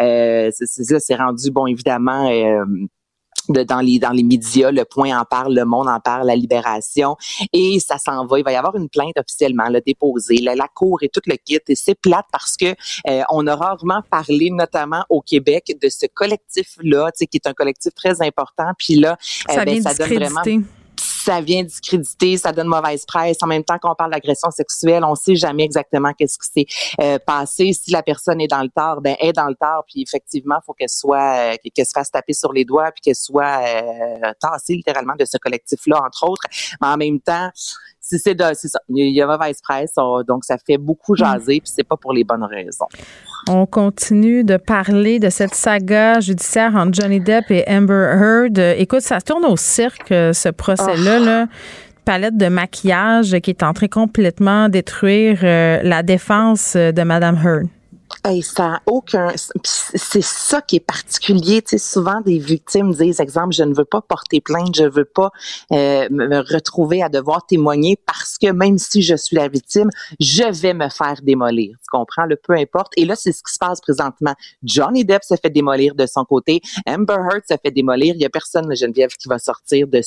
c'est rendu, bon, évidemment, dans les médias, Le Point en parle, Le Monde en parle, La Libération, et ça s'en va. Il va y avoir une plainte officiellement là, déposée, la cour et tout le kit. Et c'est plate parce que on a rarement parlé, notamment au Québec, de ce collectif-là, tu sais, qui est un collectif très important. Puis là, ça donne vraiment... Ça vient discréditer, ça donne mauvaise presse. En même temps qu'on parle d'agression sexuelle, on sait jamais exactement qu'est-ce qui s'est passé. Si la personne est dans le tort, elle est dans le tort. Puis effectivement, il faut qu'elle se fasse taper sur les doigts, puis qu'elle soit tassée littéralement de ce collectif-là, entre autres. Mais en même temps, c'est ça. Il y a mauvaise presse, donc ça fait beaucoup jaser, puis c'est pas pour les bonnes raisons. On continue de parler de cette saga judiciaire entre Johnny Depp et Amber Heard. Écoute, ça tourne au cirque, ce procès-là. Là. Palette de maquillage qui est en train complètement détruire la défense de Mme Heard. Hey, ça a aucun... C'est ça qui est particulier. Tu sais, souvent, des victimes disent, exemple, je ne veux pas porter plainte, je veux pas me retrouver à devoir témoigner parce que même si je suis la victime, je vais me faire démolir. Tu comprends? Peu importe. Et là, c'est ce qui se passe présentement. Johnny Depp se fait démolir de son côté. Amber Heard se fait démolir. Il y a personne, Geneviève, qui va sortir de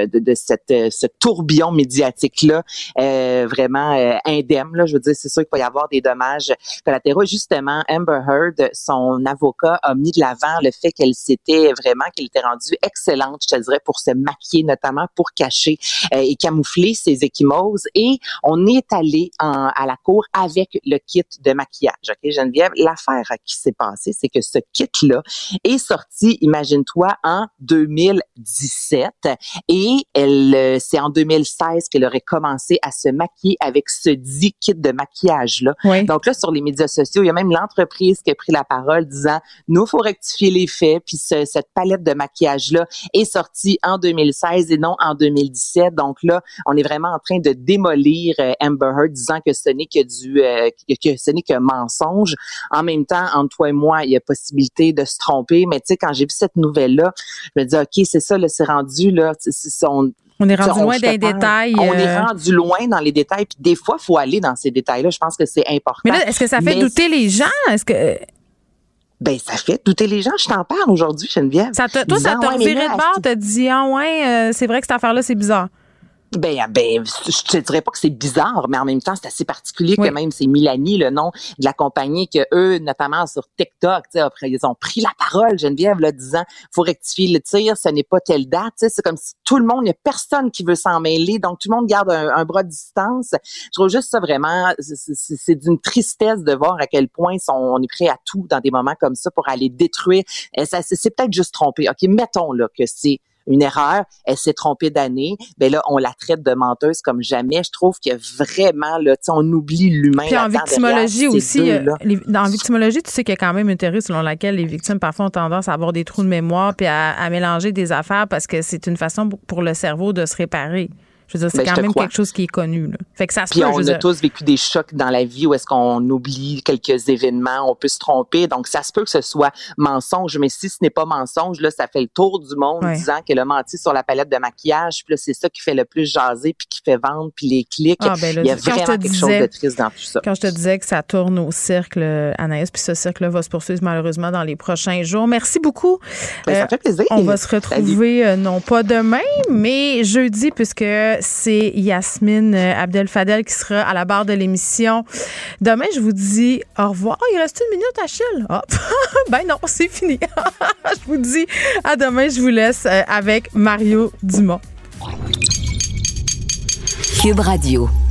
ce tourbillon médiatique-là vraiment indemne. Là. Je veux dire, c'est sûr qu'il va y avoir des dommages collatéraux. Justement, Amber Heard, son avocat a mis de l'avant le fait qu'elle était rendue excellente, je te dirais, pour se maquiller, notamment pour cacher et camoufler ses ecchymoses. Et on est allé à la cour avec le kit de maquillage. OK, Geneviève, l'affaire qui s'est passée, c'est que ce kit-là est sorti, imagine-toi, en 2017 et c'est en 2016 qu'elle aurait commencé à se maquiller avec ce dit kit de maquillage-là. Oui. Donc là, sur les médias sociaux, il y a même l'entreprise qui a pris la parole disant « Nous, il faut rectifier les faits », puis cette palette de maquillage-là est sortie en 2016 et non en 2017. Donc là, on est vraiment en train de démolir Amber Heard, disant que ce n'est que mensonge. En même temps, entre toi et moi, il y a possibilité de se tromper, mais tu sais, quand j'ai vu cette nouvelle-là, je me dis « OK, c'est ça, là, c'est rendu, là, on est rendu loin des détails. On est rendu loin dans les détails. Puis des fois, il faut aller dans ces détails-là. Je pense que c'est important. Mais là, est-ce que ça fait douter les gens? Est-ce que... ça fait douter les gens. Je t'en parle aujourd'hui, Geneviève. Toi, ça t'a reviré de bord. T'as dit, c'est vrai que cette affaire-là, c'est bizarre. Ben, je te dirais pas que c'est bizarre, mais en même temps, c'est assez particulier que même c'est Milani, le nom de la compagnie, que eux, notamment sur TikTok, après, ils ont pris la parole, Geneviève, là, disant, faut rectifier le tir, ce n'est pas telle date, c'est comme si tout le monde, il y a personne qui veut s'en mêler, donc tout le monde garde un bras de distance. Je trouve juste ça vraiment, c'est d'une tristesse de voir à quel point on est prêt à tout dans des moments comme ça pour aller détruire. C'est peut-être juste trompé. OK, mettons, là, que c'est une erreur, elle s'est trompée d'année, ben là, on la traite de menteuse comme jamais. Je trouve que vraiment, là, on oublie l'humain. Puis en victimologie aussi, en victimologie, tu sais qu'il y a quand même une théorie selon laquelle les victimes, parfois, ont tendance à avoir des trous de mémoire puis à mélanger des affaires parce que c'est une façon pour le cerveau de se réparer. Je veux dire, c'est quand même quelque chose qui est connu, là. Fait que ça se peut. Puis on a tous vécu des chocs dans la vie où est-ce qu'on oublie quelques événements, on peut se tromper. Donc, ça se peut que ce soit mensonge. Mais si ce n'est pas mensonge, là, ça fait le tour du monde disant qu'elle a menti sur la palette de maquillage. Puis là, c'est ça qui fait le plus jaser puis qui fait vendre puis les clics. Là, il y a vraiment quelque chose de triste dans tout ça. Quand je te disais que ça tourne au cercle, Anaïs, puis ce cercle-là va se poursuivre malheureusement dans les prochains jours. Merci beaucoup. Ça fait plaisir. On va se retrouver, non pas demain, mais jeudi, puisque c'est Yasmine Abdel-Fadel qui sera à la barre de l'émission. Demain, je vous dis au revoir. Il reste une minute, Achille. Hop. Ben non, c'est fini. Je vous dis à demain. Je vous laisse avec Mario Dumont. Cube Radio.